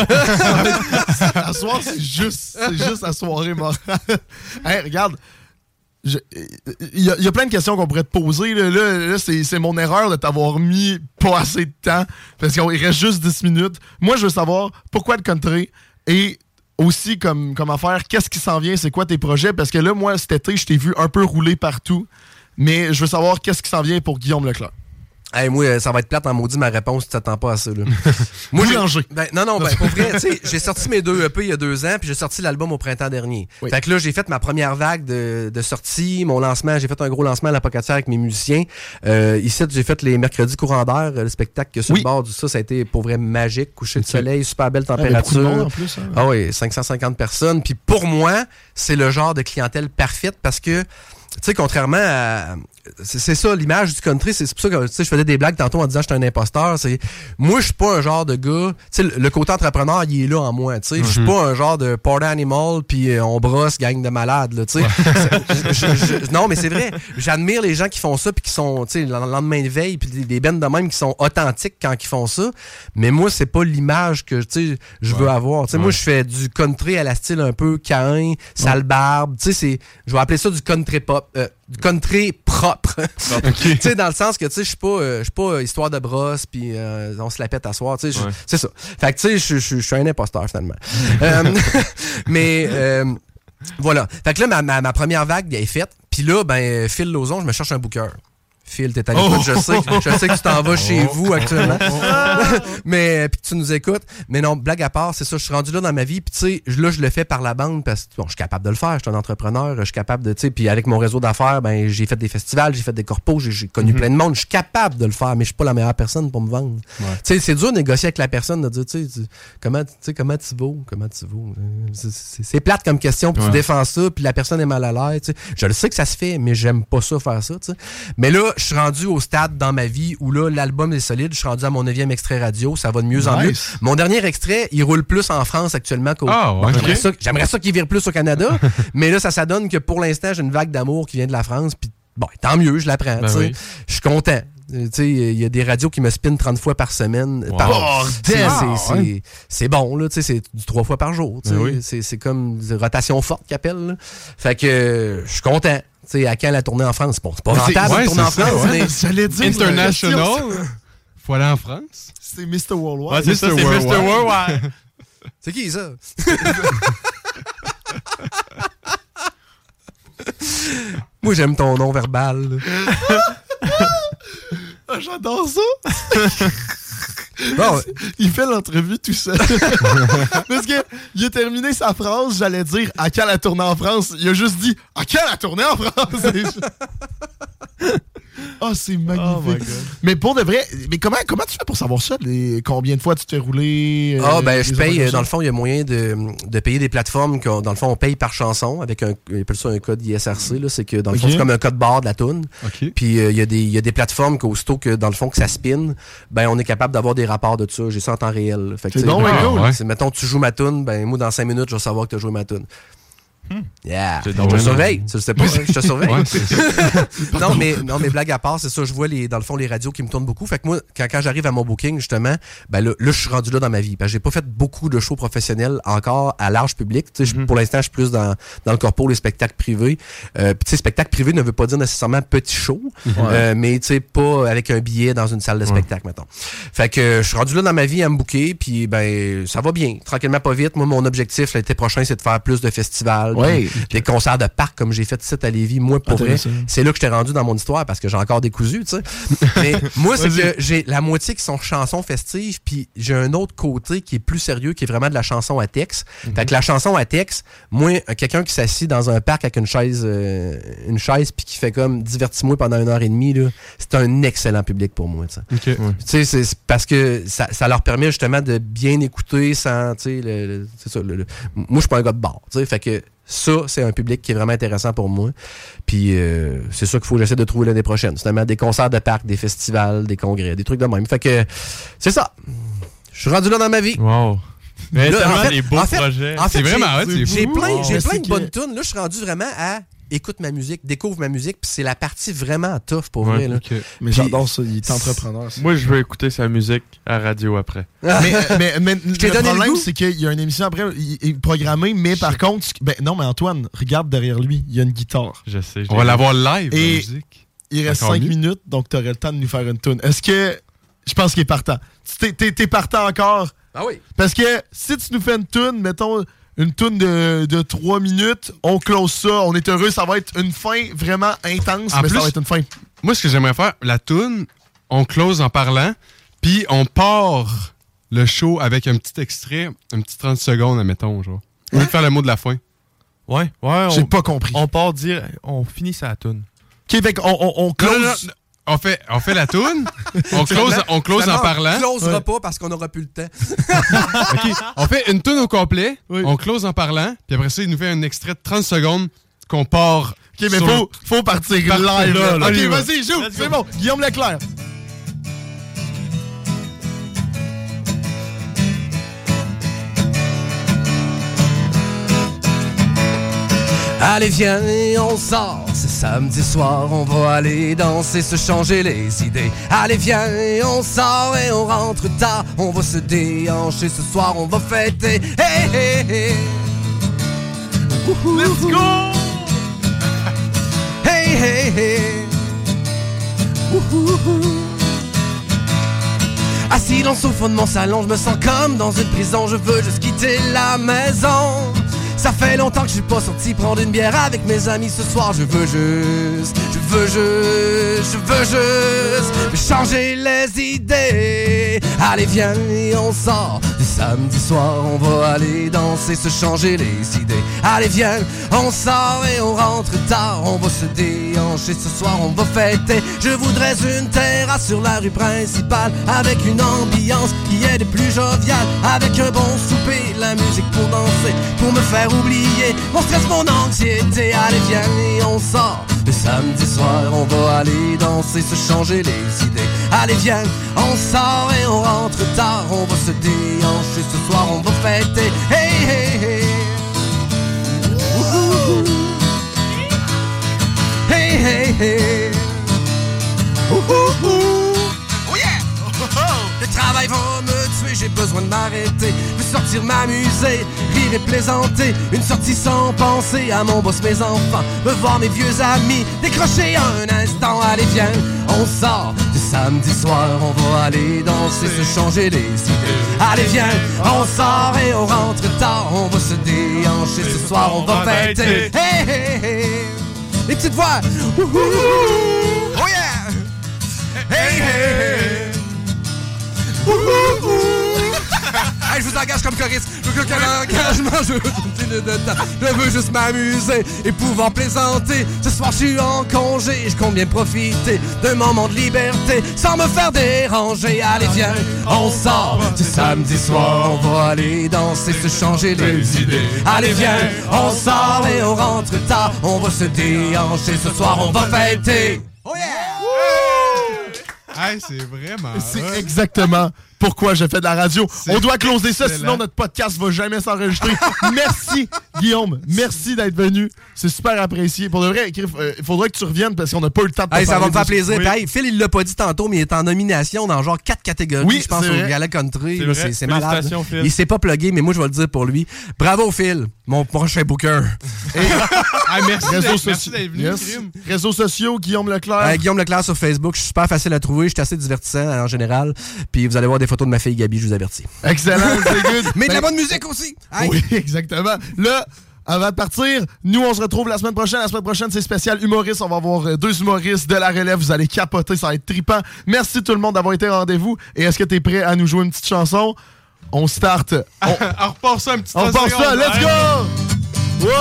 À soir, c'est juste, c'est juste la soirée morale. Hey, regarde. Il y, y a plein de questions qu'on pourrait te poser. Là, là, là c'est, c'est mon erreur de t'avoir mis pas assez de temps. Parce qu'il reste juste dix minutes. Moi, je veux savoir pourquoi le country et aussi comme, comme affaire, qu'est-ce qui s'en vient, c'est quoi tes projets? Parce que là, moi, cet été, je t'ai vu un peu rouler partout. Mais je veux savoir qu'est-ce qui s'en vient pour Guillaume Leclerc. Hey, moi, ça va être plate en maudit ma réponse si tu t'attends pas à ça. Là. Moi, j'ai, ben, non, non, ben, pour vrai, tu sais, j'ai sorti mes deux E P il y a deux ans, puis j'ai sorti l'album au printemps dernier. Oui. Fait que là, j'ai fait ma première vague de, de sorties, mon lancement, j'ai fait un gros lancement à la Pocatière avec mes musiciens. Euh, ici, j'ai fait les mercredis courants d'air, le spectacle que sur oui. le bord du ça, ça a été pour vrai magique, coucher okay. de soleil, super belle température. Ah, en plus, hein. Ah oui, cinq cent cinquante personnes. Puis pour moi, c'est le genre de clientèle parfaite parce que, tu sais, contrairement à... C'est, c'est ça, l'image du country, c'est, c'est pour ça que tu sais, je faisais des blagues tantôt en disant que j'étais un imposteur. C'est, moi, je suis pas un genre de gars... Tu sais, le, le côté entrepreneur, il est là en moi. Tu sais, mm-hmm. je suis pas un genre de party animal, puis euh, on brosse, gang de malades. Là, tu sais. je, je, je, non, mais c'est vrai. J'admire les gens qui font ça, puis qui sont, tu sais, le lendemain de veille, puis des bands de même qui sont authentiques quand ils font ça. Mais moi, c'est pas l'image que, tu sais, je ouais. veux avoir. Tu sais, ouais. moi, je fais du country à la style un peu Caïn, sale barbe. Tu sais, c'est, je vais appeler ça du country pop. Euh, du country propre. Okay. Tu sais, dans le sens que, tu sais, je suis pas, euh, je suis pas euh, histoire de brosse, puis euh, on se la pète à soir, tu sais, ouais. c'est ça. Fait que, tu sais, je suis un imposteur, finalement. euh, mais, euh, voilà. Fait que là, ma, ma, ma première vague est faite, puis là, ben, Phil Lauzon, je me cherche un booker. Phil, t'es à l'écoute, oh! je sais. Je sais que tu t'en vas chez oh! vous actuellement. mais puis que tu nous écoutes. Mais non, blague à part, c'est ça, je suis rendu là dans ma vie. Puis tu sais, là, je le fais par la bande parce que bon, je suis capable de le faire. Je suis un entrepreneur, je suis capable de, tu sais, puis avec mon réseau d'affaires, ben j'ai fait des festivals, j'ai fait des corpos, j'ai, j'ai connu mm-hmm. plein de monde. Je suis capable de le faire, mais je suis pas la meilleure personne pour me vendre. Ouais. Tu sais, c'est dur de négocier avec la personne, de dire, tu sais, comment, tu sais, comment tu vaux, comment tu vaux. C'est, c'est, c'est plate comme question, puis ouais. tu défends ça, puis la personne est mal à l'aise. Tu sais, je le sais que ça se fait, mais j'aime pas ça faire ça. Tu sais, mais là, je suis rendu au stade dans ma vie où là, l'album est solide. Je suis rendu à mon neuvième extrait radio. Ça va de mieux nice. en mieux. Mon dernier extrait, il roule plus en France actuellement qu'au... Ah, ouais, bon, okay. j'aimerais, ça, j'aimerais ça qu'il vire plus au Canada. Mais là, ça, ça donne que pour l'instant, j'ai une vague d'amour qui vient de la France. Puis bon, tant mieux, je la prends. Ben oui. Je suis content. Il y a des radios qui me spinent trente fois par semaine. Wow. Par... Oh, c'est, c'est, c'est, ouais. c'est bon, là, c'est du trois fois par jour. Ben oui. c'est, c'est comme une rotation forte qu'ils appellent. Là. Fait que je suis content. Tu sais, à quand la tournée en France? Bon, c'est pas rentable ouais, la tournée en ça, France, ouais. mais... J'allais dire... International? Faut aller en France? C'est mister Worldwide. Ouais, c'est ça, c'est mister Worldwide. C'est qui, ça? Moi, j'aime ton nom verbal. Ah, j'adore ça! Bon, il fait l'entrevue tout seul. Parce que il a terminé sa phrase, j'allais dire à quand la tournée en France. Il a juste dit à quand la tournée en France. Ah, oh, c'est magnifique. Oh mais pour de vrai, mais comment, comment tu fais pour savoir ça? Les, combien de fois tu te fais rouler? Ah, euh, ben, je paye. Dans le fond, il y a moyen de, de payer des plateformes. Dans le fond, on paye par chanson avec un, ils appellent ça un code I S R C. Là, c'est que dans le okay. fond, c'est comme un code barre de la toune. Okay. Puis, euh, il y a des, il y a des plateformes qu'aussitôt que, dans le fond, que ça spin, ben, on est capable d'avoir des rapports de ça. J'ai ça en temps réel. Fait que, c'est donc, ah, ouais. c'est, mettons, tu joues ma toune, ben, moi, dans cinq minutes, je vais savoir que tu as joué ma toune. Hmm. Yeah. Je te surveille. Tu le sais pas, hein? Je te surveille. Ouais, non, mais, non, mais blague à part, c'est ça, je vois les, dans le fond les radios qui me tournent beaucoup. Fait que moi, quand, quand j'arrive à mon booking, justement, ben là, là je suis rendu là dans ma vie. Parce que j'ai pas fait beaucoup de shows professionnels encore à large public. Mm-hmm. Pour l'instant, je suis plus dans, dans le corpo, les spectacles privés. Euh, Puis tu sais, spectacle privé ne veut pas dire nécessairement petit show, mm-hmm. euh, mais tu sais, pas avec un billet dans une salle de spectacle, ouais. mettons. Fait que je suis rendu là dans ma vie à me booker, puis ben ça va bien. Tranquillement, pas vite. Moi, mon objectif l'été prochain, c'est de faire plus de festivals. Ouais. Des concerts de parc comme j'ai fait ici à Lévis. Moi, pour vrai, c'est là que je t'ai rendu dans mon histoire parce que j'ai encore décousu, tu sais. Mais moi, c'est que j'ai la moitié qui sont chansons festives, puis j'ai un autre côté qui est plus sérieux, qui est vraiment de la chanson à texte. Mm-hmm. Fait que la chanson à texte, moi, quelqu'un qui s'assit dans un parc avec une chaise, euh, une chaise puis qui fait comme divertis-moi pendant une heure et demie, là, c'est un excellent public pour moi, tu sais. Okay. Ouais. Tu sais, c'est, c'est parce que ça, ça leur permet justement de bien écouter sans, tu sais, le, le, c'est ça. Le, le, moi, je suis pas un gars de bar, tu sais. Fait que ça, c'est un public qui est vraiment intéressant pour moi. Puis euh, c'est ça qu'il faut que j'essaie de trouver l'année prochaine. C'est des concerts de parc, des festivals, des congrès, des trucs de même. Fait que c'est ça. Je suis rendu là dans ma vie. Wow. Mais là, en fait, des beaux en fait, projets. En fait, c'est j'ai, vraiment j'ai, c'est j'ai plein, wow. j'ai plein de que... bonnes tunes. Là, je suis rendu vraiment à écoute ma musique, découvre ma musique, puis c'est la partie vraiment tough pour ouais, vrai. Là. Okay. Mais puis, j'adore ça, il est entrepreneur. Ça. Moi, je veux écouter sa musique à radio après. mais mais, mais le problème, le c'est qu'il y a une émission après il est programmée, mais par je... contre, ben non, mais Antoine, regarde derrière lui, il y a une guitare. Je sais. Je On va l'avoir live, et la musique. Il reste cinq minutes, donc tu aurais le temps de nous faire une tune. Est-ce que... Je pense qu'il est partant. T'es, t'es, t'es partant encore? Ah oui. Parce que si tu nous fais une tune, mettons... Une toune de, de trois minutes, on close ça, on est heureux, ça va être une fin vraiment intense, en mais plus, ça va être une fin. Moi, ce que j'aimerais faire, la toune, on close en parlant, puis on part le show avec un petit extrait, un petit trente secondes, admettons, genre. Au lieu de faire le mot de la fin. Ouais, ouais. J'ai on- pas compris. On part dire, on finit sa toune. OK, fait qu'on on, on close... Non, non, non. On fait, on fait la toune, on close, on close en Finalement, parlant. On closera Ouais. pas parce qu'on n'aura plus le temps. OK, on fait une toune au complet, on close en parlant, puis après ça, il nous fait un extrait de trente secondes qu'on part. OK, mais sur- faut, faut partir Par- live. là, Là, là. OK, On y va. vas-y, joue. Let's C'est go. bon. Guillaume Leclerc. Allez viens et on sort, c'est samedi soir, on va aller danser, se changer les idées. Allez viens et on sort et on rentre tard, on va se déhancher ce soir, on va fêter. Hey hey hey. Let's go. Hey hey hey. Assis dans le sofa de mon salon, je me sens comme dans une prison, je veux juste quitter la maison. Ça fait longtemps que je suis pas sorti prendre une bière avec mes amis ce soir. Je veux juste, je veux juste, je veux juste changer les idées. Allez viens et on sort du samedi soir. On va aller danser, se changer les idées. Allez viens, on sort et on rentre tard. On va se déhancher ce soir, on va fêter. Je voudrais une terrasse sur la rue principale avec une ambiance qui est des plus joviales, avec un bon souper, la musique pour danser, pour me faire oublier mon stress, mon anxiété. Allez viens et on sort le samedi soir, on va aller danser, se changer les idées. Allez viens, on sort et on rentre tard, on va se déhancher ce soir, on va fêter. Hey hey hey. Ouhou. Hey hey hey. Ouhou. Oh yeah. Le travail va me tuer, j'ai besoin de m'arrêter. Je veux sortir m'amuser, rire et plaisanter. Une sortie sans penser à mon boss, mes enfants, me voir mes vieux amis, décrocher un instant. Allez viens, on sort du samedi soir, on va aller danser, se changer les idées. Allez viens, on sort et on rentre tard, on va se déhancher ce soir, on va fêter. Hey hey hey. Les petites voix. Ouhou. Oh yeah. Hey hey hey. Ouhou. Hey, je vous engage comme choriste. Je veux qu'un engagement, je veux continuer de temps. Je veux juste m'amuser et pouvoir plaisanter. Ce soir, je suis en congé et je compte bien profiter d'un moment de liberté sans me faire déranger. Allez, viens, on sort du samedi soir. On va aller danser, se changer les idées. Allez, viens, on sort et on rentre tard. On va se déhancher ce soir, on va fêter. Oh yeah! Hey, c'est vraiment. C'est hot. exactement pourquoi je fais de la radio. C'est On doit closer ça, excellent. sinon notre podcast va jamais s'enregistrer. Merci, Guillaume. Merci d'être venu. C'est super apprécié. Pour de vrai, il euh, faudrait que tu reviennes parce qu'on n'a pas eu le temps de te Hey, ça va parler me faire de- plaisir. Oui. Puis, hey, Phil, il l'a pas dit tantôt, mais il est en nomination dans genre quatre catégories. Oui, je pense c'est au vrai. Gala Country. C'est Là, vrai. C'est, c'est malade. Félicitations, Phil. Il s'est pas plugué, mais moi, je vais le dire pour lui. Bravo, Phil, mon prochain booker. Ah, merci Réseaux d'être merci sociaux. d'être venu, Yes. Crime. Réseaux sociaux, Guillaume Leclerc. Euh, Guillaume Leclerc sur Facebook. Je suis super facile à trouver. Je suis assez divertissant en général. Puis vous allez voir des photos de ma fille Gabi, je vous avertis. Excellent, c'est good. Mais de la Ben, bonne musique aussi. Hey. Oui, exactement. Là, avant de partir, nous, on se retrouve la semaine prochaine. La semaine prochaine, c'est spécial humoriste. On va avoir euh, deux humoristes de la relève. Vous allez capoter, ça va être trippant. Merci tout le monde d'avoir été au rendez-vous. Et est-ce que t'es prêt à nous jouer une petite chanson? On start. On, On repart ça un petit on repart ça, let's go! Ouais!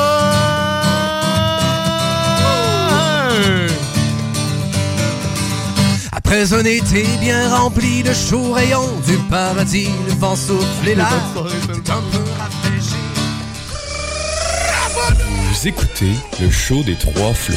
Après un été bien rempli de chauds rayons du paradis, le vent souffle et là, c'est un peu rafraîchi. Vous écoutez le show des trois flots.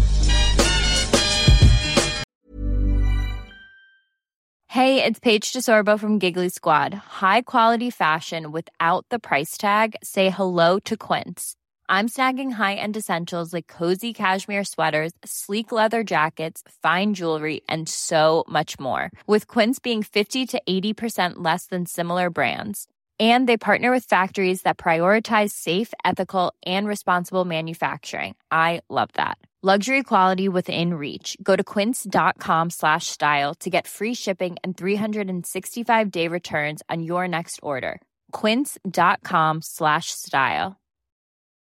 Hey, it's Paige DeSorbo from Giggly Squad. High quality fashion without the price tag. Say hello to Quince. I'm snagging high-end essentials like cozy cashmere sweaters, sleek leather jackets, fine jewelry, and so much more. With Quince being fifty to eighty percent less than similar brands. And they partner with factories that prioritize safe, ethical, and responsible manufacturing. I love that. Luxury quality within reach. Go to quince.com slash style to get free shipping and three sixty-five day returns on your next order. Quince.com slash style.